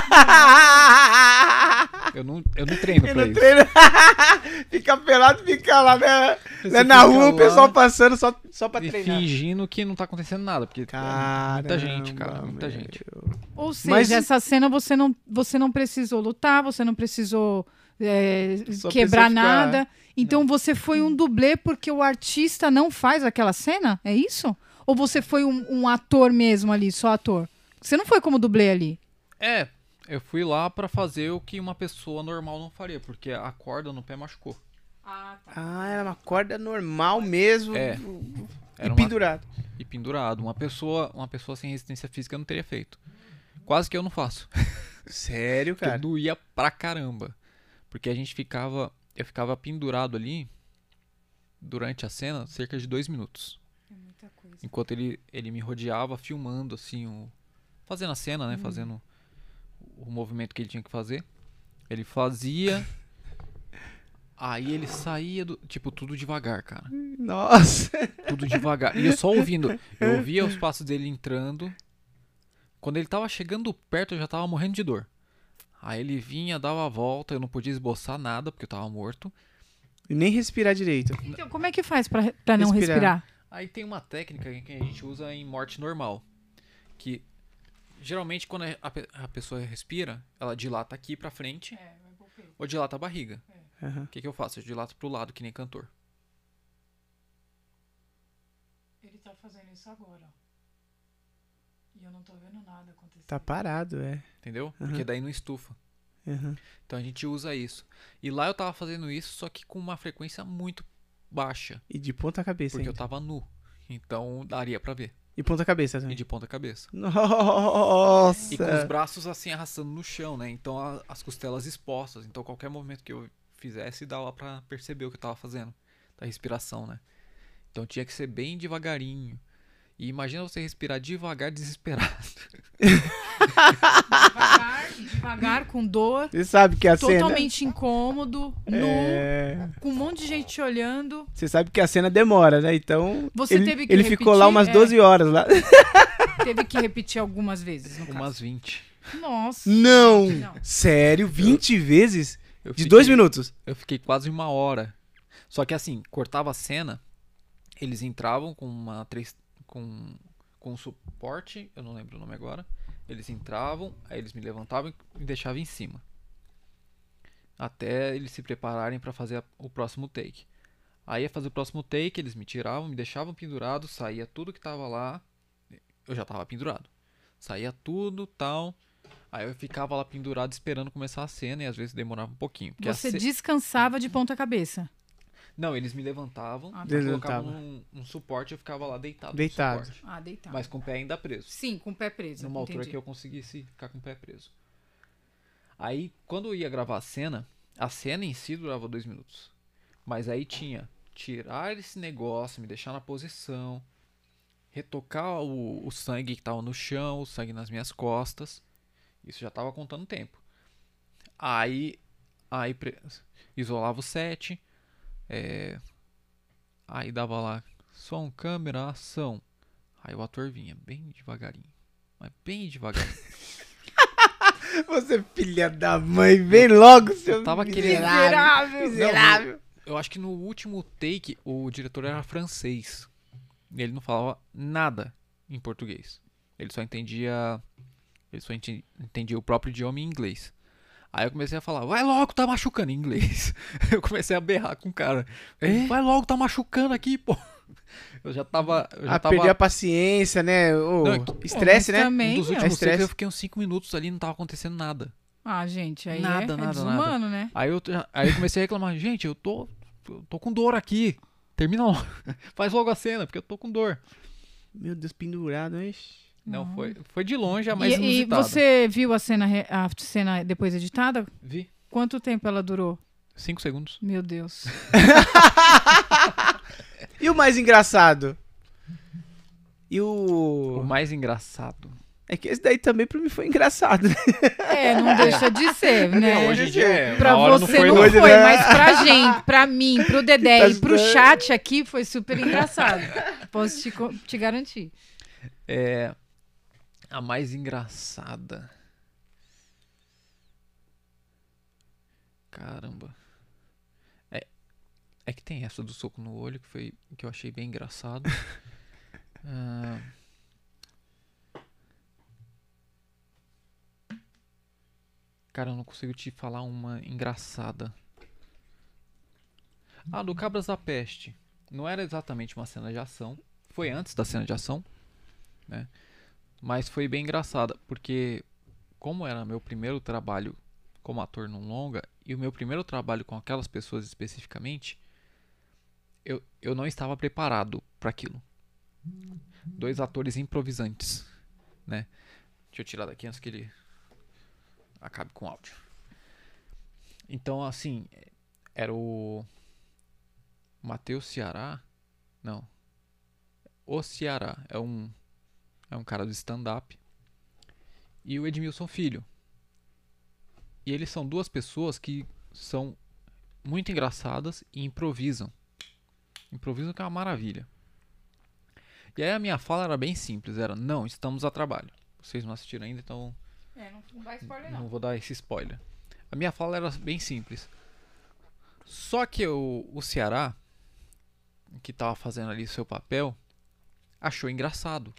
Eu não, eu não treino Eu pra não isso. treino. Fica pelado, fica lá, né? Você né, na fica rua, o lá pessoal passando só, só pra E treinar. fingindo que não tá acontecendo nada. Porque é muita gente, cara. Caramba, Muita meu. gente. Ou seja, Mas- essa cena você não, você não precisou lutar, você não precisou é, Só quebrar precisou ficar- nada. Então você foi um dublê porque o artista não faz aquela cena? É isso? Ou você foi um, um ator mesmo ali, só ator? Você não foi como dublê ali. É, eu fui lá pra fazer o que uma pessoa normal não faria. Porque a corda no pé machucou. Ah, tá. Ah, era uma corda normal mesmo. É. E Era uma- pendurado. E pendurado. Uma pessoa, uma pessoa sem resistência física não teria feito. Quase que eu não faço. Sério, Porque cara? doía pra caramba. Porque a gente ficava... Eu ficava pendurado ali durante a cena cerca de dois minutos. É muita coisa. Enquanto ele, ele me rodeava filmando, assim, o, fazendo a cena, né? Fazendo o, o movimento que ele tinha que fazer. Ele fazia... Aí ele saía do... Tipo, tudo devagar, cara. Nossa. Tudo devagar. E eu só ouvindo. Eu ouvia os passos dele entrando. Quando ele tava chegando perto, eu já tava morrendo de dor. Aí ele vinha, dava a volta, eu não podia esboçar nada, porque eu tava morto. E nem respirar direito. Então, como é que faz pra, pra não Respirar. respirar? Aí tem uma técnica que a gente usa em morte normal. Que geralmente quando a, pe- a pessoa respira, ela dilata aqui pra frente ou dilata a barriga. Aham. O que, que eu faço? Eu dilato pro lado, que nem cantor. Ele tá fazendo isso agora. E eu não tô vendo nada acontecer. Tá parado, é. Entendeu? Uhum. Porque daí não estufa. Aham. Então a gente usa isso. E lá eu tava fazendo isso, só que com uma frequência muito baixa. E de ponta cabeça Porque eu ainda. tava nu. Então daria pra ver. E ponta cabeça E também. de ponta cabeça. Nossa. E com os braços assim arrastando no chão, né? Então a- as costelas expostas. Então qualquer movimento que eu fizesse dava pra perceber o que eu tava fazendo. Da respiração, né? Então tinha que ser bem devagarinho. E imagina você respirar devagar, desesperado. Devagar, devagar, com dor, Você sabe que a cena... totalmente incômodo, nu, É... com um monte de gente te olhando. Você sabe que a cena demora, né? Então... Você ele, teve que Ele ficou repetir, lá umas é. doze horas lá. Teve que repetir algumas vezes, no Umas vinte. caso. Nossa. Não! Não. Sério? vinte vezes? Eu De fiquei- dois minutos? Eu fiquei quase uma hora. Só que assim, cortava a cena, eles entravam com uma três com com um suporte, eu não lembro o nome agora. Eles entravam, aí eles me levantavam e me deixavam em cima. Até eles se prepararem pra fazer a- o próximo take. Aí ia fazer o próximo take, eles me tiravam, me deixavam pendurado, saía tudo que tava lá. Eu já tava pendurado. Saía tudo, tal. Aí eu ficava lá pendurado esperando começar a cena e às vezes demorava um pouquinho. porque a Você ce- descansava de ponta cabeça. Não, eles me levantavam, Ah, tá. me Levantava. colocavam num, num suporte e eu ficava lá deitado. no Deitado. suporte, Ah, deitado. mas com o pé ainda preso. Sim, com o pé preso. Numa altura entendi. que eu conseguisse ficar com o pé preso. Aí, quando eu ia gravar a cena, a cena em si durava dois minutos. Mas aí tinha tirar esse negócio, me deixar na posição, retocar o, o sangue que tava no chão, o sangue nas minhas costas. Isso já tava contando tempo. Aí, aí pre- isolava o set. É, aí dava lá som, câmera, ação. Aí o ator vinha bem devagarinho. Mas bem devagarinho. Você, filha da mãe, vem logo, seu Tava querendo- miserável. Miserável. Miserável. Eu acho que no último take, o diretor era francês. E ele não falava nada em português. Ele só entendia. Ele só enten- entendia o próprio idioma em inglês. Aí eu comecei a falar, vai logo, tá machucando em inglês. Eu comecei a berrar com o cara. É? Vai logo, tá machucando aqui, pô. Eu já tava. Eu já Ah, tava perder a paciência, né? Ô, Não, é que- estresse, Pô, mas né? também, um dos meu. últimos estresse. takes eu fiquei uns cinco minutos ali e não tava acontecendo nada. Ah, gente, aí Nada, é, nada, é desumano, né? Aí eu, já- aí eu comecei a reclamar, gente, eu tô, eu tô com dor aqui. Termina logo. Faz logo a cena, porque eu tô com dor. Meu Deus, pendurado, hein? Não, Não. foi, foi de longe a mais E, e inusitada. você viu a cena, re- a cena depois editada? Vi. Quanto tempo ela durou? Cinco segundos. Meu Deus. E o mais engraçado? E O o... mais engraçado. É que esse daí também pra mim foi engraçado, né? É, não deixa de ser, né? Não, hoje em dia é. Pra na hora você não foi, não não. hoje, foi, né? mas pra gente, pra mim, pro Dedé Tá e pro certo. chat aqui foi super engraçado. Posso te, co- te garantir. É, a mais engraçada. Caramba. É, é que tem essa do soco no olho que foi que eu achei bem engraçado. Ah, cara, eu não consigo te falar uma engraçada. Ah, do Cabras da Peste. Não era exatamente uma cena de ação. Foi antes da cena de ação, né? Mas foi bem engraçada, porque como era meu primeiro trabalho como ator num longa, e o meu primeiro trabalho com aquelas pessoas especificamente, eu, eu não estava preparado para aquilo. Dois atores improvisantes, né? Deixa eu tirar daqui antes que ele acabe com o áudio. Então, assim, era o Matheus Ceará, não, o Ceará, é um é um cara do stand-up, e o Edmilson Filho. E eles são duas pessoas que são muito engraçadas e improvisam. Improvisam que é uma maravilha. E aí a minha fala era bem simples, era, não, estamos a trabalho. Vocês não assistiram ainda, então É, não, não dá spoiler não vou dar esse spoiler. A minha fala era bem simples. Só que o, o Ceará, que tava fazendo ali seu papel, achou engraçado.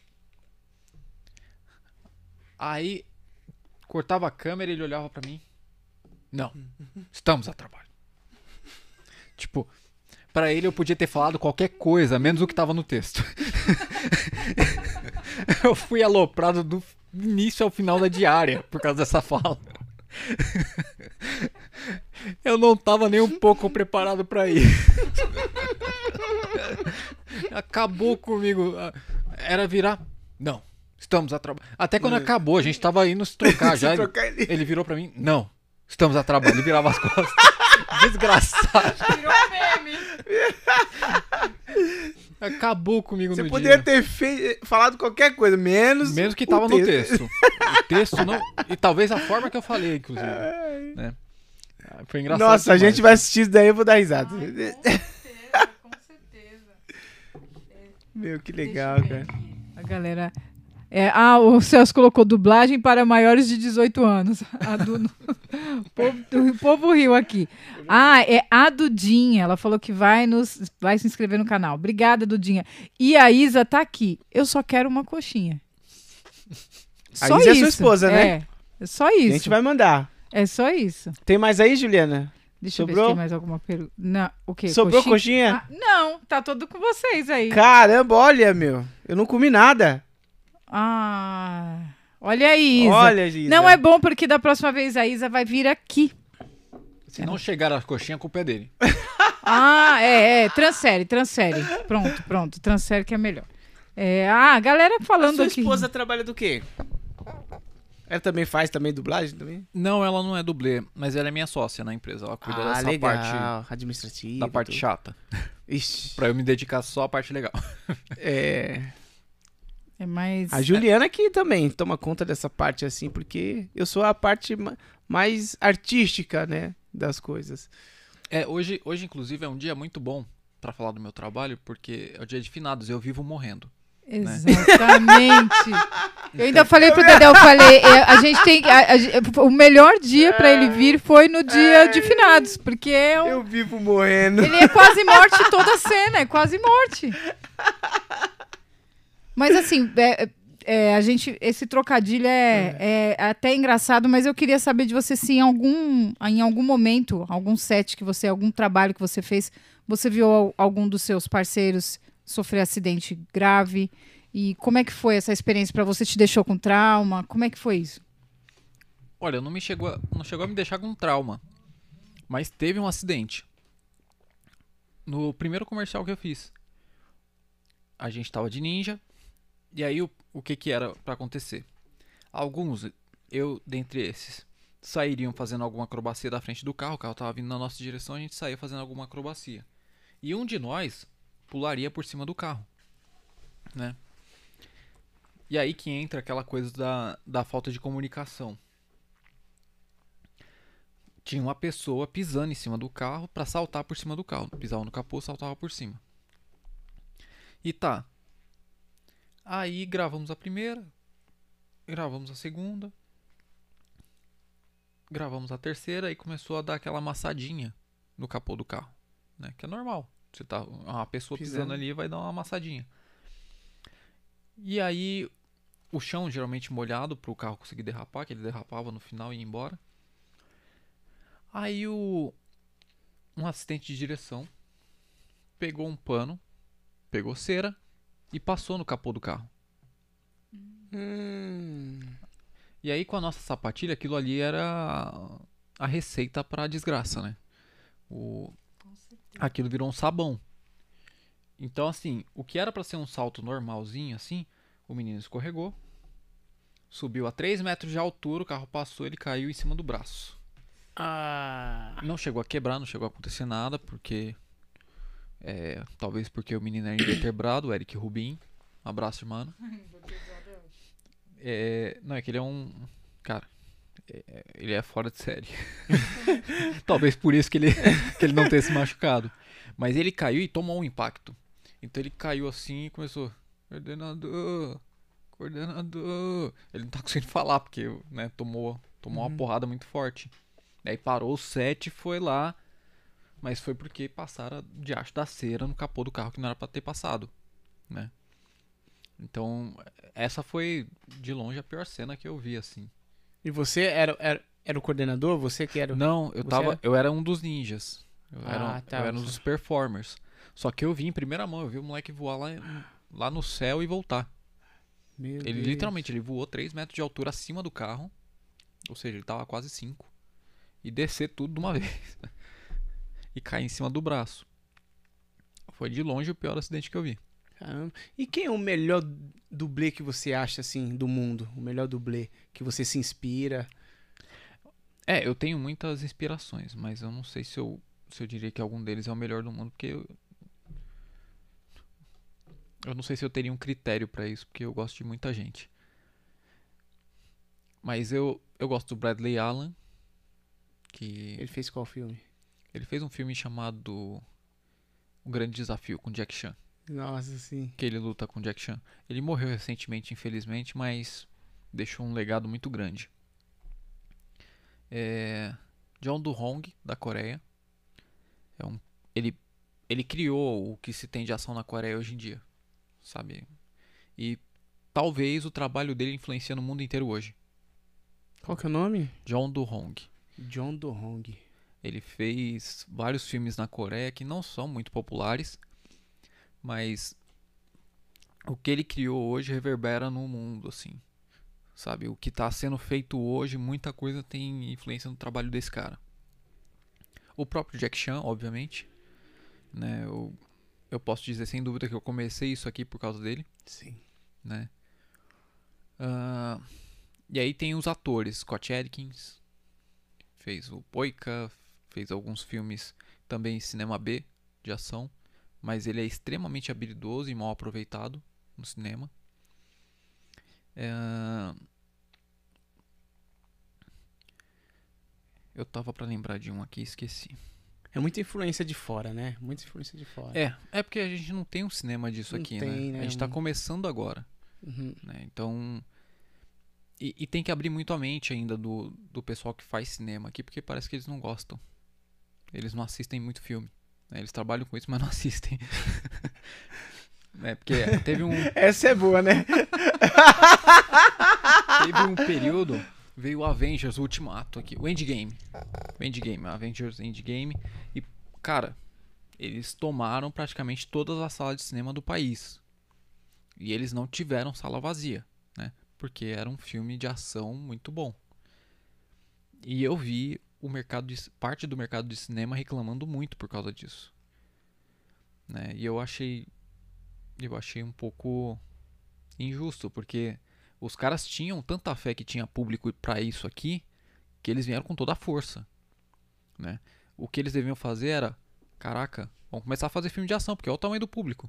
Aí cortava a câmera e ele olhava pra mim. Não, estamos a trabalho. Tipo, pra ele eu podia ter falado qualquer coisa, menos o que tava no texto. Eu fui aloprado do início ao final da diária por causa dessa fala. Eu não tava nem um pouco preparado pra ir. Acabou comigo. Era virar. Não, estamos a trabalho. Até quando acabou, a gente tava indo se trocar já. Se Ele, trocar ele- ele virou pra mim. Não, estamos a trabalho. Ele virava as costas. Desgraçado. Virou meme. Acabou comigo Você no poderia dia. ter fei- falado qualquer coisa, menos. Menos que o tava no texto. O texto não. E talvez a forma que eu falei, inclusive. Né? Ah, Foi engraçado. Nossa, a demais. gente vai assistir isso daí, eu vou dar risada. Com certeza, com certeza. Meu, que legal, Deixa eu ver cara. aqui. A galera. É, ah, o Celso colocou dublagem para maiores de dezoito anos. A do, o, povo, o povo riu aqui. Ah, é a Dudinha. Ela falou que vai, nos, vai se inscrever no canal. Obrigada, Dudinha. E a Isa tá aqui. Eu só quero uma coxinha. A Só Isa é isso. sua esposa, né? É, é só A isso. gente vai mandar. É só isso. Tem mais aí, Juliana? Deixa eu ver Sobrou? se tem mais alguma pergunta. Não, o quê? Sobrou coxinha? Ah, não, tá todo com vocês aí. Caramba, olha, meu. Eu não comi nada. Ah, olha aí, Isa. Olha, Isa. Não é bom porque da próxima vez a Isa vai vir aqui. Se não chegar a coxinha, a culpa é dele. Ah, é, é. Transfere, transfere. Pronto, pronto. Transfere que é melhor. É, ah, a galera falando Sua aqui. esposa trabalha do quê? Ela também faz também dublagem também? Não, ela não é dublê, mas ela é minha sócia na empresa. Ela cuida Ah, dessa legal. parte, Administrativa. da parte tudo. chata. Ixi. Pra eu me dedicar só à parte legal. É. É mais. A Juliana aqui também toma conta dessa parte assim, porque eu sou a parte ma- mais artística, né, das coisas. É, hoje, hoje inclusive é um dia muito bom pra falar do meu trabalho, porque é o dia de finados, eu vivo morrendo. Exatamente. Eu ainda falei pro Dedé, eu falei, é, a gente tem. A, a, o melhor dia pra ele vir foi no dia de finados, porque é um, Eu vivo morrendo. ele é quase morte toda a cena, é quase morte. Mas assim, é, é, a gente, esse trocadilho é, é. é até engraçado, mas eu queria saber de você se em algum, em algum momento, algum set que você, algum trabalho que você fez, você viu algum dos seus parceiros sofrer acidente grave. E como é que foi essa experiência pra você? Te deixou com trauma? Como é que foi isso? Olha, não me chegou a, não chegou a me deixar com trauma, mas teve um acidente. No primeiro comercial que eu fiz, a gente tava de ninja, e aí o, o que que era pra acontecer? Alguns, eu dentre esses, sairiam fazendo alguma acrobacia da frente do carro, o carro tava vindo na nossa direção, a gente saía fazendo alguma acrobacia. E um de nós pularia por cima do carro, né? E aí que entra aquela coisa da, da falta de comunicação. Tinha uma pessoa pisando em cima do carro pra saltar por cima do carro. Pisava no capô, saltava por cima. E tá. Aí gravamos a primeira, gravamos a segunda, gravamos a terceira e começou a dar aquela amassadinha no capô do carro, né? Que é normal. Você tá, uma pessoa pisando, pisando ali vai dar uma amassadinha. E aí o chão geralmente molhado para o carro conseguir derrapar, que ele derrapava no final e ia embora. Aí o um assistente de direção pegou um pano, pegou cera e passou no capô do carro. Hum. E aí com a nossa sapatilha, aquilo ali era a receita para desgraça, né? O aquilo virou um sabão. Então assim, o que era para ser um salto normalzinho assim, o menino escorregou, subiu a três metros de altura, o carro passou, ele caiu em cima do braço. Ah. Não chegou a quebrar, não chegou a acontecer nada, porque é, talvez porque o menino era invertebrado, o Eric Rubin. Um abraço, mano. É, não, é que ele é um... Cara, é, ele é fora de série. Talvez por isso que ele, que ele não tenha se machucado. Mas ele caiu e tomou um impacto. Então ele caiu assim e começou... Coordenador, coordenador. Ele não tá conseguindo falar, porque né, tomou, tomou uhum. uma porrada muito forte. Aí parou o set e foi lá. Mas foi porque passaram debaixo da cera no capô do carro que não era pra ter passado, né? Então, essa foi de longe a pior cena que eu vi, assim. E você era, era, era o coordenador? Você que era o... Não, eu, tava, era? eu era um dos ninjas. Eu, ah, era, tá, eu era um dos performers. Só que eu vi em primeira mão, eu vi o moleque voar lá, lá no céu e voltar. Meu ele Deus. literalmente, ele voou três metros de altura acima do carro. Ou seja, ele tava quase cinco. E descer tudo de uma vez. E cair em cima do braço. Foi de longe o pior acidente que eu vi. Caramba. E quem é o melhor dublê que você acha, assim, do mundo? O melhor dublê que você se inspira? É, eu tenho muitas inspirações, mas eu não sei se eu, se eu diria que algum deles é o melhor do mundo, porque eu... Eu não sei se eu teria um critério pra isso, porque eu gosto de muita gente. Mas eu, eu gosto do Bradley Allan, que... Ele fez qual filme? Ele fez um filme chamado O Grande Desafio, com Jack Chan. Nossa, sim. Que ele luta com Jack Chan. Ele morreu recentemente, infelizmente, mas deixou um legado muito grande. É... John Do-hong, da Coreia. É um... ele... ele criou o que se tem de ação na Coreia hoje em dia. Sabe? E talvez o trabalho dele influencia no mundo inteiro hoje. Qual que é o nome? John Do-hong. John Do-hong. Ele fez vários filmes na Coreia que não são muito populares, mas o que ele criou hoje reverbera no mundo, assim. Sabe? O que está sendo feito hoje, muita coisa tem influência no trabalho desse cara. O próprio Jack Chan, obviamente. Né? Eu, eu posso dizer sem dúvida que eu comecei isso aqui por causa dele. Sim. Né? Uh, e aí tem os atores. Scott Adkins fez o Boyka, fez alguns filmes também em cinema B, de ação. Mas ele é extremamente habilidoso e mal aproveitado no cinema. É... Eu tava pra lembrar de um aqui e esqueci. É muita influência de fora, né? Muita influência de fora. É, é porque a gente não tem um cinema disso Não aqui, tem, né? né? A gente tá começando agora, Uhum. né? Então... E, e tem que abrir muito a mente ainda do, do pessoal que faz cinema aqui, porque parece que eles não gostam. Eles não assistem muito filme, né? Eles trabalham com isso, mas não assistem. É, porque teve um, Essa é boa, né? teve um período, veio o Avengers, o Ultimato aqui, o Endgame. O Endgame, Avengers Endgame. E, cara, eles tomaram praticamente todas as salas de cinema do país. E eles não tiveram sala vazia, né? Porque era um filme de ação muito bom. E eu vi o mercado de, parte do mercado de cinema reclamando muito por causa disso, né? E eu achei eu achei um pouco injusto, porque os caras tinham tanta fé que tinha público pra isso aqui, que eles vieram com toda a força, né? O que eles deviam fazer era, caraca, vamos começar a fazer filme de ação, porque olha o tamanho do público.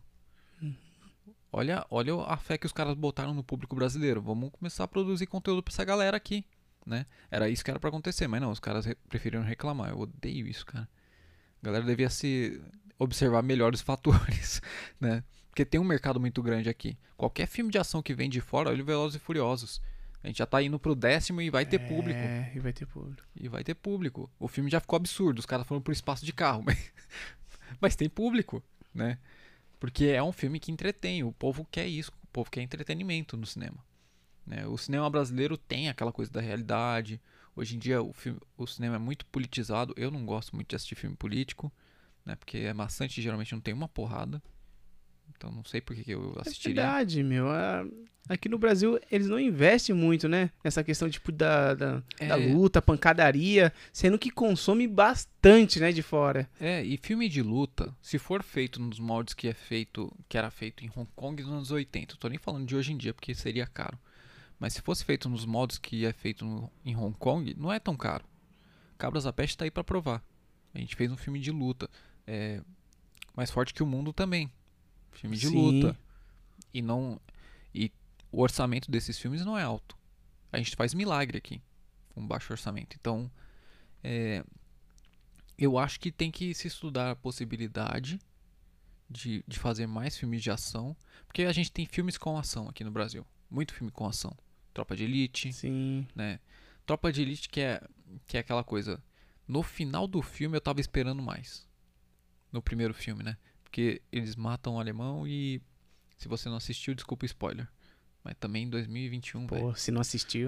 Olha, olha a fé que os caras botaram no público brasileiro. Vamos começar a produzir conteúdo pra essa galera aqui, né? Era isso que era pra acontecer, mas não, os caras re- preferiram reclamar. Eu odeio isso, cara. A galera devia se observar melhor os fatores, né? Porque tem um mercado muito grande aqui. Qualquer filme de ação que vem de fora, olha o Velozes e Furiosos. A gente já tá indo pro décimo e vai ter público. É, e vai ter público. E vai ter público. O filme já ficou absurdo, os caras foram pro espaço de carro, mas, mas tem público, né? Porque é um filme que entretém, o povo quer isso, o povo quer entretenimento no cinema, né? O cinema brasileiro tem aquela coisa da realidade. Hoje em dia o, filme, o cinema é muito politizado. Eu não gosto muito de assistir filme político, né? Porque é maçante e geralmente não tem uma porrada. Então não sei por que que eu É assistiria. verdade, meu. Ah, aqui no Brasil, eles não investem muito, né? Nessa questão, tipo, da, da, É. da luta, pancadaria, sendo que consome bastante, né, de fora. É, e filme de luta, se for feito nos moldes que é feito, que era feito em Hong Kong nos anos oitenta, eu tô nem falando de hoje em dia porque seria caro. Mas se fosse feito nos moldes que é feito no, em Hong Kong, não é tão caro. Cabras da Peste tá aí pra provar. A gente fez um filme de luta. É, mais forte que o mundo também. Filme de Sim. luta. E não. E o orçamento desses filmes não é alto. A gente faz milagre aqui. Com baixo orçamento. Então. É, eu acho que tem que se estudar a possibilidade de, de fazer mais filmes de ação. Porque a gente tem filmes com ação aqui no Brasil. Muito filme com ação. Tropa de Elite, Sim. né? Tropa de Elite que é, que é aquela coisa. No final do filme eu tava esperando mais. No primeiro filme, né? Porque eles matam o alemão e... Se você não assistiu, desculpa o spoiler. Mas também em dois mil e vinte e um, velho. Pô, se não assistiu.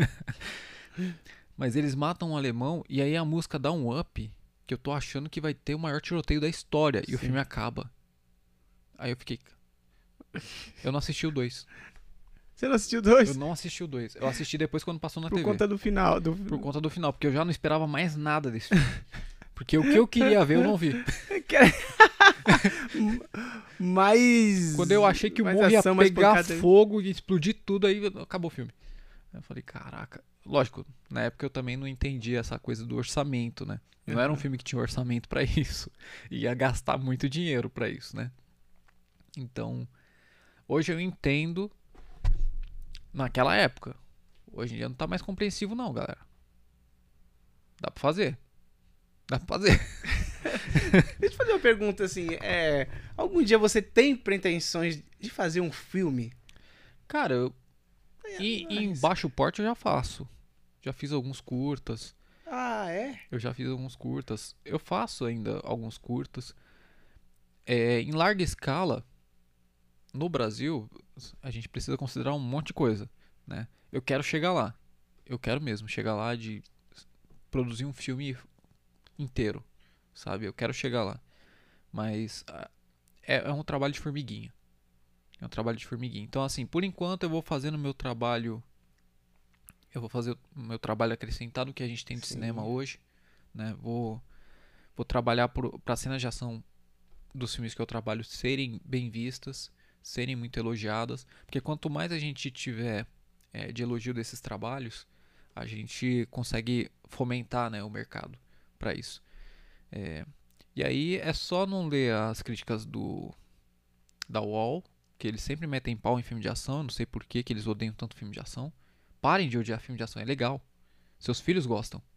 Mas eles matam um alemão e aí a música dá um up que eu tô achando que vai ter o maior tiroteio da história. E o Sim. filme acaba. Aí eu fiquei... Eu não assisti o dois. Você não assistiu dois? Eu não assisti o dois. Eu assisti depois quando passou na Por T V. conta do final. Do... Por conta do final. Porque eu já não esperava mais nada desse filme. Porque o que eu queria ver eu não vi. Mas... Quando eu achei que o mais morro ia ação, mais pegar pancada. fogo e explodir tudo, aí acabou o filme. Aí eu falei, caraca. Lógico, na época eu também não entendi essa coisa do orçamento, né? Não era um Uhum. filme que tinha orçamento pra isso. Ia gastar muito dinheiro pra isso, né? Então, hoje eu entendo naquela época. Hoje em dia não tá mais compreensivo não, galera. Dá pra fazer. Dá pra fazer. Deixa eu te fazer uma pergunta assim. É, algum dia você tem pretensões de fazer um filme? Cara, eu, É, e, e em mas- baixo porte eu já faço. Já fiz alguns curtas. Ah, é? Eu já fiz alguns curtas. Eu faço ainda alguns curtas. É, em larga escala, no Brasil, a gente precisa considerar um monte de coisa, né? Eu quero chegar lá. Eu quero mesmo chegar lá de produzir um filme inteiro, sabe? Eu quero chegar lá. Mas ah, é, é um trabalho de formiguinha. É um trabalho de formiguinha. Então, assim, por enquanto eu vou fazendo o meu trabalho. Eu vou fazer o meu trabalho acrescentado que a gente tem de Sim. cinema hoje, né? Vou, vou trabalhar para cenas de ação dos filmes que eu trabalho serem bem vistas, serem muito elogiadas, porque quanto mais a gente tiver é, de elogio desses trabalhos, a gente consegue fomentar, né, o mercado para isso. É, e aí é só não ler as críticas do da U O L, que eles sempre metem pau em filme de ação. Eu não sei por que que eles odeiam tanto filme de ação. Parem de odiar filme de ação, é legal. Seus filhos gostam.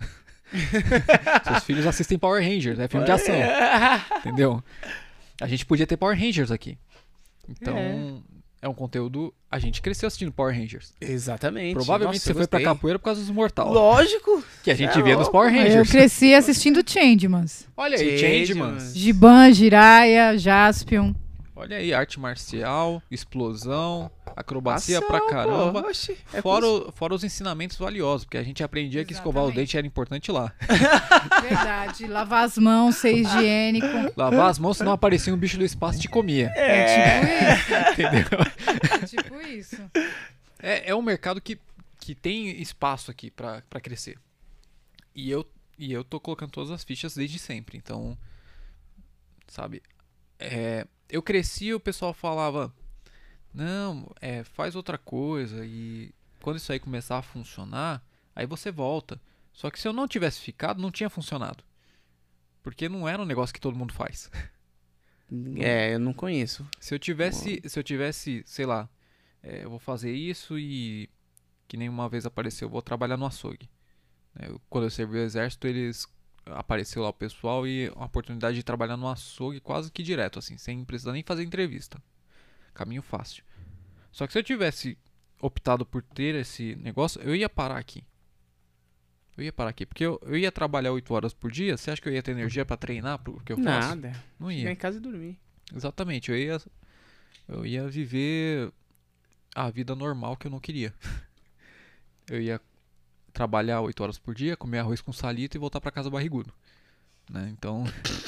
Seus filhos assistem Power Rangers, é filme de ação. Entendeu? A gente podia ter Power Rangers aqui. Então, é, é um conteúdo... A gente cresceu assistindo Power Rangers. Exatamente. Provavelmente Nossa, você eu foi pra gostei. capoeira por causa dos Mortal. Lógico. Que a gente É via nos louco. Power Eu Rangers. cresci assistindo Changemans. Olha aí, Changemans. Changemans. Giban, Jiraiya, Jaspion. Olha aí, arte marcial, explosão, acrobacia Ação, pra caramba. pô. Oxi, é Fora, possível. o- fora os ensinamentos valiosos, porque a gente aprendia que escovar o Exatamente. dente era importante lá. Verdade. Lavar as mãos, ser higiênico. Lavar as mãos, senão aparecia um bicho do espaço e te comia. É tipo Entendeu? isso. É tipo isso. É, é um mercado que, que tem espaço aqui pra, pra crescer. E eu, e eu tô colocando todas as fichas desde sempre. Então, sabe, é, eu cresci e o pessoal falava, não, é, faz outra coisa. E quando isso aí começar a funcionar, aí você volta. Só que se eu não tivesse ficado, não tinha funcionado. Porque não era um negócio que todo mundo faz. É, eu não conheço. Se eu tivesse, se eu tivesse, sei lá, é, eu vou fazer isso e que nem uma vez apareceu, eu vou trabalhar no açougue. É, eu- quando eu servi o exército, eles apareceu lá o pessoal e a oportunidade de trabalhar no açougue quase que direto, assim, sem precisar nem fazer entrevista. Caminho fácil. Só que se eu tivesse optado por ter esse negócio, eu ia parar aqui. Eu ia parar aqui, porque eu, eu ia trabalhar oito horas por dia. Você acha que eu ia ter energia pra treinar pro que eu faço? Nada. Não Chegar ia. em casa e dormir. Exatamente, eu ia, eu ia viver a vida normal que eu não queria. Eu ia trabalhar oito horas por dia, comer arroz com salito e voltar pra casa barrigudo. Né? Então.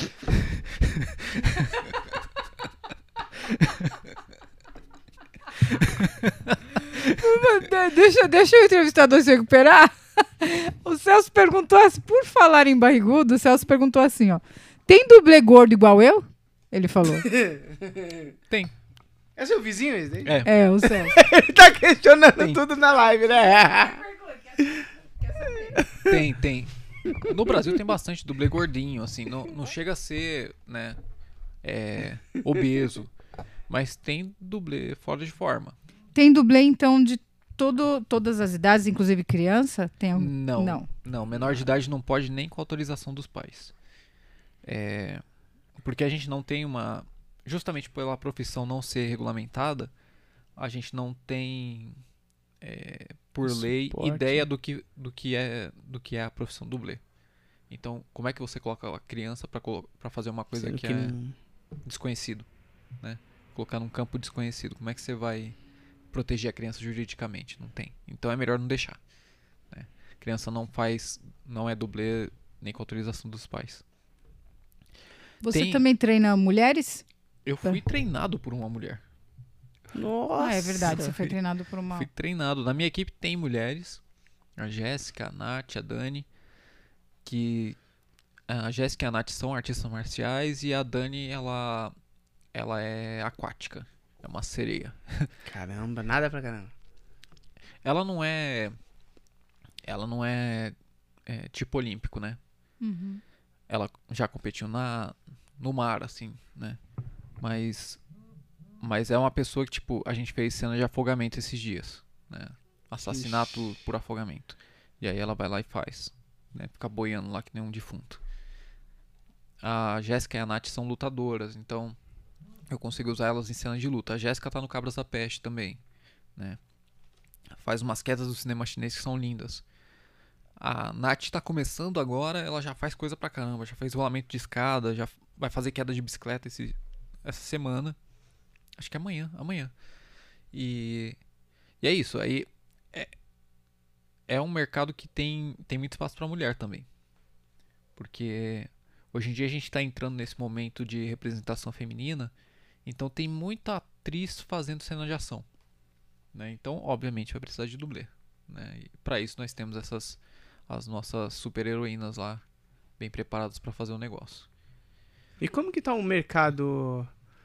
De- Deixa, deixa o entrevistador se recuperar. O Celso perguntou assim, por falar em barrigudo, o Celso perguntou assim, ó. Tem dublê gordo igual eu? Ele falou. Tem. É seu vizinho esse daí? É. É, o Celso. Ele tá questionando Tem. tudo na live, né? Tem, tem. No Brasil tem bastante dublê gordinho, assim. Não, não chega a ser, né, é, obeso. Mas tem dublê fora de forma. Tem dublê, então, de todo, todas as idades, inclusive criança? Tem um... Não, Não. não. Menor de idade não pode nem com autorização dos pais. É, porque a gente não tem uma... Justamente pela profissão não ser regulamentada, a gente não tem, é, por lei, Suporte. ideia do que, do, que é, do que é a profissão dublê. Então, como é que você coloca a criança pra colo- pra fazer uma coisa Sendo que, que é não- desconhecido, né? Colocar num campo desconhecido. Como é que você vai proteger a criança juridicamente? Não tem. Então é melhor não deixar, né? Criança não faz, não é dublê nem com autorização dos pais. Você Tem- também treina mulheres? Eu fui treinado por uma mulher. Nossa. Ah, é verdade, você foi treinado por uma... Fui treinado. Na minha equipe tem mulheres. A Jéssica, a Nath, a Dani. Que a Jéssica e a Nath são artistas marciais. E a Dani, ela, ela é aquática. É uma sereia. Caramba, nada pra caramba. Ela não é... Ela não é, é tipo olímpico, né? Uhum. Ela já competiu na, no mar, assim, né? Mas, mas é uma pessoa que, tipo, a gente fez cena de afogamento esses dias, né? Assassinato por afogamento. E aí ela vai lá e faz, né? Fica boiando lá que nem um defunto. A Jéssica e a Nath são lutadoras, então eu consigo usar elas em cenas de luta. A Jéssica tá no Cabras da Peste também, né? Faz umas quedas do cinema chinês que são lindas. A Nath tá começando agora, ela já faz coisa pra caramba. Já fez rolamento de escada, já vai fazer queda de bicicleta esse, essa semana. Acho que é amanhã, amanhã. E, e é isso. Aí é, é um mercado que tem, tem muito espaço pra mulher também. Porque hoje em dia a gente tá entrando nesse momento de representação feminina. Então tem muita atriz fazendo cena de ação, né? Então, obviamente, vai precisar de dublê, né? E para isso nós temos essas as nossas super heroínas lá, bem preparadas para fazer o negócio. E como que tá o mercado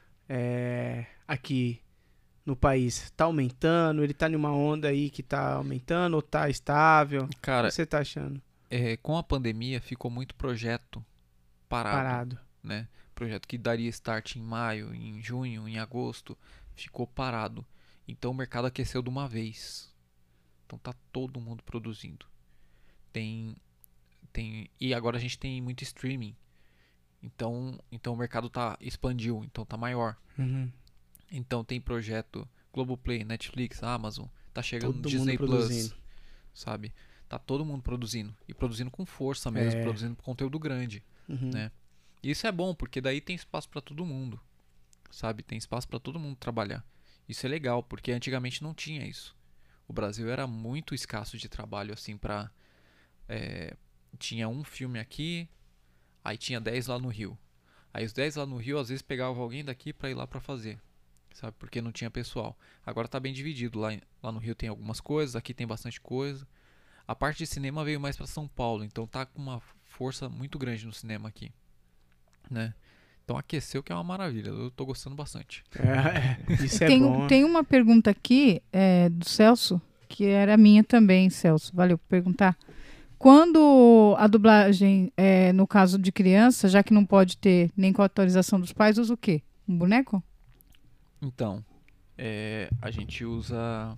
é, aqui no país? Tá aumentando? Ele tá numa onda aí que tá aumentando ou tá estável? O Cara, que você tá achando? é, com a pandemia ficou muito projeto parado, Parado. né? Projeto que daria start em maio, em junho, em agosto, ficou parado. Então o mercado aqueceu de uma vez. Então tá todo mundo produzindo. Tem Tem, e agora a gente tem muito streaming. Então, então o mercado tá expandiu, então tá maior. Uhum. Então tem projeto Globoplay, Netflix, Amazon, tá chegando Todo Disney mundo Plus, produzindo. sabe? Tá todo mundo produzindo. E produzindo com força mesmo, É. produzindo conteúdo grande, Uhum. né? E isso é bom, porque daí tem espaço pra todo mundo, sabe? Tem espaço pra todo mundo trabalhar. Isso é legal, porque antigamente não tinha isso. O Brasil era muito escasso de trabalho, assim, pra... é, tinha um filme aqui, aí tinha dez lá no Rio. Aí os dez lá no Rio, às vezes pegava alguém daqui pra ir lá pra fazer, sabe? Porque não tinha pessoal. Agora tá bem dividido. Lá, em- lá no Rio tem algumas coisas, aqui tem bastante coisa. A parte de cinema veio mais pra São Paulo, então tá com uma força muito grande no cinema aqui, né? Então aqueceu, que é uma maravilha. Eu tô gostando bastante. É, isso é tem, bom. tem uma pergunta aqui é, do Celso, que era minha também, Celso. Valeu por perguntar. Quando a dublagem, é, no caso de criança, já que não pode ter nem com a autorização dos pais, usa o quê? Um boneco? Então, é, a gente usa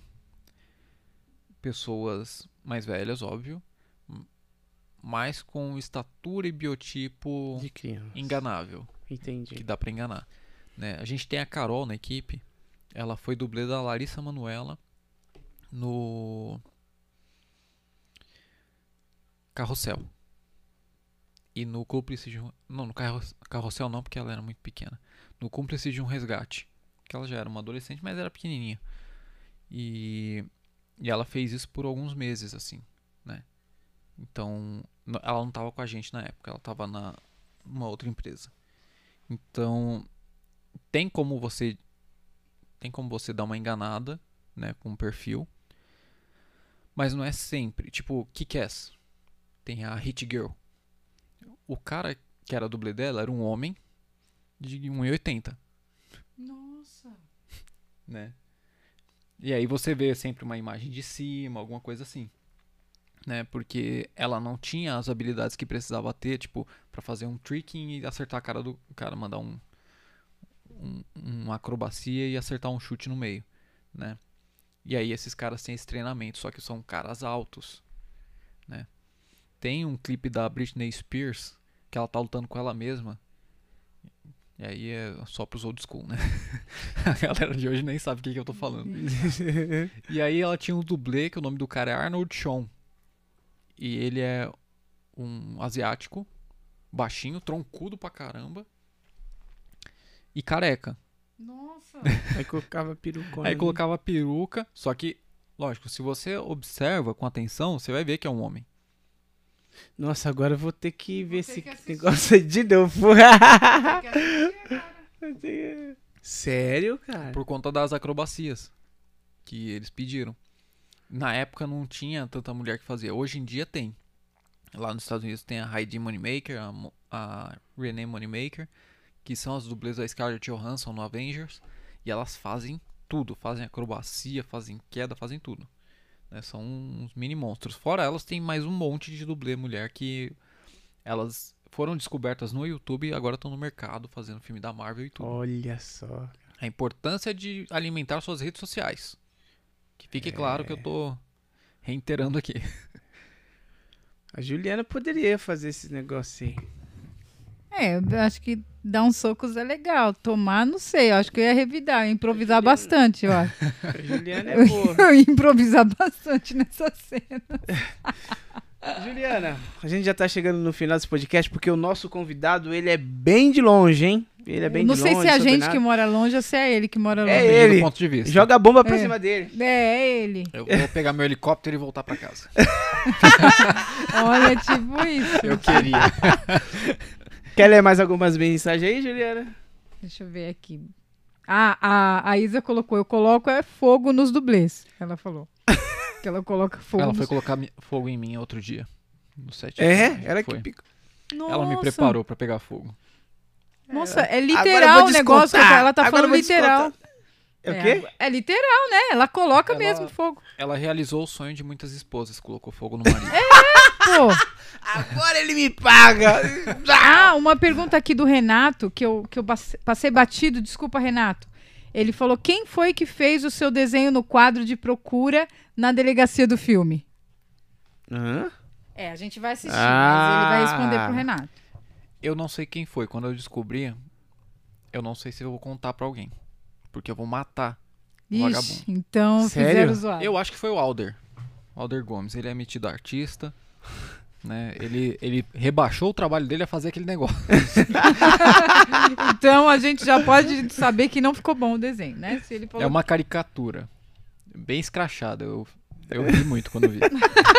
pessoas mais velhas, óbvio, m- mas com estatura e biotipo De criança. enganável, que Entendi. dá pra enganar, né? A gente tem a Carol na equipe, ela foi dublê da Larissa Manoela no Carrossel. E no Cúmplice de um... Não, no Carro... Carrossel não, porque ela era muito pequena. No Cúmplice de um Resgate. Que ela já era uma adolescente, mas era pequenininha. E... E ela fez isso por alguns meses, assim, né? Então, n- ela não tava com a gente na época. Ela tava na... numa outra empresa. Então, tem como você... Tem como você dar uma enganada, né? Com o perfil. Mas não é sempre. Tipo, Kick-Ass. Tem a Hit Girl. O cara que era dublê dela era um homem de um e oitenta, Nossa. né? E aí você vê sempre uma imagem de cima, alguma coisa assim, né? Porque ela não tinha as habilidades que precisava ter, tipo, pra fazer um tricking e acertar a cara do cara, mandar um, um uma acrobacia e acertar um chute no meio, né? E aí esses caras têm esse treinamento, só que são caras altos, né? Tem um clipe da Britney Spears que ela tá lutando com ela mesma. E aí é só pros old school, né? A galera de hoje nem sabe o que, que eu tô falando. E aí ela tinha um dublê, que o nome do cara é Arnold Shawn. E ele é um asiático, baixinho, troncudo pra caramba. E careca. Nossa. Aí colocava perucona. Aí colocava peruca, só que, lógico, se você observa com atenção, você vai ver que é um homem. Nossa, agora eu vou ter que ver ter esse que assistir. negócio aí de novo. Sério, cara? Por conta das acrobacias que eles pediram. Na época não tinha tanta mulher que fazia. Hoje em dia tem. Lá nos Estados Unidos tem a Heidi Moneymaker, a, Mo- a Renee Moneymaker, que são as dublês da Scarlett Johansson no Avengers. E elas fazem tudo. Fazem acrobacia, fazem queda, fazem tudo. Né? São uns mini monstros. Fora elas, tem mais um monte de dublê mulher que elas foram descobertas no YouTube e agora estão no mercado fazendo filme da Marvel e tudo. Olha só. A importância de alimentar suas redes sociais. Que fique claro que eu tô reiterando aqui. A Juliana poderia fazer esse negócio aí. É, eu acho que dar uns socos é legal. Tomar, não sei. Eu acho que eu ia revidar, eu ia improvisar bastante, eu acho. A Juliana é boa. Eu ia improvisar bastante nessa cena. Juliana, a gente já tá chegando no final desse podcast porque o nosso convidado, ele é bem de longe, hein? Ele é bem não de sei longe. se é a sobre gente nada. que mora longe ou se é ele que mora longe. É Depende ele. do ponto de vista. Joga a bomba pra É. cima dele. É, é ele. Eu vou pegar meu helicóptero e voltar pra casa. Olha, tipo isso. Eu queria. Quer ler mais algumas mensagens aí, Juliana? Deixa eu ver aqui. Ah, a, a Isa colocou, eu coloco é fogo nos dublês. Ela falou. Que ela coloca fogo Ela nos... foi colocar mi- fogo em mim outro dia. No set. É? Ela que Foi. pica. Ela me Nossa. preparou pra pegar fogo. Nossa, é Agora eu literal vou o negócio. descontar. Ela tá Agora eu falando vou literal. descontar. É o quê? É, é literal, né? Ela coloca Ela- mesmo fogo. Ela realizou o sonho de muitas esposas. Colocou fogo no marido. Pô. Agora ele me paga. Ah, uma pergunta aqui do Renato, que eu, que eu basse- passei batido. Desculpa, Renato. Ele falou, quem foi que fez o seu desenho no quadro de procura na delegacia do filme? Hã? É, a gente vai assistir, Ah. mas ele vai responder pro Renato. Eu não sei quem foi. Quando eu descobri, eu não sei se eu vou contar pra alguém. Porque eu vou matar o vagabundo. Ixi, então Sério? fizeram zoado. Eu acho que foi o Alder. Alder Gomes. Ele é metido artista. Né? Ele, ele rebaixou o trabalho dele a fazer aquele negócio. Então a gente já pode saber que não ficou bom o desenho, né? Se ele falou... É uma caricatura. Bem escrachada. Eu, eu ri muito quando vi.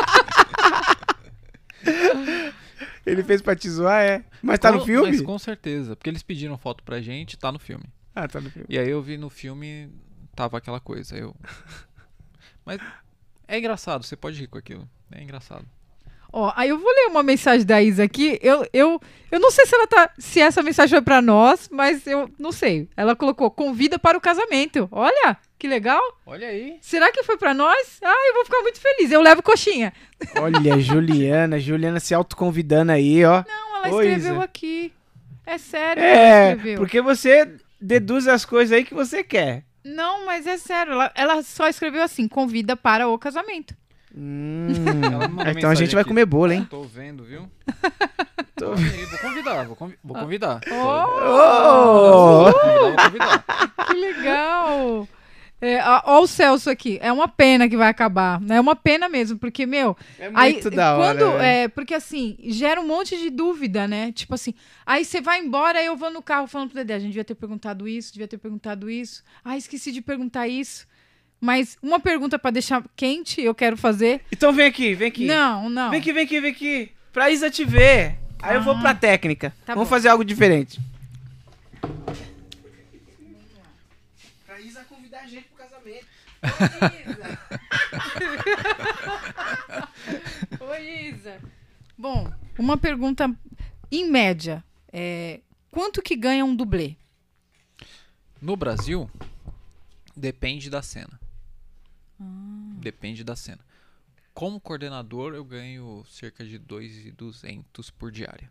Ele fez pra te zoar, é. Mas tá no Com- filme? Mas com certeza. Porque eles pediram foto pra gente, tá no filme. Ah, tá no filme. E aí eu vi no filme, tava aquela coisa. Eu... Mas é engraçado, você pode rir com aquilo. É engraçado. Ó, aí eu vou ler uma mensagem da Isa aqui. Eu, eu, eu não sei se ela tá. Se essa mensagem foi pra nós, mas eu não sei. Ela colocou convida para o casamento. Olha, que legal. Olha aí. Será que foi pra nós? Ah, eu vou ficar muito feliz. Eu levo coxinha. Olha, Juliana, Juliana se autoconvidando aí, ó. Não, ela Ô, escreveu Isa. aqui. É sério que ela É, escreveu. porque você deduz as coisas aí que você quer. Não, mas é sério. Ela, ela só escreveu assim: convida para o casamento. Hum, Ela mandou então a gente mensagem vai aqui. comer bolo, hein? Tô vendo, viu? Tô- Vou convidar, vou, convi- vou convidar. Oh! Vou convidar, vou convidar. Que legal! É, ó, ó o Celso aqui. É uma pena que vai acabar. É uma pena mesmo, porque, meu. É Aí, muito da hora. quando, né? é, porque assim, gera um monte de dúvida, né? Tipo assim, aí você vai embora, aí eu vou no carro falando pro Dedé, a gente devia ter perguntado isso, devia ter perguntado isso. Ah, esqueci de perguntar isso. Mas uma pergunta pra deixar quente, eu quero fazer. Então vem aqui, vem aqui. Não, não. Vem aqui, vem aqui, vem aqui. Pra Isa te ver. Aí eu vou pra técnica. Tá Vamos bom. fazer algo diferente. Pra Isa convidar a gente pro casamento. Oi, Isa. Bom, uma pergunta em média. É, quanto que ganha um dublê? No Brasil, depende da cena. Ah. Depende da cena. Como coordenador, eu ganho cerca de dois mil e duzentos por diária.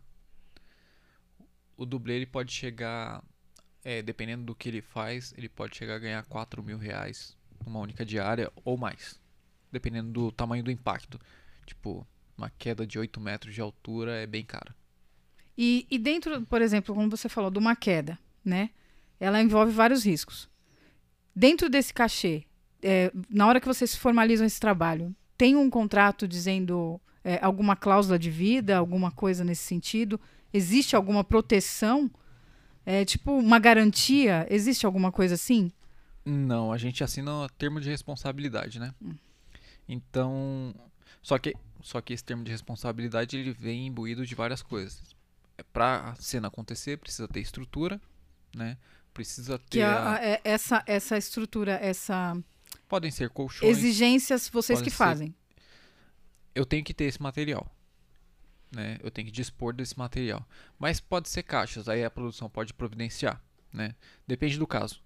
O dublê ele pode chegar, é, dependendo do que ele faz, ele pode chegar a ganhar quatro mil reais numa única diária ou mais. Dependendo do tamanho do impacto. Tipo, uma queda de oito metros de altura é bem cara. E, e dentro, por exemplo, como você falou, de uma queda, né? Ela envolve vários riscos. Dentro desse cachê, é, na hora que vocês formalizam esse trabalho, tem um contrato dizendo é, alguma cláusula de vida, alguma coisa nesse sentido? Existe alguma proteção? É, tipo, uma garantia? Existe alguma coisa assim? Não, a gente assina termo de responsabilidade, né? Então, só que, só que esse termo de responsabilidade ele vem imbuído de várias coisas. É, pra cena acontecer, precisa ter estrutura, né? Precisa ter... Que a- a- a- é- essa, essa estrutura, essa Podem ser colchões. exigências vocês podem que ser- fazem. Eu tenho que ter esse material, né? Eu tenho que dispor desse material. Mas pode ser caixas, aí a produção pode providenciar, né? Depende do caso.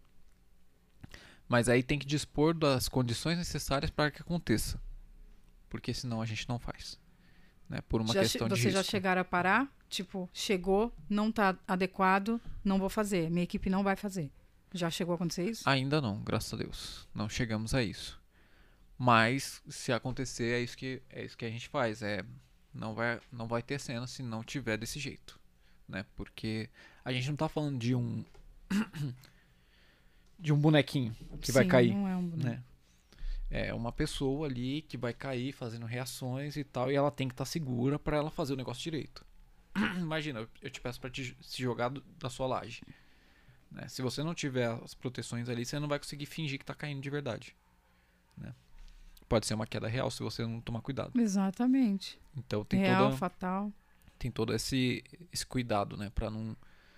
Mas aí tem que dispor das condições necessárias para que aconteça. Porque senão a gente não faz, né? Por uma Já che- questão de vocês já risco. chegaram a parar? Tipo, chegou, não tá adequado, não vou fazer. Minha equipe não vai fazer. Já chegou a acontecer isso? Ainda não, graças a Deus. Não chegamos a isso. Mas se acontecer, é isso que, é isso que a gente faz. É, não, vai, não vai ter cena se não tiver desse jeito, né? Porque a gente não tá falando de um de um bonequinho que vai Sim, cair, Não é um boneco. né? É uma pessoa ali que vai cair fazendo reações e tal, e ela tem que estar segura para ela fazer o negócio direito. Imagina, eu- eu te peço para te se jogar do- da sua laje, né? Se você não tiver as proteções ali, você não vai conseguir fingir que tá caindo de verdade, né? Pode ser uma queda real se você não tomar cuidado. Exatamente. Então tem Real, toda fatal. tem todo esse, esse cuidado, né, para não.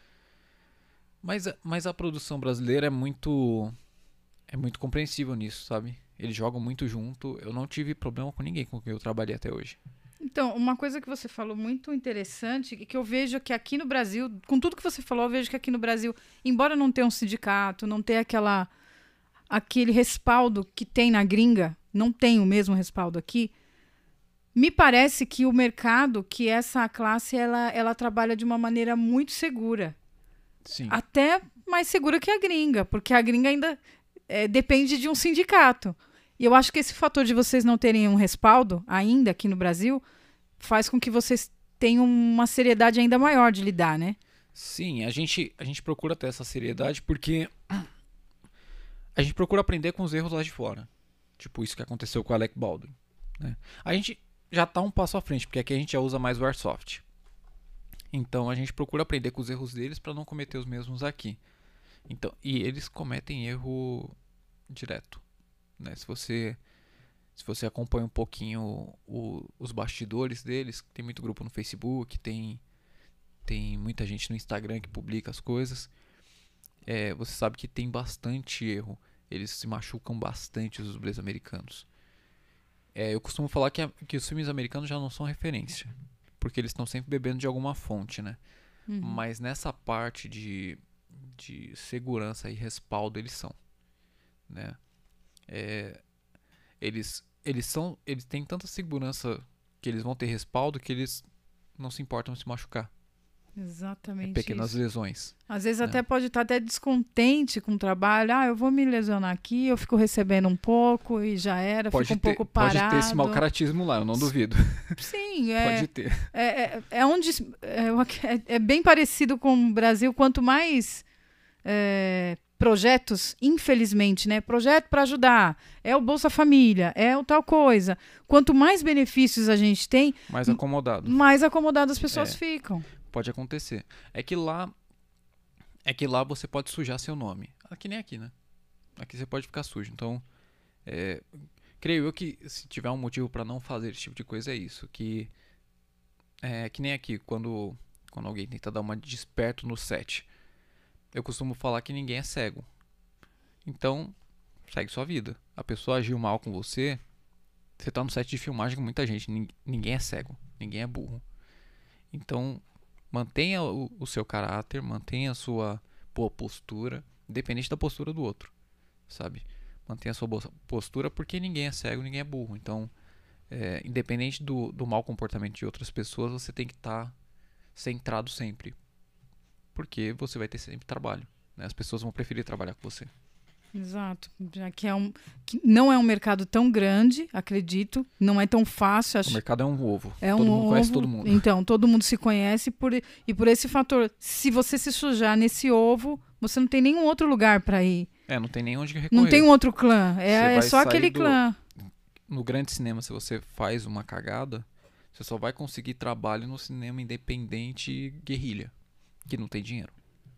Mas, a- mas a produção brasileira é muito é muito compreensível nisso, sabe? Eles jogam muito junto. Eu não tive problema com ninguém com quem eu trabalhei até hoje. Então, uma coisa que você falou muito interessante, e que eu vejo que aqui no Brasil, com tudo que você falou, eu vejo que aqui no Brasil, embora não tenha um sindicato, não tenha aquela, aquele respaldo que tem na gringa, não tem o mesmo respaldo aqui, me parece que o mercado, que essa classe, ela, ela trabalha de uma maneira muito segura. Sim. Até mais segura que a gringa, porque a gringa ainda é, depende de um sindicato. E eu acho que esse fator de vocês não terem um respaldo ainda aqui no Brasil faz com que vocês tenham uma seriedade ainda maior de lidar, né? Sim, a gente, a gente procura ter essa seriedade porque a gente procura aprender com os erros lá de fora. Tipo isso que aconteceu com o Alec Baldwin, né? A gente já tá um passo à frente, porque aqui a gente já usa mais o Airsoft. Então a gente procura aprender com os erros deles para não cometer os mesmos aqui. Então, e eles cometem erro direto, né? Se você se você acompanha um pouquinho o, os bastidores deles, tem muito grupo no Facebook, tem tem muita gente no Instagram que publica as coisas. É, você sabe que tem bastante erro. Eles se machucam bastante, os dublês americanos. É, eu costumo falar que, a, que os filmes americanos já não são referência, porque eles estão sempre bebendo de alguma fonte, né? Uhum. Mas nessa parte de, de segurança e respaldo eles são, né? É, eles, eles são, eles têm tanta segurança que eles vão ter respaldo que eles não se importam em se machucar. Exatamente. É pequenas isso. lesões. Às vezes né? até pode estar até descontente com o trabalho. Ah, eu vou me lesionar aqui, eu fico recebendo um pouco e já era, Pode fico um ter, pouco parado. Pode ter esse mau caratismo lá, eu não duvido. Sim, é. Pode ter. É, é, é onde é, é bem parecido com o Brasil. Quanto mais é, projetos, infelizmente, né? Projeto para ajudar, é o Bolsa Família, é o tal coisa. Quanto mais benefícios a gente tem, Mais acomodado. mais acomodadas as pessoas É. ficam. Pode acontecer. É que lá é que lá você pode sujar seu nome. Aqui nem aqui, né? Aqui você pode ficar sujo. Então, é, creio eu que se tiver um motivo para não fazer esse tipo de coisa é isso, que é que nem aqui quando quando alguém tenta dar uma de desperto no set. Eu costumo falar que ninguém é cego. Então, segue sua vida. A pessoa agiu mal com você, você tá no set de filmagem com muita gente, ninguém é cego, ninguém é burro. Então, mantenha o, o seu caráter, mantenha a sua boa postura, independente da postura do outro, sabe? Mantenha a sua boa postura porque ninguém é cego, ninguém é burro. Então, é, independente do, do mau comportamento de outras pessoas, você tem que estar tá centrado sempre. Porque você vai ter sempre trabalho, né? As pessoas vão preferir trabalhar com você. Exato, já que, é um, que não é um mercado tão grande, acredito, não é tão fácil. Acho, o mercado é um ovo, é todo um mundo ovo, conhece todo mundo. Então, todo mundo se conhece por, e por esse fator, se você se sujar nesse ovo, você não tem nenhum outro lugar para ir. É, não tem nem onde recorrer. Não tem um outro clã, Você é, é vai só sair aquele do- clã. No grande cinema, se você faz uma cagada, você só vai conseguir trabalho no cinema independente guerrilha, que não tem dinheiro.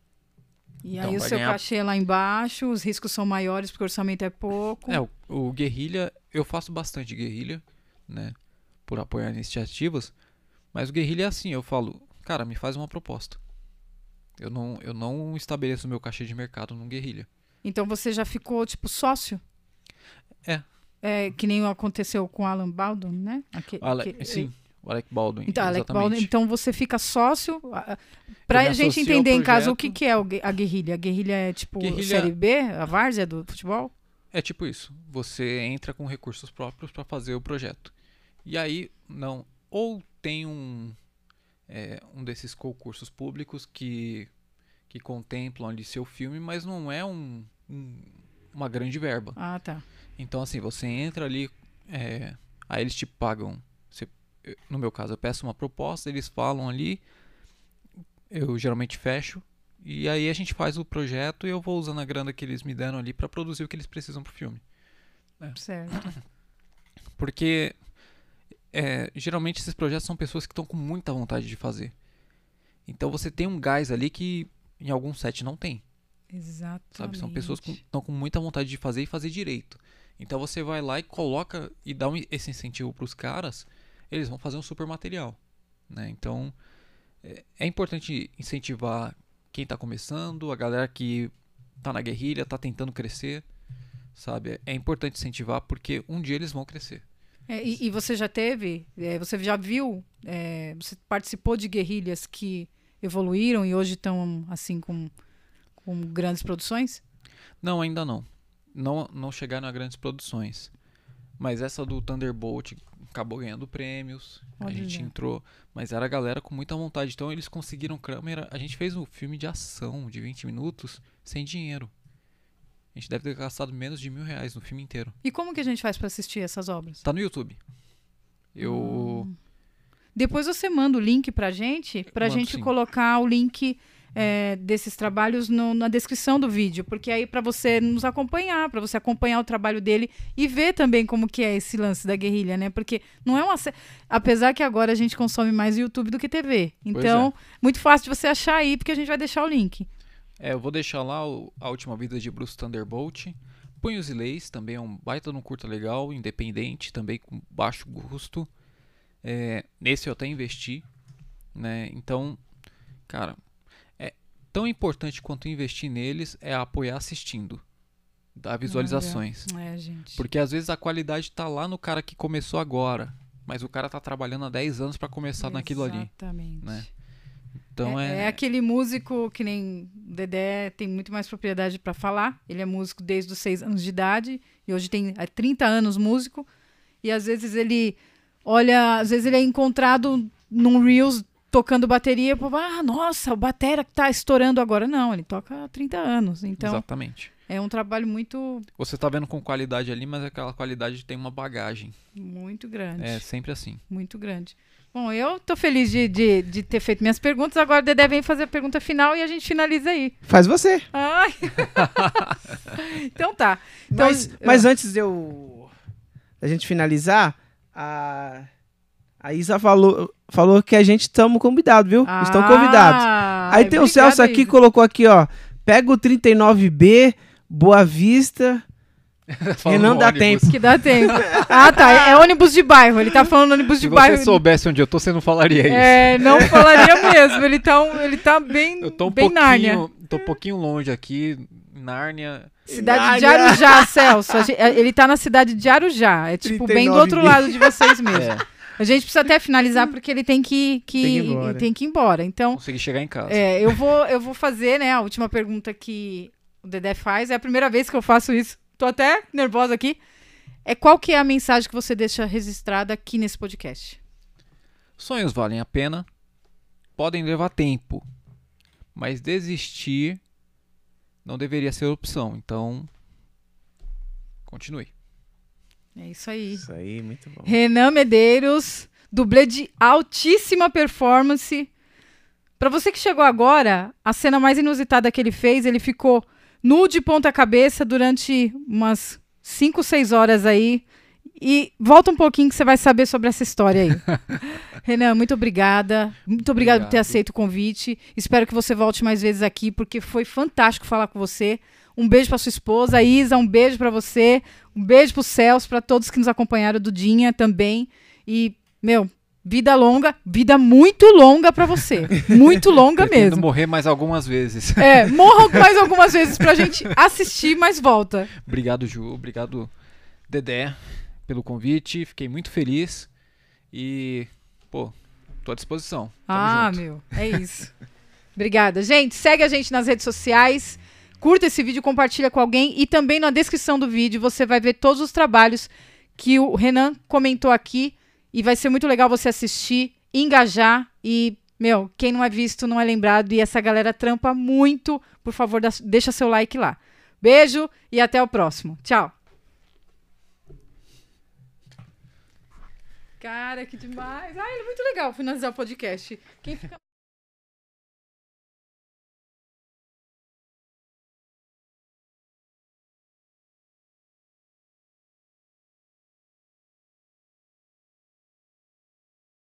E Então, aí o vai seu ganhar- cachê é lá embaixo, os riscos são maiores porque o orçamento é pouco. É, o, o guerrilha, eu faço bastante guerrilha, né, por apoiar iniciativas, mas o guerrilha é assim, eu falo, cara, me faz uma proposta. Eu não, eu não estabeleço meu cachê de mercado num guerrilha. Então você já ficou, tipo, sócio? É. É, que nem aconteceu com o Alan Baldwin, né? Aque- Ale- que- sim, o Alec Baldwin, Então, Alec exatamente. Baldwin, então você fica sócio. a- Eu Pra me gente associo ao entender em casa o projeto. que, que é o gue- a guerrilha. A guerrilha é tipo Guerrilha- Série B, a várzea do futebol? É tipo isso. Você entra com recursos próprios para fazer o projeto. E aí, não. Ou tem um, é, um desses concursos públicos que, que contemplam ali seu filme, mas não é um, um- uma grande verba. Ah, tá. Então, assim, você entra ali, é, aí eles te pagam. Você, eu- no meu caso, eu peço uma proposta, eles falam ali, eu geralmente fecho. E aí a gente faz o projeto e eu vou usando a grana que eles me deram ali para produzir o que eles precisam pro filme. Certo. Porque é, geralmente esses projetos são pessoas que estão com muita vontade de fazer. Então você tem um gás ali que em algum set não tem, Exatamente. sabe? São pessoas que estão com muita vontade de fazer e fazer direito. Então você vai lá e coloca e dá um- esse incentivo pros caras, eles vão fazer um super material, né? Então é, é importante incentivar quem tá começando, a galera que tá na guerrilha, tá tentando crescer, sabe? É importante incentivar porque um dia eles vão crescer. É, e, e você já teve, é, você já viu, é, você participou de guerrilhas que evoluíram e hoje estão assim com, com grandes produções? Não, ainda não. Não, não chegaram a grandes produções. Mas essa do Thunderbolt acabou ganhando prêmios. Olha. A gente entrou. Mas era a galera com muita vontade. Então eles conseguiram câmera. A gente fez um filme de ação de vinte minutos sem dinheiro. A gente deve ter gastado menos de mil reais no filme inteiro. E como que a gente faz para assistir essas obras? Tá no YouTube. Eu. Hum. Depois você manda o link pra gente, pra Mando, gente sim. colocar o link é, desses trabalhos no- na descrição do vídeo, porque aí pra você nos acompanhar, pra você acompanhar o trabalho dele e ver também como que é esse lance da guerrilha, né? Porque não é uma... sé- Apesar que agora a gente consome mais YouTube do que T V. Então, muito fácil de você achar aí, porque a gente vai deixar o link. É, eu vou deixar lá o- A Última Vida de Bruce Thunderbolt. Punhos e Leis, também é um baita no curta legal, independente, também com baixo custo. É, nesse eu até investi, né? Então, cara, é tão importante quanto investir neles é apoiar assistindo, dar visualizações. É, gente. Porque às vezes a qualidade tá lá no cara que começou agora, mas o cara tá trabalhando há dez anos para começar naquilo ali, Exatamente. né? Então é, é, é aquele músico que nem o Dedé tem muito mais propriedade para falar. Ele é músico desde os seis anos de idade e hoje tem é, trinta anos músico. E às vezes ele olha, às vezes ele é encontrado num Reels tocando bateria e fala, ah, nossa, o batera que tá estourando agora. Não, ele toca há trinta anos. Então exatamente. é um trabalho muito, Você tá vendo com qualidade ali, mas aquela qualidade tem uma bagagem. muito grande. É sempre assim. Muito grande. Bom, eu tô feliz de, de, de ter feito minhas perguntas. Agora o Dedé vem fazer a pergunta final e a gente finaliza aí. Faz você. Ai. Então tá. Então, Mas, mas antes de eu da gente finalizar, a, a Isa falou, falou que a gente estamos convidados, viu? Ah, Estão convidados. Aí tem o obrigada, Celso aqui, Isa. colocou aqui, ó. Pega o trinta e nove B, Boa Vista. Falando não no dá ônibus. tempo. Que dá tempo. Ah, tá. É, é ônibus de bairro. Ele tá falando ônibus Se de bairro. você soubesse onde eu tô, você não falaria isso. É, não falaria mesmo. Ele tá, um- ele tá bem, Eu tô um bem Nárnia. pouquinho, tô um pouquinho longe aqui, Nárnia. Cidade de Nárnia. Arujá, Celso. A gen- Ele tá na cidade de Arujá. É tipo bem do outro trinta e nove B. lado de vocês mesmo. É, A gente precisa até finalizar porque ele tem que, que, Tem que ir embora. tem que ir embora. Então, consegui chegar em casa. é, eu, vou, eu vou fazer, né? A última pergunta que o Dedé faz. É a primeira vez que eu faço isso. Tô até nervosa aqui. É qual que é a mensagem que você deixa registrada aqui nesse podcast? Sonhos valem a pena, podem levar tempo, mas desistir não deveria ser opção. Então, continue. É isso aí. Isso aí, muito bom. Renan Medeiros, dublê de altíssima performance. Pra você que chegou agora, a cena mais inusitada que ele fez, ele ficou nu de ponta cabeça durante umas cinco, seis horas aí. E volta um pouquinho que você vai saber sobre essa história aí. Renan, muito obrigada. Muito obrigada por ter Obrigado. aceito o convite. Espero que você volte mais vezes aqui, porque foi fantástico falar com você. Um beijo pra sua esposa, Isa, um beijo pra você. Um beijo pro Celso, pra todos que nos acompanharam, Dudinha também. E, meu, vida longa, vida muito longa pra você. Muito longa Pretendo mesmo. morrer mais algumas vezes. É, morram mais algumas vezes pra gente assistir, mas volta. Obrigado, Ju. Obrigado, Dedé, pelo convite. Fiquei muito feliz. E, pô, tô à disposição. Tamo Ah, junto. meu, é isso. Obrigada. Gente, segue a gente nas redes sociais. Curta esse vídeo, compartilha com alguém. E também na descrição do vídeo você vai ver todos os trabalhos que o Renan comentou aqui. E vai ser muito legal você assistir, engajar e, meu, quem não é visto não é lembrado. E essa galera trampa muito. Por favor, dá- deixa seu like lá. Beijo e até o próximo. Tchau. Cara, que demais. Ai, é muito legal finalizar o podcast. Quem fica...